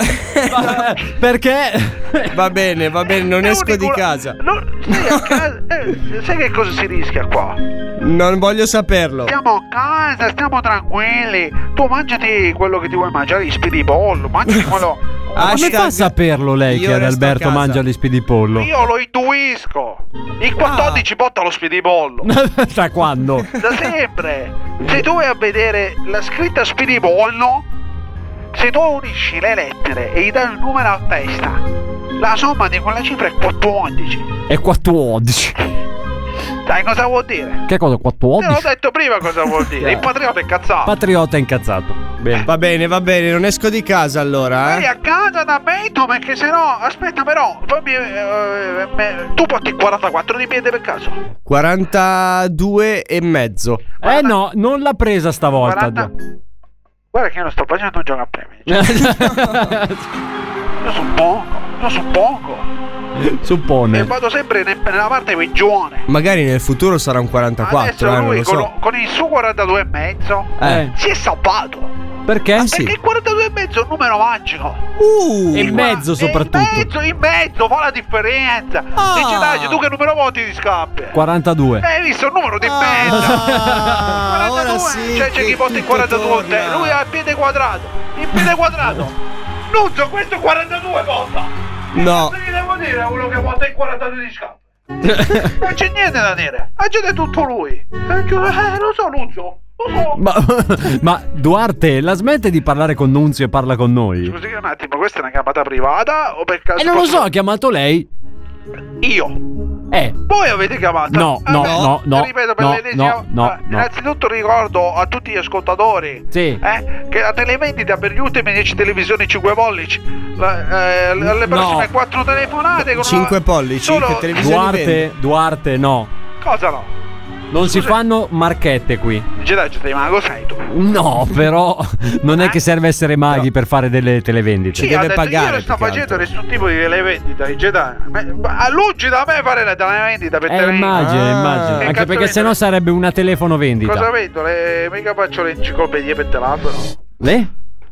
Speaker 9: Perché?
Speaker 12: Va bene, va bene, non
Speaker 15: È
Speaker 12: esco di
Speaker 15: unico-
Speaker 12: casa.
Speaker 15: No, stai a casa. Eh, sai che cosa si rischia qua?
Speaker 12: Non voglio saperlo.
Speaker 15: Stiamo a casa, stiamo tranquilli. Tu mangiati quello che ti vuoi mangiare, gli spiripollo, mangiati quello.
Speaker 9: Come fa a saperlo lei
Speaker 12: io
Speaker 9: che
Speaker 12: resto a
Speaker 9: Adalberto
Speaker 12: casa.
Speaker 9: mangia gli spidipollo?
Speaker 15: Io lo intuisco. Il quattordici botta lo spiripollo.
Speaker 9: Da quando?
Speaker 15: Da sempre. Se tu vai a vedere la scritta spiripollo, se tu unisci le lettere e gli dai un numero a testa, la somma di quella cifra è quattordici.
Speaker 9: È quattordici.
Speaker 15: Sai cosa vuol dire?
Speaker 9: Che cosa?
Speaker 15: Te l'ho
Speaker 9: quattordici?
Speaker 15: detto prima cosa vuol dire. Il patriota è cazzato.
Speaker 9: Patriota incazzato. Bene.
Speaker 12: Va bene, va bene, non esco di casa allora,
Speaker 15: Vai
Speaker 12: eh.
Speaker 15: a casa da Beto perché sennò. Aspetta però, fammi, eh, me- tu porti quarantaquattro di piede per caso?
Speaker 12: quarantadue e mezzo.
Speaker 9: Eh no, non l'ha presa stavolta.
Speaker 15: quaranta Guarda che io non sto facendo un gioco a premi. Io sono poco, io sono poco. E
Speaker 9: Suppone.
Speaker 15: vado sempre ne- nella parte peggiore.
Speaker 12: Magari nel futuro sarà un quarantaquattro,
Speaker 15: Adesso
Speaker 12: eh, non
Speaker 15: lui
Speaker 12: lo
Speaker 15: con,
Speaker 12: so.
Speaker 15: con il suo quarantadue e mezzo
Speaker 12: Eh.
Speaker 15: si è salvato.
Speaker 9: Perché?
Speaker 12: Ah, sì.
Speaker 15: Perché il quarantadue e mezzo è un numero magico.
Speaker 12: Uh,
Speaker 9: E in mezzo soprattutto.
Speaker 15: In mezzo, in mezzo, fa la differenza.
Speaker 12: Ah.
Speaker 15: Dice dai, tu che numero voti ti scappi?
Speaker 9: quarantadue.
Speaker 15: Hai visto il numero di mezzo?
Speaker 12: Ah, ora
Speaker 15: quarantadue.
Speaker 12: sì
Speaker 15: Cioè c'è
Speaker 12: che
Speaker 15: chi vota il
Speaker 12: tutto
Speaker 15: quarantadue.
Speaker 12: torna.
Speaker 15: Lui ha il piede quadrato. Il piede quadrato. Nuzzo, questo è quarantadue vota.
Speaker 12: No.
Speaker 15: Cosa gli devo dire a uno che vota il quarantadue di scappo? Non c'è niente da dire. Ha già detto tutto lui. Eh, lo so, Nuzzo. Lo so.
Speaker 9: Ma, ma Duarte, la smette di parlare con Nunzio e parla con noi?
Speaker 15: Scusi un attimo, questa è una chiamata privata o per caso?
Speaker 9: E non lo
Speaker 15: posso-
Speaker 9: so, ha chiamato lei.
Speaker 15: Io.
Speaker 9: Eh.
Speaker 15: Voi avete chiamato?
Speaker 9: No, no,
Speaker 15: Vabbè,
Speaker 9: no, no,
Speaker 15: ripeto per
Speaker 9: no,
Speaker 15: l'ennesima-
Speaker 9: no, no,
Speaker 15: Allora,
Speaker 9: no.
Speaker 15: Innanzitutto ricordo a tutti gli ascoltatori
Speaker 9: Sì.
Speaker 15: eh, che la televendita per gli ultimi dieci televisioni cinque pollici, la, eh, le prossime
Speaker 9: No.
Speaker 15: quattro telefonate con
Speaker 12: cinque
Speaker 15: una-
Speaker 12: pollici?
Speaker 15: solo-
Speaker 12: Che televisione vendi?
Speaker 9: Duarte, Duarte, no.
Speaker 15: Cosa no?
Speaker 9: Non si fanno marchette qui.
Speaker 15: Jedi, ci stai mago sei tu.
Speaker 9: No, però non è che serve essere maghi per fare delle televendite.
Speaker 15: Sì, ha detto, io lo sto facendo nessun tipo di televendita di Jedi. Me- ma lungi da me fare la televendita per
Speaker 9: Eh,
Speaker 15: televendita.
Speaker 9: immagino,
Speaker 12: Ah.
Speaker 9: immagino.
Speaker 15: Che
Speaker 9: Anche
Speaker 15: cazzo
Speaker 9: perché
Speaker 15: vende?
Speaker 9: sennò sarebbe una telefono vendita.
Speaker 15: Cosa vedo? Le... Mica faccio le enciclopedie per telefono.
Speaker 9: Le?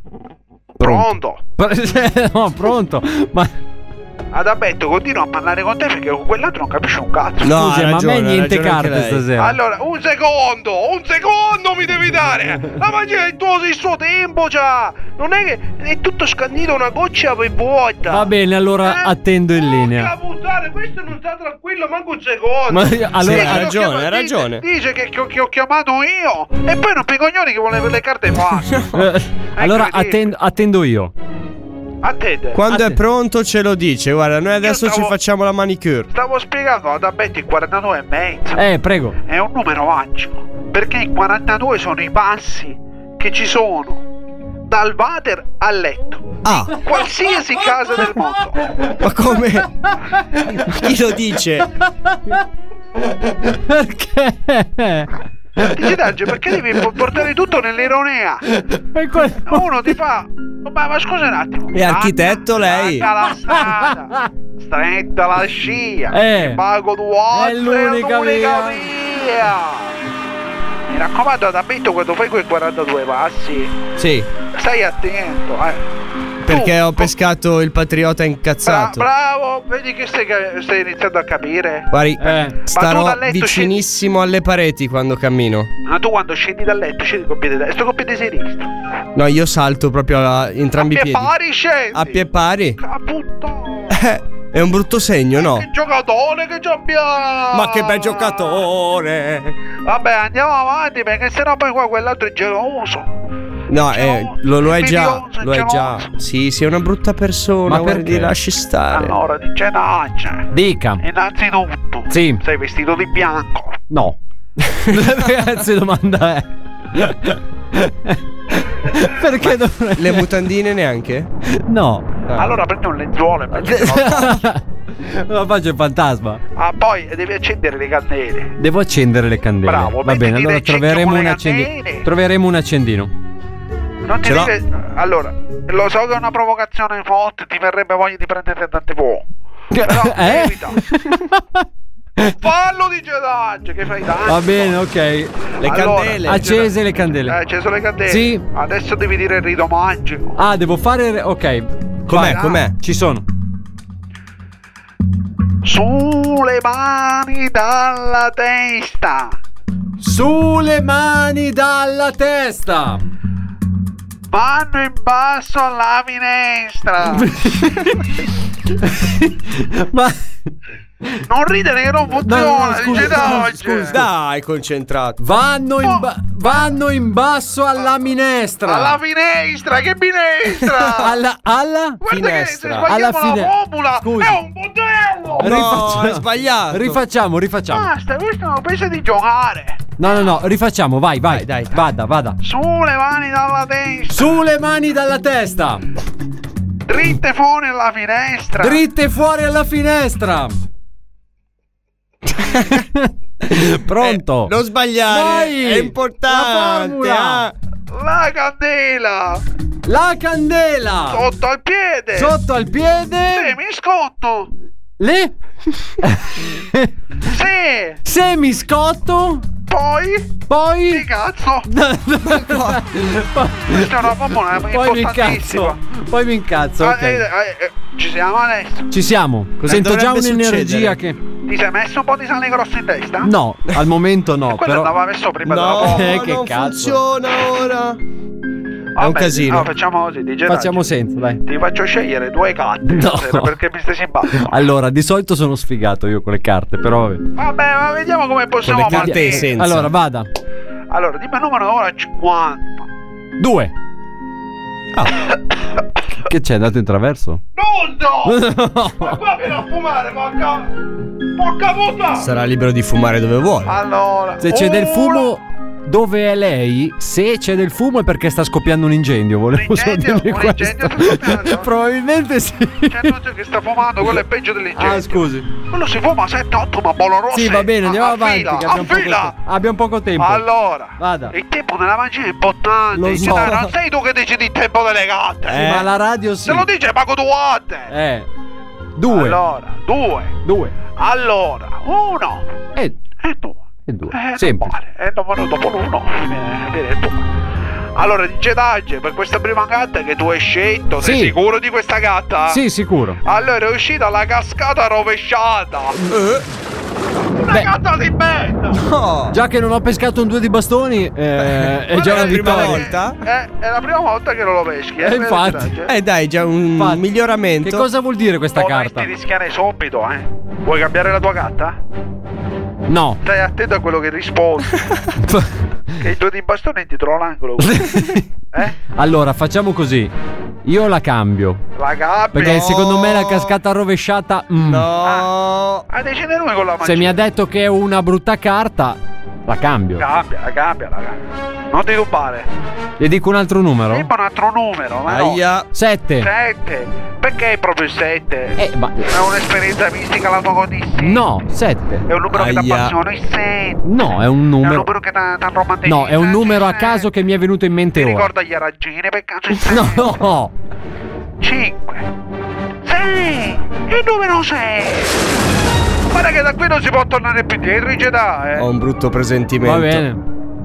Speaker 15: Pronto?
Speaker 9: No, pronto. Ma
Speaker 15: Adalberto, continuo a parlare con te perché con quell'altro non capisce un cazzo.
Speaker 12: No,
Speaker 9: scusi,
Speaker 12: ha
Speaker 9: ma a
Speaker 12: ragione,
Speaker 9: me
Speaker 12: ha
Speaker 9: niente
Speaker 12: ragione anche
Speaker 9: carte
Speaker 12: lei.
Speaker 9: stasera.
Speaker 15: Allora, un secondo, un secondo mi devi dare. La magia è tuo, il suo tempo già. Non è che è tutto scandito una goccia per vuota.
Speaker 9: Va bene, allora
Speaker 15: Eh?
Speaker 9: attendo in linea.
Speaker 15: Porca puttana, questo non sta tranquillo manco un secondo.
Speaker 9: Ma allora
Speaker 12: Sì, ha
Speaker 15: Dice che ho
Speaker 12: ragione,
Speaker 15: chiamato-
Speaker 12: ha ragione.
Speaker 15: Dice, dice che, che- che ho chiamato io. E poi non coglioni che vuole avere le carte facili.
Speaker 9: Eh, allora
Speaker 15: incredibile.
Speaker 9: attendo, attendo io.
Speaker 15: Attende.
Speaker 12: Quando
Speaker 9: Ah,
Speaker 12: è
Speaker 9: sì.
Speaker 12: pronto ce lo dice. Guarda, noi adesso
Speaker 15: stavo-
Speaker 12: ci facciamo la manicure.
Speaker 15: Stavo spiegando ad Adalberto il quarantadue e mezzo.
Speaker 9: Eh, prego.
Speaker 15: È un numero magico. Perché i quarantadue sono i passi che ci sono dal water al letto.
Speaker 12: Ah,
Speaker 15: Qualsiasi casa del mondo.
Speaker 12: ma come? Chi lo dice?
Speaker 9: Perché?
Speaker 15: Dice Daggio, perché devi po- portare tutto nell'ironia?
Speaker 9: E que-
Speaker 15: Uno ti fa. Ma, ma scusa un attimo.
Speaker 12: È architetto lei?
Speaker 15: Stacca la strada. Stretta la scia.
Speaker 9: Eh.
Speaker 15: Il mago Duarte
Speaker 9: È l'unica via.
Speaker 15: via. Mi raccomando, Adalberto, quando fai quei quarantadue passi,
Speaker 12: Sì.
Speaker 15: stai attento, eh.
Speaker 12: Perché
Speaker 15: Tu-
Speaker 12: ho pescato il patriota
Speaker 15: Bra-
Speaker 12: incazzato.
Speaker 15: bravo, vedi che stai, stai iniziando a capire.
Speaker 12: Guardi,
Speaker 15: Ma tu
Speaker 12: starò
Speaker 15: dal letto
Speaker 12: vicinissimo alle pareti quando cammino.
Speaker 15: Ma tu quando scendi dal letto scendi con piede destro o con piede sinistro?
Speaker 12: No, io salto proprio a entrambi i
Speaker 15: A
Speaker 12: piedi.
Speaker 15: pie pari scendi.
Speaker 12: A pie pari?
Speaker 15: Ah, puttana.
Speaker 12: Eh, è un brutto segno, no?
Speaker 15: Che giocatore che ci abbiamo!
Speaker 12: Ma che bel giocatore!
Speaker 15: Vabbè, andiamo avanti perché sennò poi qua quell'altro è geloso.
Speaker 12: No, eh, lo, lo è già.
Speaker 15: Invidioso,
Speaker 12: Lo è già. Sì, sì, è una brutta persona.
Speaker 9: Ma
Speaker 12: Guardi,
Speaker 9: perché?
Speaker 12: lasci stare.
Speaker 15: Allora, dice Naccia.
Speaker 9: Dica.
Speaker 15: Innanzitutto,
Speaker 9: Sì.
Speaker 15: sei vestito di bianco.
Speaker 9: No. Ragazzi, domanda è. Perché dovrei...
Speaker 12: Le mutandine neanche?
Speaker 9: No.
Speaker 15: Allora prendi un lenzuolo e mettilo.
Speaker 9: Ma faccio il fantasma.
Speaker 15: Ah, poi devi accendere le candele.
Speaker 9: Devo accendere le candele.
Speaker 15: Bravo,
Speaker 9: Va bene,
Speaker 15: mettiti
Speaker 9: allora
Speaker 15: nel cecchio
Speaker 9: troveremo
Speaker 15: con
Speaker 9: un
Speaker 15: le
Speaker 9: accendino.
Speaker 15: candele.
Speaker 9: Troveremo un accendino.
Speaker 15: Non ti
Speaker 9: Ce l'ho.
Speaker 15: deve... Allora, lo so che è una provocazione forte, ti verrebbe voglia di prendere tante fuoco. Però
Speaker 9: Eh?
Speaker 15: evita. Fallo di Gedaggio che fai danno.
Speaker 9: Va bene, ok. Le
Speaker 15: Allora,
Speaker 9: candele. Accese le
Speaker 15: Hai
Speaker 9: candele.
Speaker 15: acceso le candele?
Speaker 9: Sì.
Speaker 15: Adesso devi dire il rito magico.
Speaker 9: Ah, devo fare. Ok.
Speaker 12: Com'è,
Speaker 9: Vai.
Speaker 12: com'è?
Speaker 9: Ci sono.
Speaker 15: Sulle mani dalla testa.
Speaker 9: Sulle mani dalla testa.
Speaker 15: Vanno in basso alla finestra.
Speaker 9: Ma
Speaker 15: Non ridere che non funziona.
Speaker 9: No, no, no, scusa,
Speaker 15: dice
Speaker 9: no,
Speaker 15: Dodge.
Speaker 9: scusa.
Speaker 12: Dai, concentrato.
Speaker 9: vanno in, ba- vanno in basso alla minestra.
Speaker 15: Alla finestra, che finestra?
Speaker 9: alla alla
Speaker 15: Guarda che se
Speaker 12: finestra.
Speaker 15: sbagliamo
Speaker 9: Alla
Speaker 15: la
Speaker 9: fine-
Speaker 15: formula
Speaker 9: Scusi.
Speaker 15: è un modello.
Speaker 12: No,
Speaker 9: Rifacciamo.
Speaker 12: è sbagliato.
Speaker 9: Rifacciamo, rifacciamo.
Speaker 15: Basta, questo non pensa di giocare.
Speaker 9: No, no, no, rifacciamo, vai, vai.
Speaker 12: Dai, dai, dai.
Speaker 9: Vada, vada.
Speaker 15: Sulle mani dalla testa.
Speaker 9: Sulle mani dalla testa.
Speaker 15: Dritte fuori alla finestra.
Speaker 9: Dritte fuori alla finestra. Pronto?
Speaker 12: Non sbagliare.
Speaker 9: Vai,
Speaker 12: è
Speaker 9: la
Speaker 12: importante.
Speaker 9: formula.
Speaker 12: ah.
Speaker 15: La candela.
Speaker 9: La candela.
Speaker 15: Sotto al piede.
Speaker 9: Sotto al piede.
Speaker 15: Sì, mi scotto.
Speaker 9: Le.
Speaker 15: Sì.
Speaker 9: Se mi scotto.
Speaker 15: Poi.
Speaker 9: Poi.
Speaker 15: Che cazzo. Questa è una formula
Speaker 9: Poi mi
Speaker 15: importantissima.
Speaker 9: incazzo. Poi mi incazzo.
Speaker 15: Ah, eh,
Speaker 9: Ok.
Speaker 15: eh, eh, ci siamo adesso.
Speaker 9: Ci siamo. Sento già
Speaker 12: dovrebbe
Speaker 9: un'energia
Speaker 12: succedere?
Speaker 9: che.
Speaker 15: Ti sei messo un po' di sale grosso in testa?
Speaker 9: No, al momento no.
Speaker 15: Quello
Speaker 9: Però.
Speaker 15: andava messo prima della
Speaker 12: No,
Speaker 15: formula.
Speaker 9: Eh, che
Speaker 12: non
Speaker 9: cazzo.
Speaker 12: funziona ora. È un
Speaker 15: Vabbè,
Speaker 12: casino.
Speaker 15: no, facciamo così, dice
Speaker 9: Facciamo
Speaker 15: Daggi.
Speaker 9: senza, dai.
Speaker 15: Ti faccio scegliere due carte
Speaker 9: No.
Speaker 15: stasera, perché mi stai simpatico.
Speaker 9: Allora, di solito sono sfigato io con le carte, però vabbè.
Speaker 15: Vabbè, ma vediamo come possiamo
Speaker 12: Con le carte
Speaker 15: partire.
Speaker 12: e senza.
Speaker 9: Allora, vada.
Speaker 15: Allora, dimmi il numero ora cinquanta.
Speaker 9: Due. Che c'è? È andato in traverso?
Speaker 15: No! Ma qua viene a fumare, porca... Porca puttana!
Speaker 12: Sarà libero di fumare dove vuole.
Speaker 15: Allora...
Speaker 9: Se c'è del
Speaker 15: uno-
Speaker 9: fumo dove è lei, se c'è del fumo è perché sta scoppiando un incendio. Volevo
Speaker 15: Un
Speaker 9: solo
Speaker 15: incendio?
Speaker 9: dirvi
Speaker 15: Un
Speaker 9: questo.
Speaker 15: incendio sta scoppiando?
Speaker 9: Probabilmente sì.
Speaker 15: C'è uno che sta fumando, quello è peggio dell'incendio.
Speaker 9: Ah, scusi.
Speaker 15: Quello si fuma sette otto, ma bolorose.
Speaker 9: Sì, va bene, andiamo
Speaker 15: A-
Speaker 9: avanti.
Speaker 15: affila,
Speaker 9: che abbiamo, poco
Speaker 15: affila.
Speaker 9: tempo. abbiamo poco tempo.
Speaker 15: Allora,
Speaker 9: Vada.
Speaker 15: il tempo nella magia è importante.
Speaker 9: Lo
Speaker 15: Dice,
Speaker 9: so.
Speaker 15: dai, non sei tu che decidi il tempo delle carte.
Speaker 9: Sì, ma la radio sì.
Speaker 15: Se lo dice Paco Duarte.
Speaker 9: Eh. Due.
Speaker 15: Allora, due.
Speaker 9: Due.
Speaker 15: Allora, uno.
Speaker 9: E,
Speaker 15: E due.
Speaker 9: e due.
Speaker 15: Eh,
Speaker 9: Semplice.
Speaker 15: E dopo, dopo l'uno. Viene, viene due. Allora, dice Dagge, per questa prima carta che tu hai scelto, sei
Speaker 9: Sì.
Speaker 15: sicuro di questa carta?
Speaker 9: Sì, sicuro.
Speaker 15: Allora è uscita la cascata rovesciata. Una
Speaker 9: Beh.
Speaker 15: carta di merda.
Speaker 12: No.
Speaker 9: Già che non ho pescato un due di bastoni, eh, è già una
Speaker 12: la prima
Speaker 9: vittoria.
Speaker 12: volta?
Speaker 15: Eh, è la prima volta che non lo peschi, eh?
Speaker 9: Eh, infatti.
Speaker 15: Dagge?
Speaker 12: Eh dai, già un
Speaker 9: Infatti.
Speaker 12: miglioramento.
Speaker 9: Che cosa vuol dire questa
Speaker 15: Potresti
Speaker 9: carta?
Speaker 15: rischiare subito, eh? Vuoi cambiare la tua carta?
Speaker 9: No.
Speaker 15: Stai attento a quello che rispondi. Che i due di bastone è dietro l'angolo. Eh?
Speaker 9: Allora, facciamo così. Io la cambio.
Speaker 15: La gabbia.
Speaker 9: Perché secondo me la cascata rovesciata. mm.
Speaker 12: No.
Speaker 15: Ah, decide lui con la magia.
Speaker 9: Se mi ha detto che è una brutta carta, la cambio.
Speaker 15: Cambia, la cambia, la cambia. Non ti dubare.
Speaker 9: Le dico un altro numero?
Speaker 15: Sembra un altro numero, ma no.
Speaker 12: Aia.
Speaker 9: Sette.
Speaker 15: Sette. Perché è proprio il sette?
Speaker 9: Eh, ma.
Speaker 15: È un'esperienza mistica la tua godissi?
Speaker 9: No, sette.
Speaker 15: È un numero che ti
Speaker 12: Aia.
Speaker 15: appassiona il sette.
Speaker 9: No, è un
Speaker 15: È un
Speaker 9: numero.
Speaker 15: numero che ti romanticizza.
Speaker 9: No, è un numero a
Speaker 15: il
Speaker 9: caso
Speaker 15: sette.
Speaker 9: che mi è venuto in mente
Speaker 15: Ti
Speaker 9: ora.
Speaker 15: ricorda gli arancini per caso il sette?
Speaker 9: No, no.
Speaker 15: cinque. sei. Il numero sei. Guarda che da qui non si può tornare più dietro, i Jedi, eh.
Speaker 12: Ho un brutto presentimento.
Speaker 9: Va bene.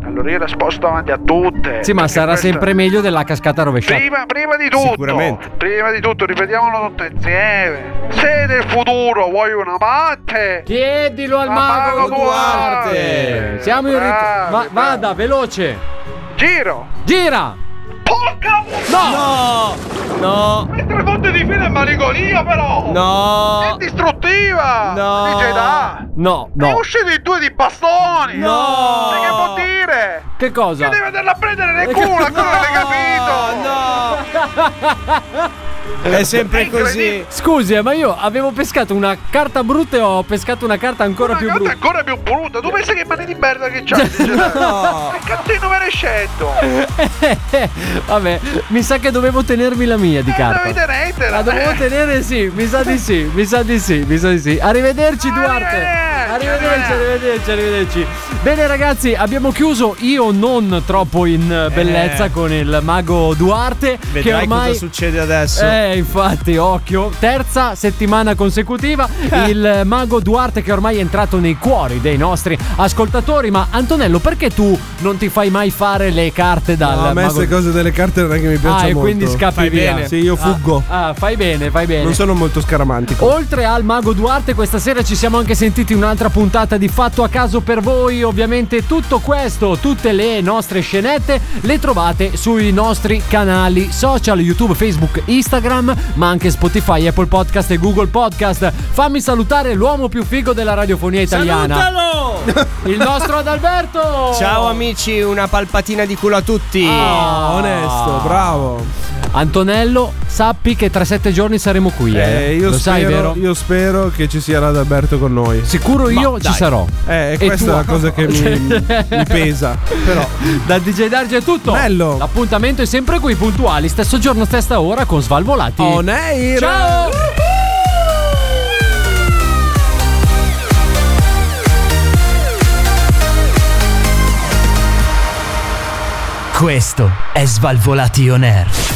Speaker 15: Allora io la sposto davanti a tutte.
Speaker 9: Sì, ma
Speaker 15: perché
Speaker 9: sarà
Speaker 15: questa-
Speaker 9: sempre meglio della cascata rovesciata.
Speaker 15: Prima, prima di tutto,
Speaker 9: Sicuramente.
Speaker 15: prima di tutto, ripetiamolo tutto insieme. Se nel futuro vuoi un amante,
Speaker 9: chiedilo al mago Duarte. Siamo in ritardo. Va- vada, veloce.
Speaker 15: Giro.
Speaker 9: Gira.
Speaker 15: Porca
Speaker 9: No.
Speaker 12: No.
Speaker 15: Mettere fonte di fine è marigonia però.
Speaker 12: No.
Speaker 15: È distruttiva.
Speaker 12: No.
Speaker 15: Dice da.
Speaker 9: No,
Speaker 15: È
Speaker 9: no.
Speaker 15: uscito in due di bastoni.
Speaker 12: No.
Speaker 15: Che vuol dire?
Speaker 9: Che cosa?
Speaker 15: Che deve andarla a prendere nel culo, ancora non l'hai capito?
Speaker 12: No. È sempre così.
Speaker 9: Scusi, eh, ma io avevo pescato una carta brutta e ho pescato una carta ancora più brutta.
Speaker 15: Ancora più brutta. Tu pensi che mani di merda che c'hai? No. Che cattino me l'hai scelto?
Speaker 9: Vabbè, mi sa che dovevo tenermi la mia di carta.
Speaker 15: Devi tenertela.
Speaker 9: La dovevo tenere, sì, mi sa di sì, mi sa di sì, mi sa di sì. Arrivederci Duarte. Arrivederci, arrivederci, arrivederci. Bene ragazzi, abbiamo chiuso io non troppo in bellezza
Speaker 12: Eh.
Speaker 9: con il mago Duarte.
Speaker 12: Vedrai
Speaker 9: che ormai
Speaker 12: cosa succede adesso.
Speaker 9: Eh, infatti, occhio. Terza settimana consecutiva. Il mago Duarte che ormai è entrato nei cuori dei nostri ascoltatori. Ma Antonello, perché tu non ti fai mai fare le carte dal
Speaker 8: No, a me
Speaker 9: mago
Speaker 8: queste cose delle carte non è che mi piacciono
Speaker 9: Ah, e
Speaker 8: molto.
Speaker 9: quindi scappi
Speaker 8: Fai
Speaker 9: via.
Speaker 8: bene. Sì, io fuggo.
Speaker 9: Ah, ah, fai bene, fai bene.
Speaker 8: Non sono molto scaramantico.
Speaker 9: Oltre al mago Duarte, questa sera ci siamo anche sentiti in un'altra puntata di Fatto a caso per voi. Ovviamente tutto questo, tutte le nostre scenette le trovate sui nostri canali social, YouTube, Facebook, Instagram, ma anche Spotify, Apple Podcast e Google Podcast. Fammi salutare l'uomo più figo della radiofonia italiana.
Speaker 12: Salutalo!
Speaker 9: Il nostro Adalberto!
Speaker 12: Ciao amici, una palpatina di culo a tutti.
Speaker 9: Ah,
Speaker 8: onesto, bravo.
Speaker 9: Antonello, sappi che tra sette giorni saremo qui. Eh,
Speaker 8: Eh, io,
Speaker 9: Lo sai,
Speaker 8: spero,
Speaker 9: vero?
Speaker 8: io spero che ci sia l'Adalberto con noi.
Speaker 9: Sicuro io
Speaker 8: Ma
Speaker 9: ci
Speaker 8: dai.
Speaker 9: sarò.
Speaker 8: Eh,
Speaker 9: E
Speaker 8: questa
Speaker 9: tu?
Speaker 8: è la cosa che mi, mi pesa. Però
Speaker 9: Da D J Darge è tutto.
Speaker 8: Bello.
Speaker 9: L'appuntamento è sempre qui, puntuali, stesso giorno, stessa ora, con Svalvolati.
Speaker 8: On air.
Speaker 9: Ciao.
Speaker 7: Questo è Svalvolati On Air.